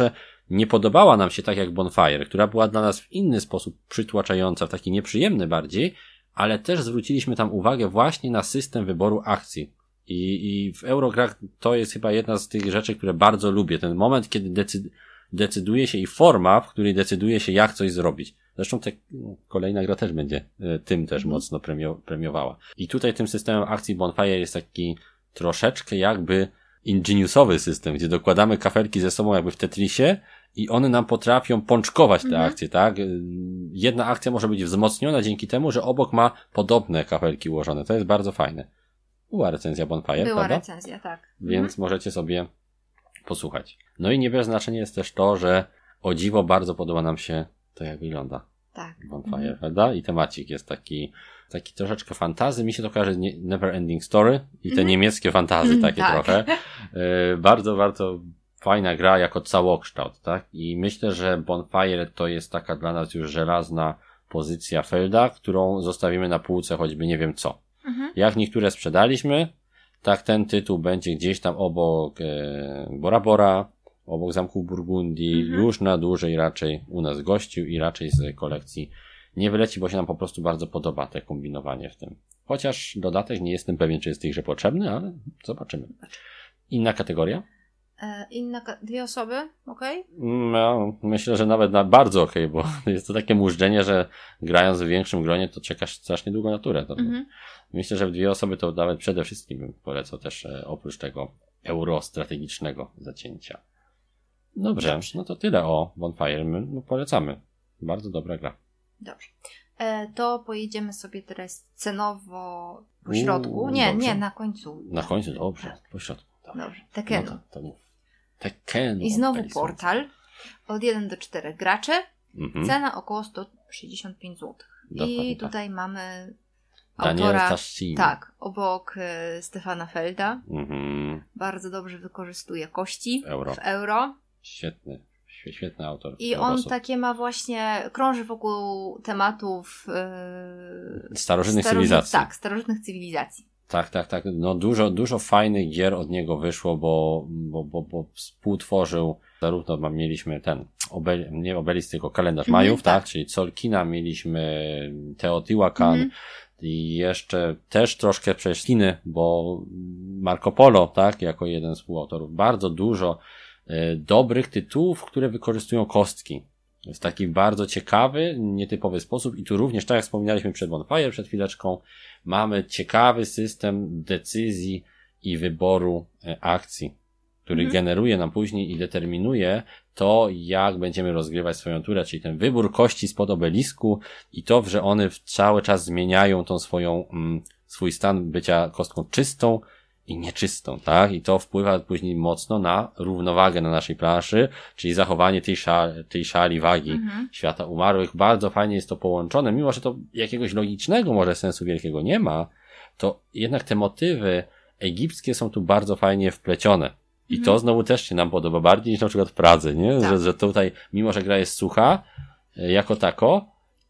nie podobała nam się tak jak Bonfire, która była dla nas w inny sposób przytłaczająca, w taki nieprzyjemny bardziej, ale też zwróciliśmy tam uwagę właśnie na system wyboru akcji. I w Eurograch to jest chyba jedna z tych rzeczy, które bardzo lubię. Ten moment, kiedy decyduje się i forma, w której decyduje się, jak coś zrobić. Zresztą kolejna gra też będzie tym też mocno premiowała. I tutaj tym systemem akcji Bonfire jest taki troszeczkę jakby ingeniusowy system, gdzie dokładamy kafelki ze sobą jakby w Tetrisie i one nam potrafią pączkować te akcje, tak? Jedna akcja może być wzmocniona dzięki temu, że obok ma podobne kafelki ułożone. To jest bardzo fajne. Była recenzja Bonfire, Była prawda? recenzja, tak. Więc możecie sobie posłuchać. No i nie bez znaczenia jest też to, że o dziwo bardzo podoba nam się to, jak wygląda Bonfire, prawda? I temacik jest taki troszeczkę fantazy. Mi się to kojarzy Never Ending Story i te niemieckie fantazy takie trochę. Bardzo, bardzo fajna gra jako całokształt, tak? I myślę, że Bonfire to jest taka dla nas już żelazna pozycja Felda, którą zostawimy na półce choćby nie wiem co. Jak niektóre sprzedaliśmy, tak ten tytuł będzie gdzieś tam obok Bora Bora, obok Zamków Burgundii, już na dłużej raczej u nas gościł i raczej z kolekcji nie wyleci, bo się nam po prostu bardzo podoba te kombinowanie w tym. Chociaż dodatek nie jestem pewien, czy jest tychże potrzebny, ale zobaczymy. Inna kategoria? Dwie osoby, okej? No, myślę, że nawet bardzo okej, bo jest to takie mużdżenie, że grając w większym gronie, to czekasz strasznie długo na turę. Myślę, że w dwie osoby to nawet przede wszystkim bym polecał też oprócz tego eurostrategicznego zacięcia. Dobrze, no to tyle o Bonfire. My polecamy. Bardzo dobra gra. Dobrze. To pojedziemy sobie teraz cenowo po środku. Nie, na końcu. Na końcu, dobrze. Po środku. Dobrze. Tekkenu. No to mów. Tekkenu. I znowu portal. Od 1 do 4 graczy. Cena około 165 zł. I tutaj mamy autora, tak, obok Stefana Felda. Bardzo dobrze wykorzystuje kości w euro. Świetny autor. I on takie ma właśnie, krąży wokół tematów starożytnych cywilizacji. Tak, starożytnych cywilizacji. Tak. No dużo fajnych gier od niego wyszło, bo współtworzył, zarówno mieliśmy nie Obelix, tylko kalendarz Majów, tak? Czyli Tolkiena, mieliśmy Teotihuacan i jeszcze też troszkę przez Chiny, bo Marco Polo, tak? Jako jeden z współautorów. Bardzo dużo dobrych tytułów, które wykorzystują kostki. W taki bardzo ciekawy, nietypowy sposób i tu również, tak jak wspominaliśmy przed Bonfire, przed chwileczką, mamy ciekawy system decyzji i wyboru akcji, który generuje nam później i determinuje to, jak będziemy rozgrywać swoją turę, czyli ten wybór kości spod obelisku i to, że one cały czas zmieniają tą swój stan bycia kostką czystą i nieczystą, tak? I to wpływa później mocno na równowagę na naszej planszy, czyli zachowanie tej szali wagi świata umarłych. Bardzo fajnie jest to połączone, mimo że to jakiegoś logicznego może sensu wielkiego nie ma, to jednak te motywy egipskie są tu bardzo fajnie wplecione. I to znowu też się nam podoba bardziej niż na przykład w Pradze, nie? Tak. Że tutaj, mimo że gra jest sucha, jako tako,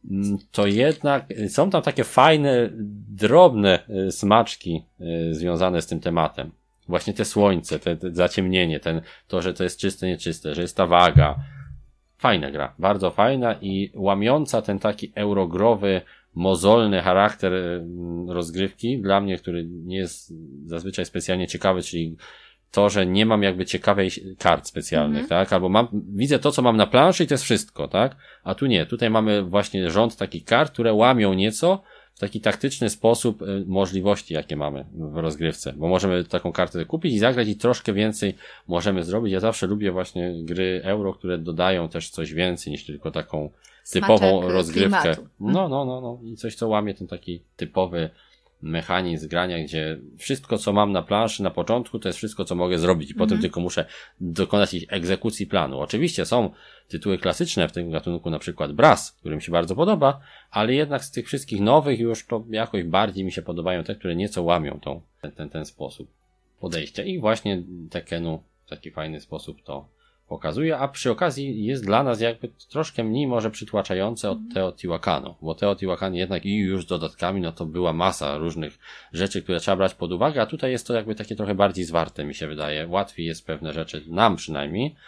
to jednak są tam takie fajne, drobne smaczki związane z tym tematem. Właśnie te słońce, te zaciemnienie, to, że to jest czyste, nieczyste, że jest ta waga. Fajna gra, bardzo fajna i łamiąca ten taki eurogrowy, mozolny charakter rozgrywki, dla mnie, który nie jest zazwyczaj specjalnie ciekawy, czyli to, że nie mam jakby ciekawej kart specjalnych, tak? Albo widzę to, co mam na planszy i to jest wszystko, tak? A tu nie. Tutaj mamy właśnie rząd takich kart, które łamią nieco w taki taktyczny sposób możliwości, jakie mamy w rozgrywce. Bo możemy taką kartę kupić i zagrać i troszkę więcej możemy zrobić. Ja zawsze lubię właśnie gry euro, które dodają też coś więcej niż tylko taką typową rozgrywkę. Klimatu. No. I coś, co łamie ten taki typowy mechanizm grania, gdzie wszystko, co mam na planszy na początku, to jest wszystko, co mogę zrobić i potem tylko muszę dokonać ich egzekucji planu. Oczywiście są tytuły klasyczne w tym gatunku, na przykład Brass, który mi się bardzo podoba, ale jednak z tych wszystkich nowych już to jakoś bardziej mi się podobają te, które nieco łamią ten sposób podejścia i właśnie Tekkenu w taki fajny sposób to pokazuje, a przy okazji jest dla nas jakby troszkę mniej może przytłaczające od Teotihuacanu, bo Teotihuacan jednak i już z dodatkami, no to była masa różnych rzeczy, które trzeba brać pod uwagę, a tutaj jest to jakby takie trochę bardziej zwarte, mi się wydaje. Łatwiej jest pewne rzeczy, nam przynajmniej,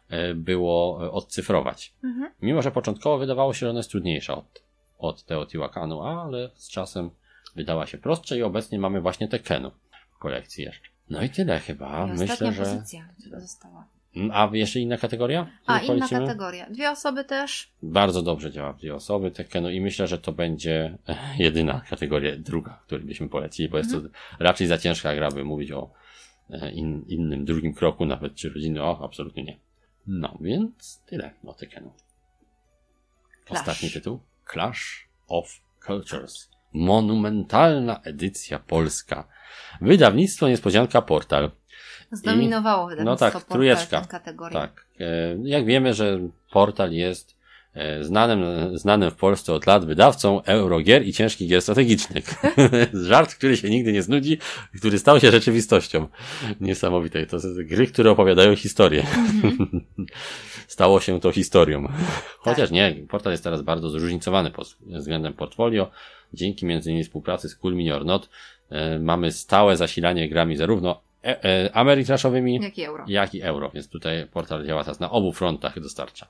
było odcyfrować. Mimo, że początkowo wydawało się, że ona jest trudniejsza od Teotihuacanu, ale z czasem wydała się prostsza i obecnie mamy właśnie Tekkenu w kolekcji jeszcze. No i tyle chyba. I myślę, że pozycja została. A jeszcze inna kategoria? Inna kategoria. 2 osoby też. Bardzo dobrze działa w 2 osoby Tekkenu i myślę, że to będzie jedyna kategoria, druga, której byśmy polecili, bo jest to raczej za ciężka gra, by mówić o innym, drugim kroku, nawet czy rodziny. Absolutnie nie. No, więc tyle o Tekkenu. Ostatni tytuł. Clash of Cultures. Monumentalna edycja polska. Wydawnictwo Niespodzianka Portal. Zdominowało wydawnictwo Portal trójeczka. tę kategorię. Tak. Jak wiemy, że Portal jest znanym w Polsce od lat wydawcą eurogier i ciężkich gier strategicznych. Żart, który się nigdy nie znudzi, który stał się rzeczywistością. Niesamowite. To są gry, które opowiadają historię. Stało się to historią. Chociaż nie, Portal jest teraz bardzo zróżnicowany pod względem portfolio. Dzięki m.in. współpracy z Cool Mini or Not mamy stałe zasilanie grami zarówno Ameritraszowymi, jak i euro. Więc tutaj Portal działa teraz na obu frontach, dostarcza.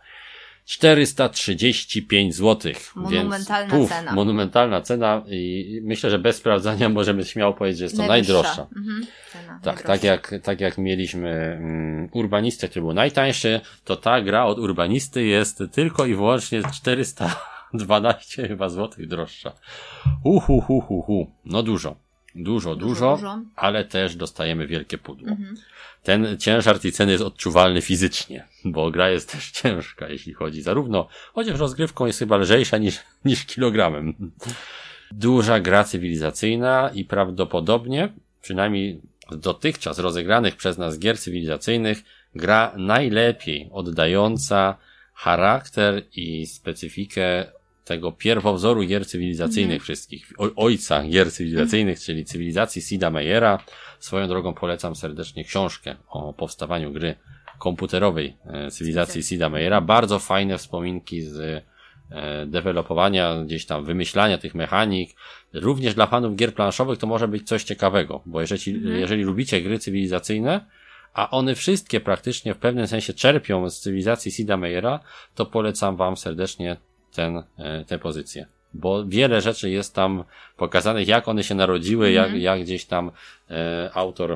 435 zł. Monumentalna cena. Monumentalna cena i myślę, że bez sprawdzania możemy śmiało powiedzieć, że jest to najdroższa. Cena tak, najdroższa. tak jak mieliśmy Urbanistę, który był najtańszy, to ta gra od Urbanisty jest tylko i wyłącznie 412 chyba złotych droższa. No dużo, ale też dostajemy wielkie pudło. Ten ciężar tej ceny jest odczuwalny fizycznie, bo gra jest też ciężka, jeśli chodzi zarówno, chociaż rozgrywką jest chyba lżejsza niż kilogramem. Duża gra cywilizacyjna i prawdopodobnie, przynajmniej z dotychczas rozegranych przez nas gier cywilizacyjnych, gra najlepiej oddająca charakter i specyfikę tego pierwowzoru gier cywilizacyjnych wszystkich, ojca gier cywilizacyjnych, czyli cywilizacji Sida Meiera. Swoją drogą polecam serdecznie książkę o powstawaniu gry komputerowej cywilizacji Sida Meiera. Bardzo fajne wspominki z dewelopowania, gdzieś tam wymyślania tych mechanik. Również dla fanów gier planszowych to może być coś ciekawego, bo jeżeli lubicie gry cywilizacyjne, a one wszystkie praktycznie w pewnym sensie czerpią z cywilizacji Sida Meiera, to polecam wam serdecznie tę pozycję. Bo wiele rzeczy jest tam pokazanych, jak one się narodziły, jak gdzieś tam autor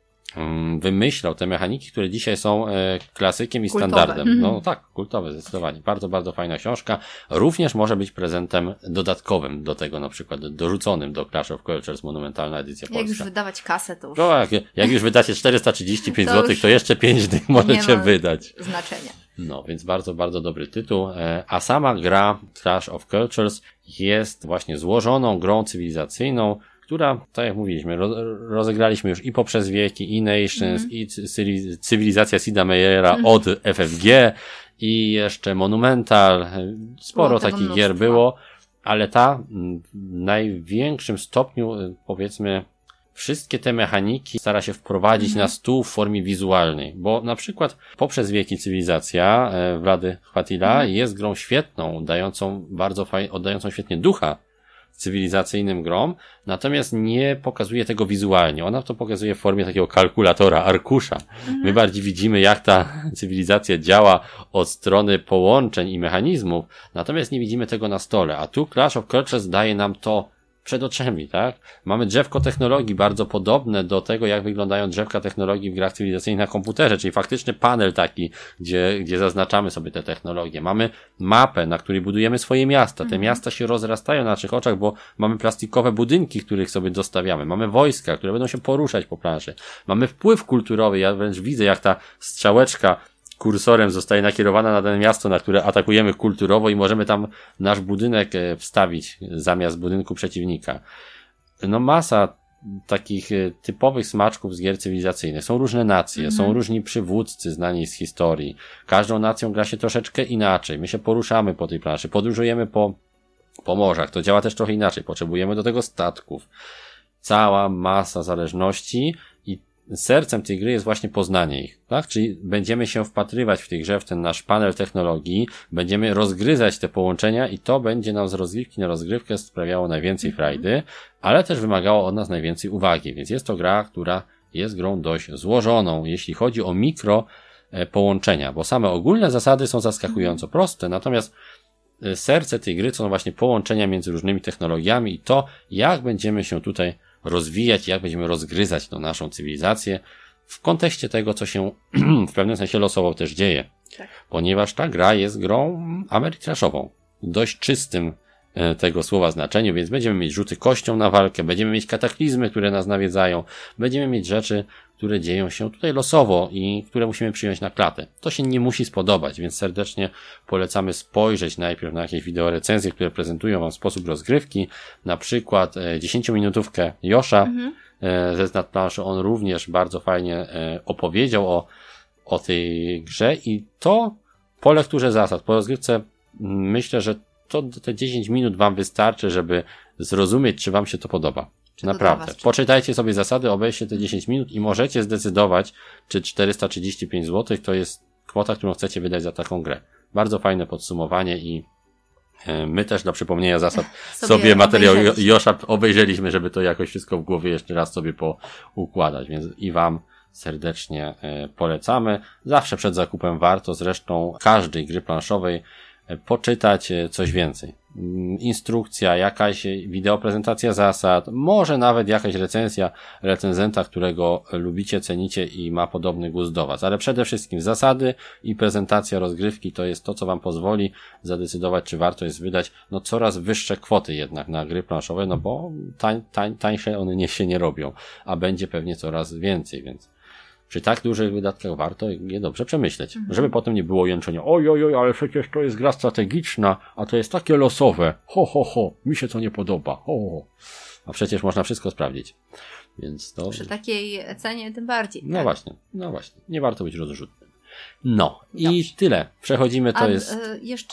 wymyślał te mechaniki, które dzisiaj są klasykiem i standardem. No tak, kultowe zdecydowanie. Bardzo, bardzo fajna książka. Również może być prezentem dodatkowym do tego, na przykład dorzuconym do Clash of Cultures monumentalna edycja polska. Jak już wydawać kasę, to już... No, jak już wydacie 435 zł, to jeszcze 5 dych możecie wydać. Znaczenia. No, więc bardzo, bardzo dobry tytuł. A sama gra Clash of Cultures jest właśnie złożoną grą cywilizacyjną, która, tak jak mówiliśmy, rozegraliśmy już i poprzez wieki, i Nations, i cywilizacja Sida Meiera od FFG, i jeszcze Monumental. Sporo takich gier było, ale ta w największym stopniu, powiedzmy, wszystkie te mechaniki stara się wprowadzić na stół w formie wizualnej, bo na przykład poprzez wieki cywilizacja Vlady Chvátil'a jest grą świetną, oddającą świetnie ducha cywilizacyjnym grom, natomiast nie pokazuje tego wizualnie. Ona to pokazuje w formie takiego kalkulatora, arkusza. My bardziej widzimy, jak ta cywilizacja działa od strony połączeń i mechanizmów, natomiast nie widzimy tego na stole. A tu Clash of Cultures daje nam to przed oczami, tak? Mamy drzewko technologii bardzo podobne do tego, jak wyglądają drzewka technologii w grach cywilizacyjnych na komputerze, czyli faktyczny panel taki, gdzie zaznaczamy sobie te technologie. Mamy mapę, na której budujemy swoje miasta. Te miasta się rozrastają na naszych oczach, bo mamy plastikowe budynki, których sobie dostawiamy. Mamy wojska, które będą się poruszać po planszy. Mamy wpływ kulturowy. Ja wręcz widzę, jak ta strzałeczka kursorem zostaje nakierowana na dane miasto, na które atakujemy kulturowo i możemy tam nasz budynek wstawić zamiast budynku przeciwnika. No masa takich typowych smaczków z gier cywilizacyjnych. Są różne nacje, są różni przywódcy znani z historii. Każdą nacją gra się troszeczkę inaczej. My się poruszamy po tej planszy, podróżujemy po morzach. To działa też trochę inaczej. Potrzebujemy do tego statków. Cała masa zależności i sercem tej gry jest właśnie poznanie ich, tak? Czyli będziemy się wpatrywać w tej grze, w ten nasz panel technologii, będziemy rozgryzać te połączenia i to będzie nam z rozgrywki na rozgrywkę sprawiało najwięcej frajdy, ale też wymagało od nas najwięcej uwagi, więc jest to gra, która jest grą dość złożoną. Jeśli chodzi o mikro połączenia, bo same ogólne zasady są zaskakująco proste, natomiast serce tej gry to są właśnie połączenia między różnymi technologiami i to, jak będziemy się tutaj rozwijać, jak będziemy rozgryzać tą naszą cywilizację w kontekście tego, co się w pewnym sensie losowo też dzieje. Tak. Ponieważ ta gra jest grą Ameritrashową. Dość czystym tego słowa znaczeniu, więc będziemy mieć rzuty kością na walkę, będziemy mieć kataklizmy, które nas nawiedzają, będziemy mieć rzeczy, które dzieją się tutaj losowo i które musimy przyjąć na klatę. To się nie musi spodobać, więc serdecznie polecamy spojrzeć najpierw na jakieś wideorecenzje, które prezentują wam sposób rozgrywki, na przykład 10-minutówkę Josza ze Snapplanszu. On również bardzo fajnie opowiedział o tej grze i to po lekturze zasad, po rozgrywce myślę, że to te 10 minut wam wystarczy, żeby zrozumieć, czy wam się to podoba. Naprawdę. Poczytajcie sobie zasady, obejrzcie te 10 minut i możecie zdecydować, czy 435 zł to jest kwota, którą chcecie wydać za taką grę. Bardzo fajne podsumowanie i my też dla przypomnienia zasad sobie materiał Josza obejrzeliśmy, żeby to jakoś wszystko w głowie jeszcze raz sobie poukładać, więc i wam serdecznie polecamy. Zawsze przed zakupem warto zresztą każdej gry planszowej poczytać coś więcej. Instrukcja, jakaś wideoprezentacja zasad, może nawet jakaś recenzenta, którego lubicie, cenicie i ma podobny gust do was. Ale przede wszystkim zasady i prezentacja rozgrywki to jest to, co wam pozwoli zadecydować, czy warto jest wydać coraz wyższe kwoty jednak na gry planszowe, bo tańsze one się nie robią, a będzie pewnie coraz więcej, więc przy tak dużych wydatkach warto je dobrze przemyśleć, żeby potem nie było jęczenia, oj, ale przecież to jest gra strategiczna, a to jest takie losowe, mi się to nie podoba, a przecież można wszystko sprawdzić, więc to... Przy takiej cenie tym bardziej. No właśnie, nie warto być rozrzutnym. I tyle, przechodzimy, to jest... Jeszcze...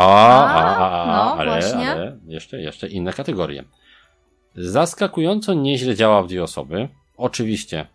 Ale jeszcze inne kategorie. Zaskakująco nieźle działa w 2 osoby, oczywiście...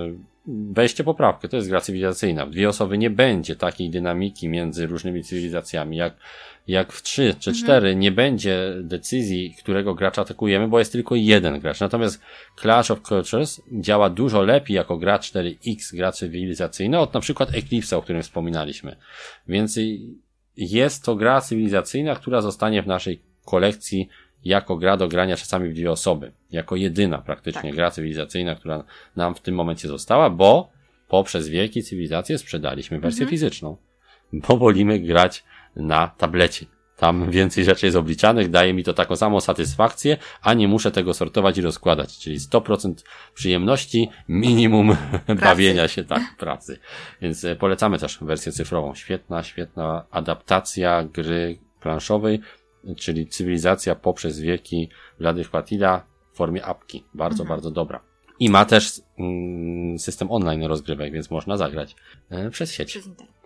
Weźcie poprawkę, to jest gra cywilizacyjna. W 2 osoby nie będzie takiej dynamiki między różnymi cywilizacjami, jak w 3 czy 4 nie będzie decyzji, którego gracza atakujemy, bo jest tylko jeden gracz. Natomiast Clash of Cultures działa dużo lepiej jako gra 4X, gra cywilizacyjna, od na przykład Eclipse'a, o którym wspominaliśmy. Więc jest to gra cywilizacyjna, która zostanie w naszej kolekcji jako gra do grania czasami w 2 osoby. Jako jedyna praktycznie gra cywilizacyjna, która nam w tym momencie została, bo poprzez wieki cywilizację sprzedaliśmy wersję fizyczną. Bo wolimy grać na tablecie. Tam więcej rzeczy jest obliczanych, daje mi to taką samą satysfakcję, a nie muszę tego sortować i rozkładać. Czyli 100% przyjemności, minimum bawienia się pracy. Więc polecamy też wersję cyfrową. Świetna adaptacja gry planszowej, czyli cywilizacja poprzez wieki Vlady Chvátil'a w formie apki. Bardzo, bardzo dobra. I ma też system online rozgrywek, więc można zagrać przez sieć.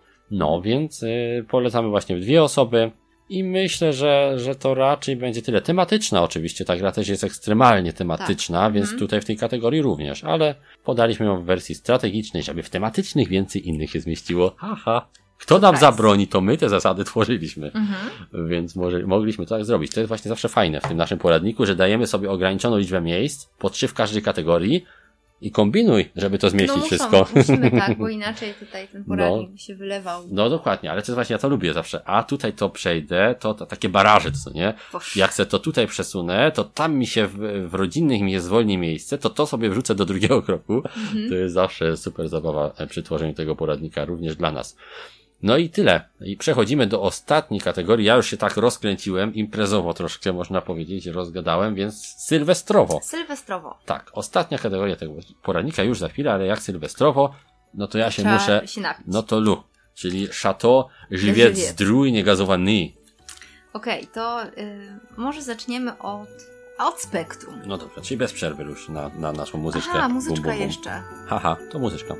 Więc polecamy właśnie w 2 osoby i myślę, że to raczej będzie tyle. Tematyczna oczywiście, ta gra też jest ekstremalnie tematyczna, więc tutaj w tej kategorii również, ale podaliśmy ją w wersji strategicznej, żeby w tematycznych więcej innych się zmieściło. Kto nam zabroni, to my te zasady tworzyliśmy. Więc mogliśmy to tak zrobić. To jest właśnie zawsze fajne w tym naszym poradniku, że dajemy sobie ograniczoną liczbę miejsc, po 3 w każdej kategorii i kombinuj, żeby to zmieścić wszystko. Musimy bo inaczej tutaj ten poradnik by się wylewał. Dokładnie, ale to jest właśnie, ja to lubię zawsze. A tutaj to przejdę, to takie baraże, co nie? Jak se to tutaj przesunę, to tam mi się w rodzinnych mi zwolni miejsce, to sobie wrzucę do drugiego kroku. To jest zawsze super zabawa przy tworzeniu tego poradnika, również dla nas. I tyle. I przechodzimy do ostatniej kategorii. Ja już się tak rozkręciłem, imprezowo troszkę można powiedzieć, rozgadałem, więc sylwestrowo. Tak, ostatnia kategoria tego poradnika już za chwilę, ale jak sylwestrowo, to ja się muszę... napić. Czyli Chateau Żywiec Zdrój Niegazowany. Okej, to może zaczniemy od Spektrum. Dobra, czyli bez przerwy już na naszą muzyczkę. Muzyczka jeszcze. To muzyczka.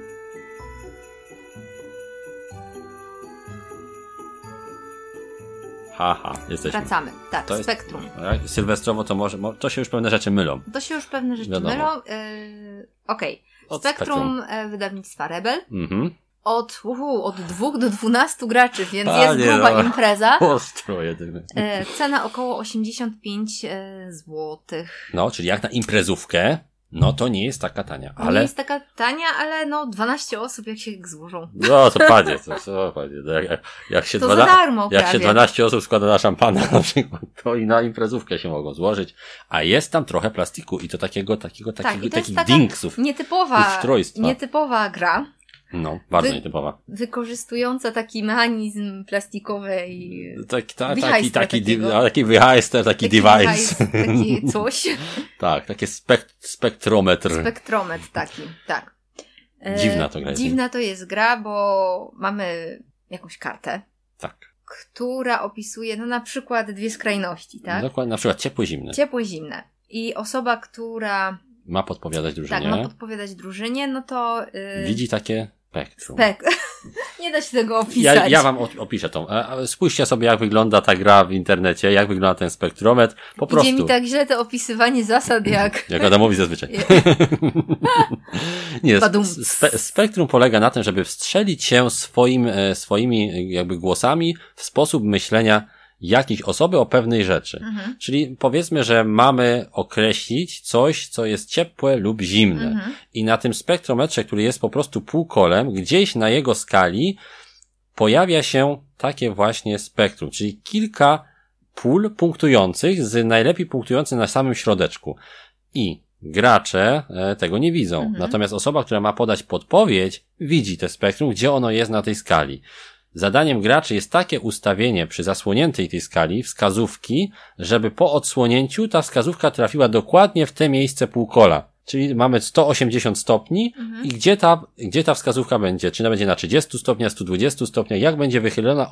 Jesteśmy. Wracamy. Tak, Spektrum. Sylwestrowo to się już pewne rzeczy mylą. Spektrum wydawnictwa Rebel. Od 2 do 12 graczy, więc jest gruba impreza. Ostro jedyne. Cena około 85 zł. Czyli jak na imprezówkę, No to nie jest taka tania, ale... Nie jest taka tania, ale 12 osób jak się złożą. No to panie, jak się to za darmo jak się 12 osób składa na szampana na przykład, to i na imprezówkę się mogą złożyć, a jest tam trochę plastiku i to takiego takich dinksów. Nietypowa gra. No, bardzo nietypowa. Wykorzystująca taki mechanizm plastikowy i taki device. Taki coś. Tak, takie spektrometr. Spektrometr taki, tak. Dziwna to gra jest. Dziwna to jest gra, bo mamy jakąś kartę. Tak. Która opisuje, na przykład 2 skrajności, tak? Dokładnie, na przykład ciepłe-zimne. Ciepłe-zimne. I osoba, która... Ma podpowiadać drużynie. Tak, ma podpowiadać drużynie, no to... Widzi takie spektrum. Nie da się tego opisać. Ja wam opiszę tą. Spójrzcie sobie, jak wygląda ta gra w internecie, jak wygląda ten spektrometr. Po prostu. Idzie mi tak źle to opisywanie zasad, jak Adamowi zazwyczaj. Nie, spektrum polega na tym, żeby wstrzelić się swoimi jakby głosami w sposób myślenia jakiejś osoby o pewnej rzeczy. Czyli powiedzmy, że mamy określić coś, co jest ciepłe lub zimne. I na tym spektrometrze, który jest po prostu półkolem, gdzieś na jego skali pojawia się takie właśnie spektrum, czyli kilka pól punktujących z najlepiej punktującym na samym środeczku. I gracze tego nie widzą. Natomiast osoba, która ma podać podpowiedź, widzi te spektrum, gdzie ono jest na tej skali. Zadaniem graczy jest takie ustawienie przy zasłoniętej tej skali wskazówki, żeby po odsłonięciu ta wskazówka trafiła dokładnie w te miejsce półkola. Czyli mamy 180 stopni i gdzie ta wskazówka będzie? Czy ona będzie na 30 stopniach, 120 stopniach? Jak będzie wychylona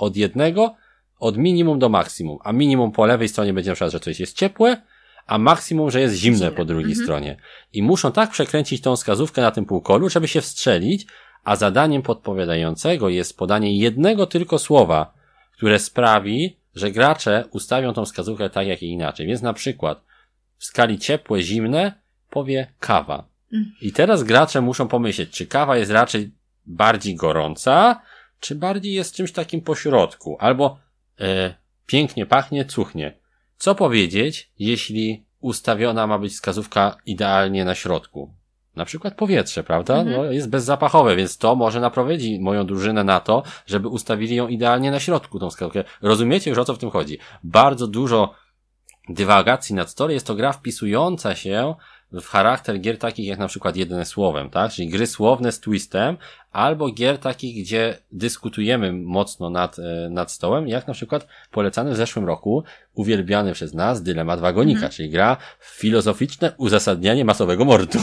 od minimum do maksimum? A minimum po lewej stronie będzie na przykład, że coś jest ciepłe, a maksimum, że jest zimne po drugiej stronie. I muszą tak przekręcić tą wskazówkę na tym półkolu, żeby się wstrzelić, a zadaniem podpowiadającego jest podanie jednego tylko słowa, które sprawi, że gracze ustawią tą wskazówkę tak, jak i inaczej. Więc na przykład w skali ciepłe, zimne powie kawa. I teraz gracze muszą pomyśleć, czy kawa jest raczej bardziej gorąca, czy bardziej jest czymś takim pośrodku. Albo pięknie pachnie, cuchnie. Co powiedzieć, jeśli ustawiona ma być wskazówka idealnie na środku? Na przykład powietrze, prawda? No, jest bezzapachowe, więc to może naprowadzi moją drużynę na to, żeby ustawili ją idealnie na środku, tą wskazówkę. Rozumiecie już, o co w tym chodzi? Bardzo dużo dywagacji nad story. Jest to gra wpisująca się w charakter gier takich jak na przykład jednym słowem, tak? Czyli gry słowne z twistem, albo gier takich, gdzie dyskutujemy mocno nad stołem, jak na przykład polecany w zeszłym roku, uwielbiany przez nas Dylemat Wagonika, czyli gra filozoficzne uzasadnianie masowego mordu.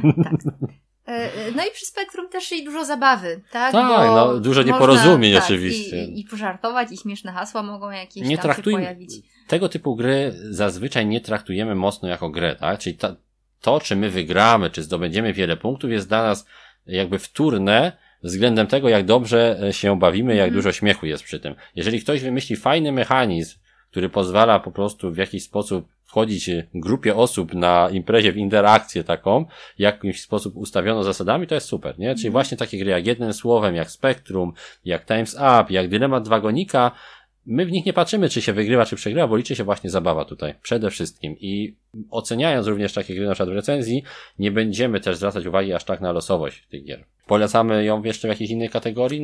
Tak. No i przy spektrum też i dużo zabawy, tak? Tak, dużo nieporozumień oczywiście. I pożartować, i śmieszne hasła mogą jakieś tam się pojawić. Tego typu gry zazwyczaj nie traktujemy mocno jako grę, tak? Czyli to, czy my wygramy, czy zdobędziemy wiele punktów, jest dla nas jakby wtórne względem tego, jak dobrze się bawimy, jak dużo śmiechu jest przy tym. Jeżeli ktoś wymyśli fajny mechanizm, który pozwala po prostu w jakiś sposób wchodzić grupie osób na imprezie w interakcję taką, w jakiś sposób ustawiono zasadami, to jest super, nie? Czyli właśnie takie gry jak jednym słowem, jak Spektrum, jak Time's Up, jak Dylemat Wagonika, my w nich nie patrzymy, czy się wygrywa, czy przegrywa, bo liczy się właśnie zabawa tutaj, przede wszystkim. I oceniając również takie gry, na przykład w recenzji, nie będziemy też zwracać uwagi aż tak na losowość tych gier. Polecamy ją jeszcze w jakiejś innej kategorii?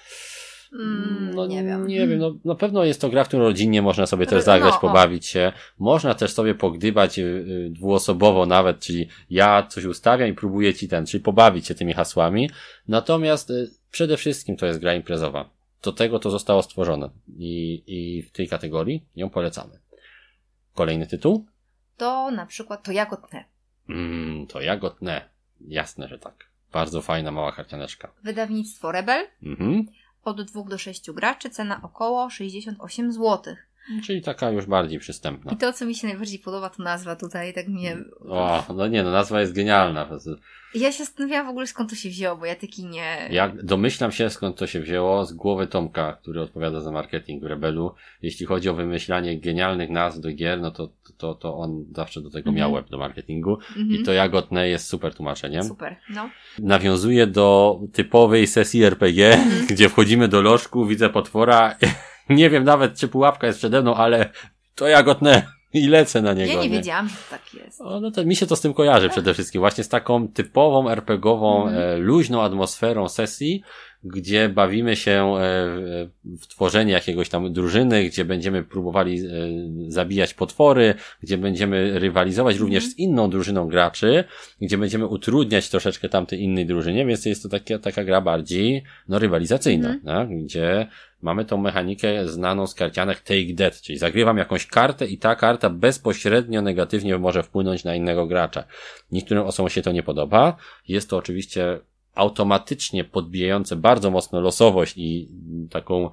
Nie wiem. Nie wiem, na pewno jest to gra, w którą rodzinnie można sobie też zagrać, pobawić się. Można też sobie pogdybać dwuosobowo nawet, czyli ja coś ustawiam i próbuję czyli pobawić się tymi hasłami. Natomiast przede wszystkim to jest gra imprezowa. Do tego to zostało stworzone i w tej kategorii ją polecamy. Kolejny tytuł? To na przykład To Jagotne. To Jagotne. Jasne, że tak. Bardzo fajna, mała karcianeczka. Wydawnictwo Rebel. Od 2 do 6 graczy, cena około 68 zł. Czyli taka już bardziej przystępna. I to, co mi się najbardziej podoba, to nazwa tutaj, tak mnie... nazwa jest genialna. Ja się zastanawiałam w ogóle, skąd to się wzięło, bo ja taki nie... Ja domyślam się, skąd to się wzięło, z głowy Tomka, który odpowiada za marketing w Rebelu. Jeśli chodzi o wymyślanie genialnych nazw do gier, no to on zawsze do tego miał łeb do marketingu. I To Jagotne jest super tłumaczeniem. Super, no. Nawiązuje do typowej sesji RPG, gdzie wchodzimy do lożku, widzę potwora, nie wiem nawet, czy pułapka jest przede mną, ale To Jagotne. i lecę na niego. Ja nie wiedziałam, że tak jest. O, no to mi się to z tym kojarzy przede wszystkim. Właśnie z taką typową RPG-ową, luźną atmosferą sesji, gdzie bawimy się w tworzenie jakiegoś tam drużyny, gdzie będziemy próbowali zabijać potwory, gdzie będziemy rywalizować również z inną drużyną graczy, gdzie będziemy utrudniać troszeczkę tamtej innej drużynie, więc jest to taka gra bardziej rywalizacyjna, gdzie mamy tą mechanikę znaną z karcianek Take That, czyli zagrywam jakąś kartę i ta karta bezpośrednio negatywnie może wpłynąć na innego gracza. Niektórym osobom się to nie podoba. Jest to oczywiście automatycznie podbijające bardzo mocno losowość i taką,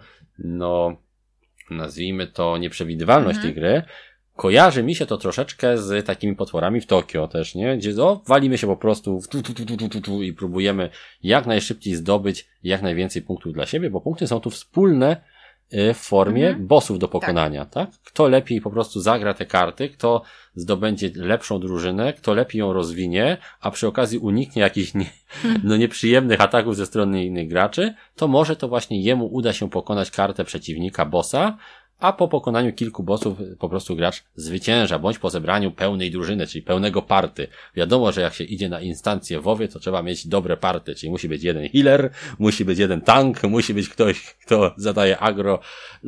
nazwijmy to nieprzewidywalność tej gry. Kojarzy mi się to troszeczkę z takimi potworami w Tokio też, nie? Gdzie walimy się po prostu i próbujemy jak najszybciej zdobyć jak najwięcej punktów dla siebie, bo punkty są tu wspólne w formie bossów do pokonania, tak? Kto lepiej po prostu zagra te karty, kto zdobędzie lepszą drużynę, kto lepiej ją rozwinie, a przy okazji uniknie jakichś nieprzyjemnych ataków ze strony innych graczy, to może to właśnie jemu uda się pokonać kartę przeciwnika, bossa, a po pokonaniu kilku bossów po prostu gracz zwycięża, bądź po zebraniu pełnej drużyny, czyli pełnego party. Wiadomo, że jak się idzie na instancję WoWie, to trzeba mieć dobre party, czyli musi być jeden healer, musi być jeden tank, musi być ktoś, kto zadaje aggro,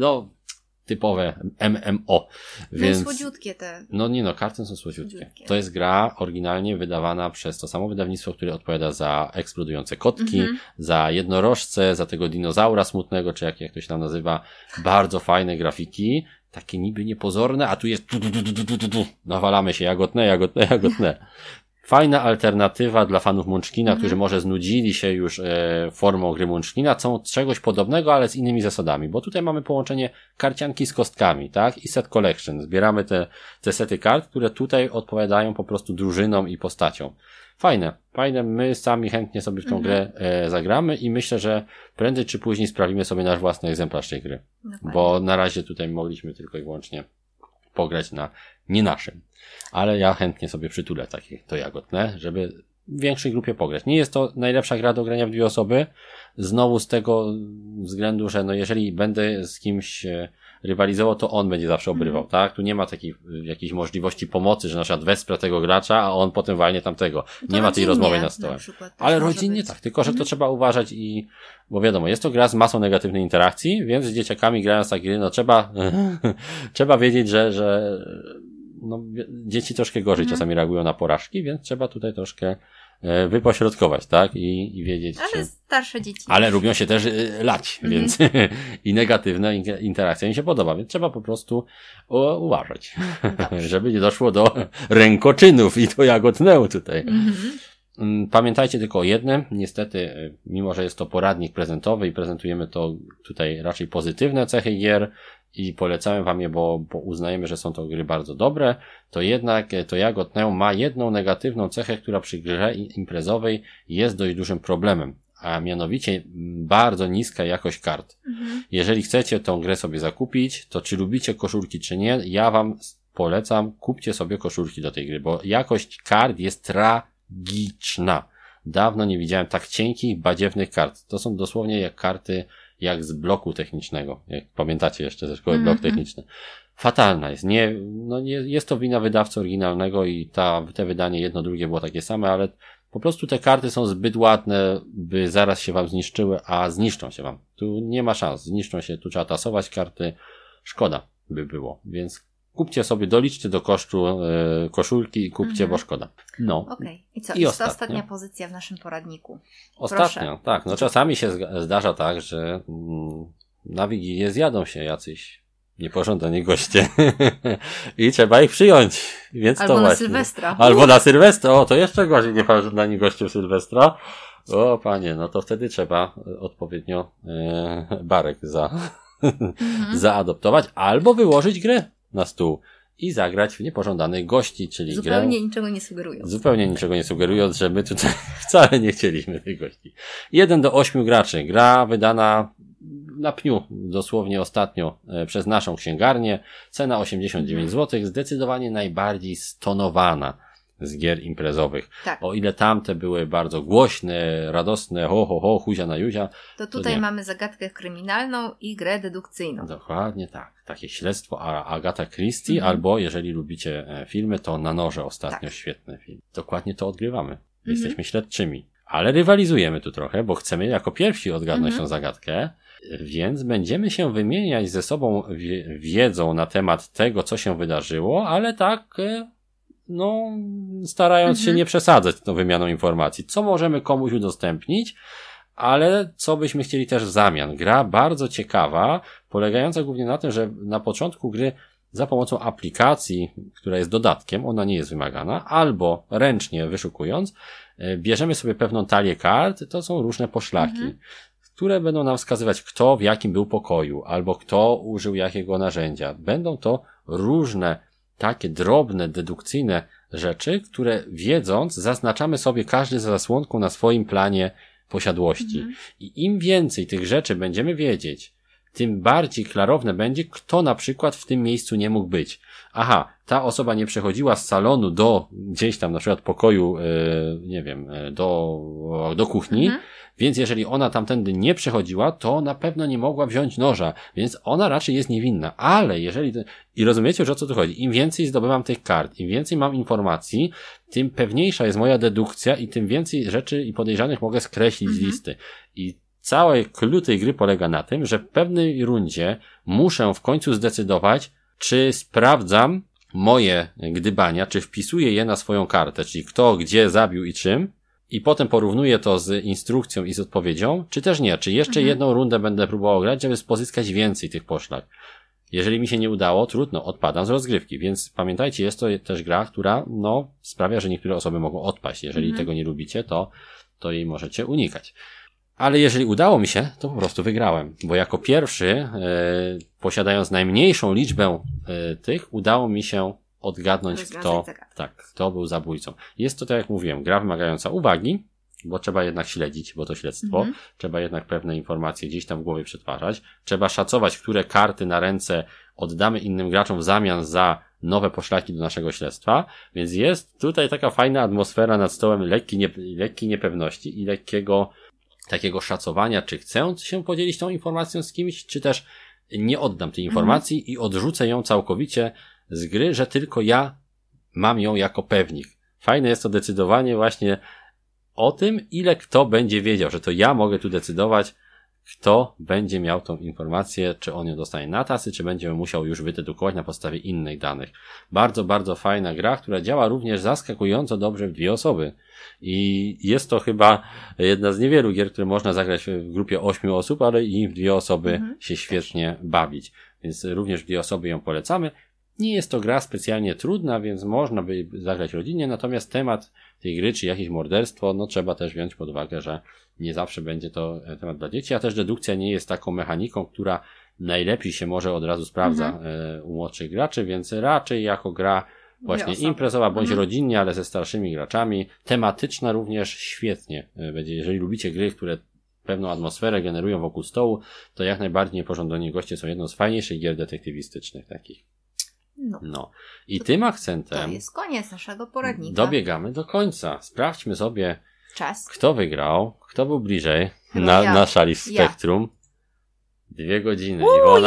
typowe MMO. Więc słodziutkie te. Karty są słodziutkie. To jest gra oryginalnie wydawana przez to samo wydawnictwo, które odpowiada za eksplodujące kotki, za jednorożce, za tego dinozaura smutnego, czy jak to się tam nazywa. Bardzo fajne grafiki, takie niby niepozorne, a tu jest nawalamy się jagotne. Fajna alternatywa dla fanów Munchkina, którzy może znudzili się już formą gry Munchkina, są czegoś podobnego, ale z innymi zasadami, bo tutaj mamy połączenie karcianki z kostkami, tak? I set collection. Zbieramy te sety kart, które tutaj odpowiadają po prostu drużynom i postaciom. Fajne. My sami chętnie sobie w tą grę zagramy i myślę, że prędzej czy później sprawimy sobie nasz własny egzemplarz tej gry. Dokładnie. Bo na razie tutaj mogliśmy tylko i wyłącznie pograć na nie naszym. Ale ja chętnie sobie przytulę to jagotne, żeby w większej grupie pograć. Nie jest to najlepsza gra do grania w 2 osoby. Znowu z tego względu, że jeżeli będę z kimś rywalizował, to on będzie zawsze obrywał, tak? Tu nie ma takiej jakiejś możliwości pomocy, że na przykład wesprę tego gracza, a on potem walnie tamtego. Nie ma tej rozmowy na stole. Ale rodzinnie tak, tylko że to trzeba uważać bo wiadomo, jest to gra z masą negatywnej interakcji, więc z dzieciakami grając takie gry, trzeba wiedzieć, że dzieci troszkę gorzej czasami reagują na porażki, więc trzeba tutaj troszkę wypośrodkować, tak? I wiedzieć. Ale starsze dzieci. Ale lubią się też lać, więc i negatywna interakcja mi się podoba, więc trzeba po prostu uważać, żeby nie doszło do rękoczynów i to jagotnęło tutaj. Pamiętajcie tylko o jednym, niestety, mimo że jest to poradnik prezentowy i prezentujemy to tutaj raczej pozytywne cechy gier i polecamy wam je, bo uznajemy, że są to gry bardzo dobre, to jednak to jagotnę ma jedną negatywną cechę, która przy grze imprezowej jest dość dużym problemem, a mianowicie bardzo niska jakość kart. Jeżeli chcecie tą grę sobie zakupić, to czy lubicie koszulki, czy nie, ja wam polecam, kupcie sobie koszulki do tej gry, bo jakość kart jest tragiczna. Dawno nie widziałem tak cienkich, badziewnych kart. To są dosłownie jak karty z bloku technicznego. Jak pamiętacie jeszcze ze szkoły blok techniczny. Fatalna jest. Jest to wina wydawcy oryginalnego i te wydanie jedno, drugie było takie same, ale po prostu te karty są zbyt ładne, by zaraz się wam zniszczyły, a zniszczą się wam. Tu nie ma szans. Zniszczą się, tu trzeba tasować karty. Szkoda by było. Więc kupcie sobie, doliczcie do kosztu koszulki i kupcie, bo szkoda. Okej. I co? Jest to ostatnia pozycja w naszym poradniku. Ostatnia, tak. Czasami się zdarza tak, że na Wigilię zjadą się jacyś niepożądani goście i trzeba ich przyjąć. Więc albo to na Sylwestra. Albo na Sylwestra. To jeszcze gorzej niepożądani goście w Sylwestra. O panie, to wtedy trzeba odpowiednio barek zaadoptować albo wyłożyć grę na stół i zagrać w niepożądanych gości, czyli zupełnie niczego nie sugerując. Zupełnie niczego nie sugerując, że my tutaj wcale nie chcieliśmy tych gości. 1 do 8 graczy. Gra wydana na pniu, dosłownie ostatnio przez naszą księgarnię. Cena 89 zł, zdecydowanie najbardziej stonowana z gier imprezowych. Tak. O ile tamte były bardzo głośne, radosne, ho, huzia na juzia. To tutaj mamy zagadkę kryminalną i grę dedukcyjną. Dokładnie tak. Takie śledztwo Agata Christie, albo jeżeli lubicie filmy, to Na noże ostatnio świetny film. Dokładnie to odgrywamy. Jesteśmy śledczymi. Ale rywalizujemy tu trochę, bo chcemy jako pierwsi odgadnąć tą zagadkę, więc będziemy się wymieniać ze sobą wiedzą na temat tego, co się wydarzyło, ale tak, starając się nie przesadzać z tą wymianą informacji. Co możemy komuś udostępnić, ale co byśmy chcieli też w zamian. Gra bardzo ciekawa, polegająca głównie na tym, że na początku gry za pomocą aplikacji, która jest dodatkiem, ona nie jest wymagana, albo ręcznie wyszukując, bierzemy sobie pewną talię kart, to są różne poszlaki, które będą nam wskazywać, kto w jakim był pokoju, albo kto użył jakiego narzędzia. Będą to różne takie drobne, dedukcyjne rzeczy, które wiedząc, zaznaczamy sobie każdy za zasłonką na swoim planie posiadłości. I im więcej tych rzeczy będziemy wiedzieć, tym bardziej klarowne będzie, kto na przykład w tym miejscu nie mógł być. Aha, ta osoba nie przechodziła z salonu do gdzieś tam na przykład pokoju, do kuchni, więc jeżeli ona tamtędy nie przechodziła, to na pewno nie mogła wziąć noża, więc ona raczej jest niewinna. Ale jeżeli... I rozumiecie już, o co tu chodzi? Im więcej zdobywam tych kart, im więcej mam informacji, tym pewniejsza jest moja dedukcja i tym więcej rzeczy i podejrzanych mogę skreślić z listy. I całe clue tej gry polega na tym, że w pewnej rundzie muszę w końcu zdecydować, czy sprawdzam moje gdybania, czy wpisuję je na swoją kartę, czyli kto, gdzie zabił i czym, i potem porównuję to z instrukcją i z odpowiedzią, czy też nie, czy jeszcze jedną rundę będę próbował grać, żeby pozyskać więcej tych poszlak. Jeżeli mi się nie udało, trudno, odpadam z rozgrywki, więc pamiętajcie, jest to też gra, która sprawia, że niektóre osoby mogą odpaść. Jeżeli tego nie lubicie, to jej możecie unikać. Ale jeżeli udało mi się, to po prostu wygrałem, bo jako pierwszy, posiadając najmniejszą liczbę tych, udało mi się odgadnąć, kto był zabójcą. Jest to, tak jak mówiłem, gra wymagająca uwagi, bo trzeba jednak śledzić, bo to śledztwo, trzeba jednak pewne informacje gdzieś tam w głowie przetwarzać, trzeba szacować, które karty na ręce oddamy innym graczom w zamian za nowe poszlaki do naszego śledztwa, więc jest tutaj taka fajna atmosfera nad stołem lekkiej niepewności i lekkiego takiego szacowania, czy chcę się podzielić tą informacją z kimś, czy też nie oddam tej informacji i odrzucę ją całkowicie z gry, że tylko ja mam ją jako pewnik. Fajne jest to decydowanie właśnie o tym, ile kto będzie wiedział, że to ja mogę tu decydować, kto będzie miał tą informację, czy on ją dostanie na tacy, czy będzie musiał już wydedukować na podstawie innych danych. Bardzo, bardzo fajna gra, która działa również zaskakująco dobrze w 2 osoby. I jest to chyba jedna z niewielu gier, które można zagrać w grupie 8 osób, ale i w 2 osoby się świetnie bawić. Więc również w 2 osoby ją polecamy. Nie jest to gra specjalnie trudna, więc można by zagrać rodzinnie, natomiast temat tej gry, czy jakieś morderstwo, trzeba też wziąć pod uwagę, że nie zawsze będzie to temat dla dzieci, a też dedukcja nie jest taką mechaniką, która najlepiej się może od razu sprawdza u młodszych graczy, więc raczej jako gra właśnie imprezowa bądź rodzinnie, ale ze starszymi graczami, tematyczna również świetnie będzie. Jeżeli lubicie gry, które pewną atmosferę generują wokół stołu, to jak najbardziej Niepożądani goście są jedną z fajniejszych gier detektywistycznych takich. I tym akcentem to jest koniec naszego poradnika. Dobiegamy do końca. Sprawdźmy sobie czas. Kto wygrał, kto był bliżej na szali Spektrum. 2 godziny.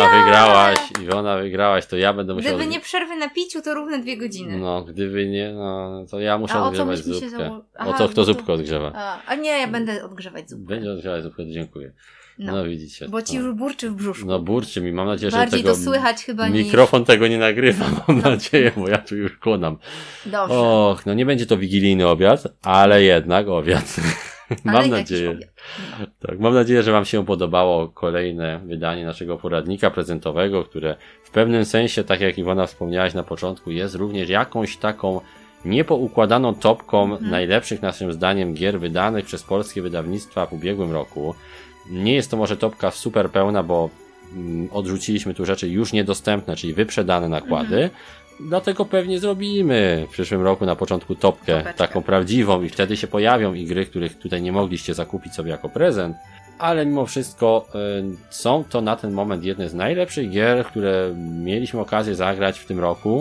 Iwona wygrałaś, to ja będę musiał... Gdyby nie przerwy na piciu, to równe 2 godziny. Gdyby nie, to ja muszę odgrzewać zupkę. Kto zupkę odgrzewa? A nie, ja będę odgrzewać zupkę. Będzie odgrzewać zupkę, to dziękuję. Widzicie. Bo ci już burczy w brzuszku. Burczy mi, mam nadzieję, bardziej że tego to słychać chyba mikrofon tego nie nagrywa, mam nadzieję, bo ja tu już kłonam. Dobrze. Nie będzie to wigilijny obiad, ale jednak obiad. Mam nadzieję. Tak, mam nadzieję, że wam się podobało kolejne wydanie naszego poradnika prezentowego, które w pewnym sensie, tak jak Iwona wspomniałaś na początku, jest również jakąś taką niepoukładaną topką najlepszych naszym zdaniem gier wydanych przez polskie wydawnictwa w ubiegłym roku. Nie jest to może topka super pełna, bo odrzuciliśmy tu rzeczy już niedostępne, czyli wyprzedane nakłady. Dlatego pewnie zrobimy w przyszłym roku na początku topkę taką prawdziwą i wtedy się pojawią i gry, których tutaj nie mogliście zakupić sobie jako prezent. Ale mimo wszystko są to na ten moment jedne z najlepszych gier, które mieliśmy okazję zagrać w tym roku,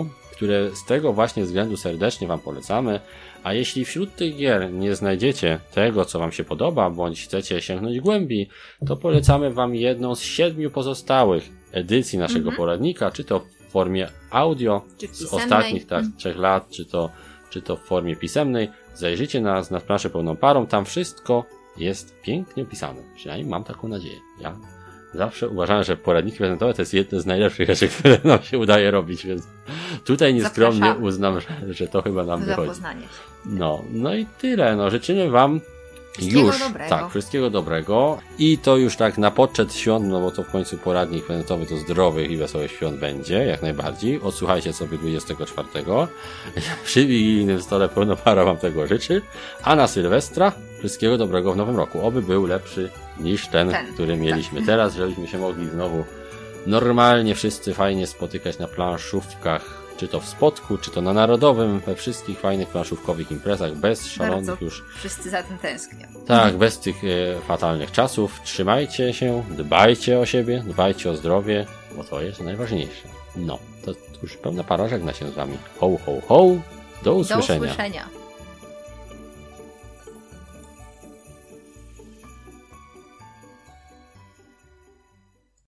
które z tego właśnie względu serdecznie Wam polecamy. A jeśli wśród tych gier nie znajdziecie tego, co Wam się podoba, bądź chcecie sięgnąć głębiej, to polecamy Wam jedną z 7 pozostałych edycji naszego poradnika, czy to w formie audio z ostatnich 3 lat, czy to w formie pisemnej. Zajrzyjcie na planszę pełną parą, tam wszystko jest pięknie opisane. Przynajmniej mam taką nadzieję. Ja zawsze uważałem, że poradniki prezentowe to jest jedne z najlepszych rzeczy, które nam się udaje robić, więc tutaj nieskromnie uznam, że to chyba nam wychodzi. No i tyle. Życzymy Wam wszystkiego dobrego. I to już tak na poczet świąt, bo to w końcu poradnik prezentowy to zdrowych i wesołych świąt będzie, jak najbardziej. Odsłuchajcie sobie 24. Przy wigilijnym stole pełno para Wam tego życzy. A na Sylwestra wszystkiego dobrego w nowym roku. Oby był lepszy niż ten który mieliśmy teraz, żebyśmy się mogli znowu normalnie wszyscy fajnie spotykać na planszówkach, czy to w Spodku, czy to na Narodowym, we wszystkich fajnych planszówkowych imprezach, bez szalonych bardzo już. Wszyscy za tym tęsknią. Tak, bez tych fatalnych czasów. Trzymajcie się, dbajcie o siebie, dbajcie o zdrowie, bo to jest najważniejsze. To już pełna para żegna się z Wami. Ho, ho, ho, do usłyszenia.